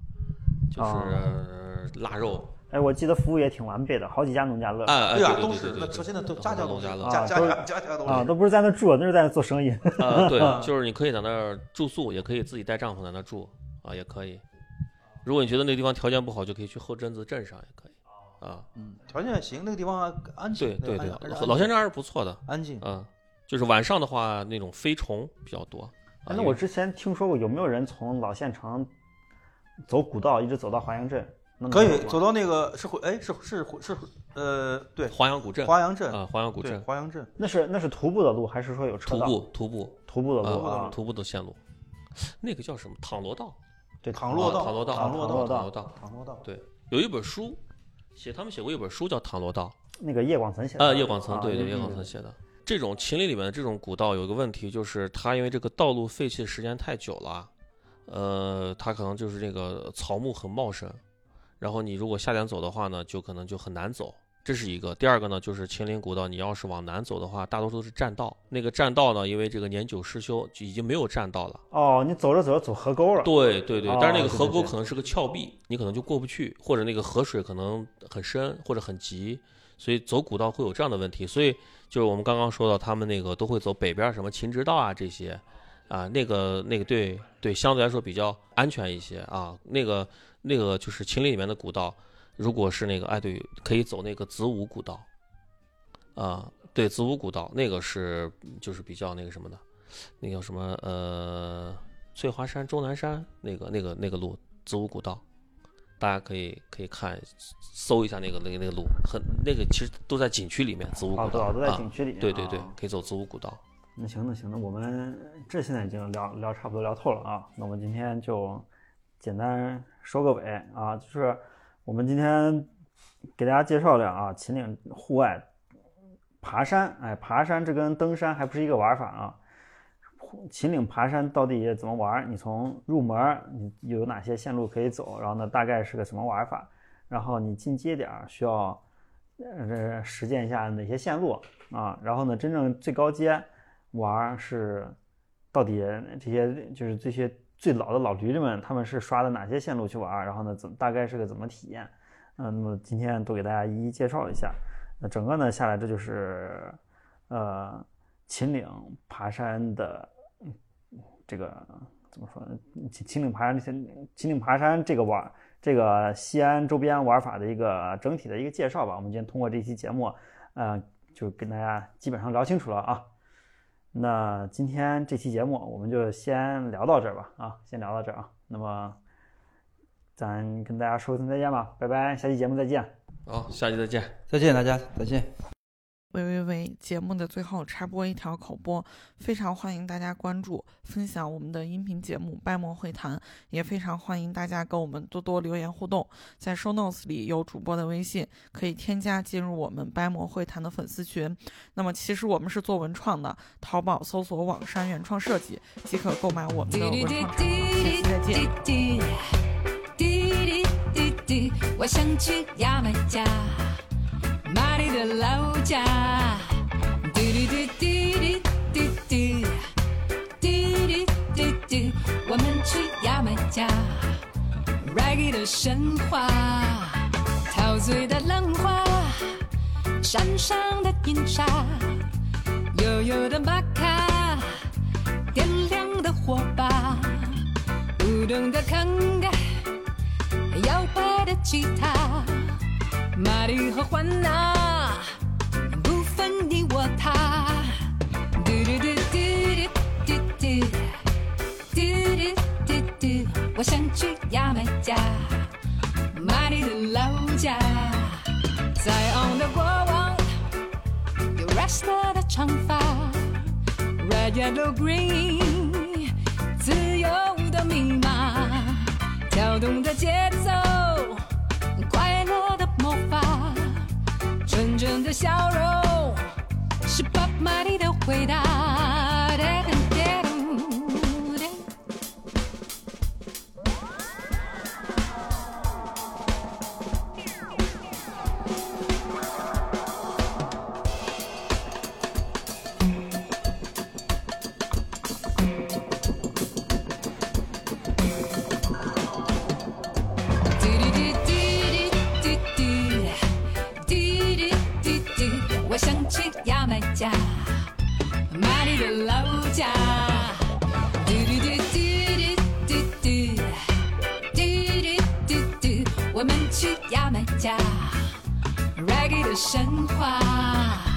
就是腊肉。 哎，我记得服务也挺完备的，好几家农家乐。 哎， 对啊， 都是，那现在都家家农家乐， 家家家家都啊，都不是在那住，那是在那做生意。 啊，对，就是你可以在那儿住宿，也可以自己带帐篷在那住啊，也可以。如果你觉得那个地方条件不好，就可以去后榛子镇上，也可以。啊， 嗯，条件行，那个地方安静。 对对对，老县城还是不错的， 安静。 嗯，就是晚上的话，那种飞虫比较多。 啊、那我之前听说过，有没有人从老县城走古道一直走到华阳镇？ 可以走到那个是哎是是是呃对华阳古镇， 华阳镇啊，华阳古镇， 华阳镇。 那是那是徒步的路，还是说有车道？ 徒步徒步徒步的路啊，徒步的线路，那个叫什么淌罗道？ 对， 淌洛道， 淌罗道， 淌洛道， 淌罗道， 淌罗道。 对，有一本书，写他们写过一本书叫《淌罗道》， 那个叶广岑写的。 啊，叶广岑，对对，叶广岑写的。这种秦岭里面的这种古道有一个问题，就是它因为这个道路废弃的时间太久了，呃，它可能就是这个草木很茂盛。然后你如果夏天走的话呢，就可能就很难走，这是一个。第二个呢，就是秦岭古道，你要是往南走的话，大多数都是栈道。那个栈道呢，因为这个年久失修，就已经没有栈道了。 哦，你走着走着走河沟了。 对对对， 哦、 但是那个河沟可能是个峭壁，你可能就过不去，或者那个河水可能很深或者很急，所以走古道会有这样的问题。所以就是我们刚刚说到，他们那个都会走北边什么秦直道啊这些，啊，那个那个对对，相对来说比较安全一些啊，那个。那个就是秦岭里面的古道，如果是那个哎对，可以走那个子午古道，啊、呃，对，子午古道那个是就是比较那个什么的，那个叫什么呃翠华山、终南山那个那个那个路子午古道，大家可以可以看搜一下那个那个那个路，很那个其实都在景区里面，子午古道、 哦、都在景区里面、 啊，对对对，可以走子午古道。 那行那行，那我们这现在已经聊聊差不多聊透了啊，那我们今天就简单收个尾啊，就是我们今天给大家介绍了啊，秦岭户外爬山，哎，爬山这跟登山还不是一个玩法啊。秦岭爬山到底怎么玩？你从入门你有哪些线路可以走？然后呢，大概是个什么玩法？然后你进阶点需要呃实践一下哪些线路啊？然后呢，真正最高阶玩是到底这些就是这些。最老的老驴子们，他们是刷的哪些线路去玩？然后呢，怎大概是个怎么体验？嗯、呃，那么今天都给大家一一介绍一下。那整个呢下来，这就是呃秦岭爬山的这个怎么说呢？秦秦岭爬山秦岭爬山这个玩这个西安周边玩法的一个整体的一个介绍吧。我们今天通过这期节目，呃，就跟大家基本上聊清楚了啊。那今天这期节目我们就先聊到这儿吧，啊，先聊到这儿啊。那么咱跟大家说声再见吧，拜拜，下期节目再见。 好，下期再见， 再见大家，再见。 喂喂喂！节目的最后插播一条口播，非常欢迎大家关注、分享我们的音频节目《掰馍会谈》，也非常欢迎大家跟我们多多留言互动。在 show notes 里有主播的微信，可以添加进入我们掰馍会谈的粉丝群。那么其实我们是做文创的，淘宝搜索网山原创设计即可购买我们的文创产品。下期再见。我想去牙买加，马里的老家，嘟嘟嘟嘟嘟嘟嘟嘟嘟，我们去牙买加 ，Reggae 的神话，陶醉的浪花，山上的银沙，悠悠的玛卡，点亮的火把，舞动的康嘎，摇摆的吉他。玛丽和欢娜不分你我他，嘟嘟嘟嘟嘟嘟嘟嘟嘟嘟，我想去牙买加，玛丽的老家，在昂的国王有 Rasta 的长发 ，Red Yellow Green 自由的密码，跳动的节奏，快乐的魔法，纯真的笑容是 Bob Marley 的回答。玛丽的老家，嘟嘟嘟嘟嘟嘟嘟嘟嘟，我们去牙买加 ，Reggae 的神话。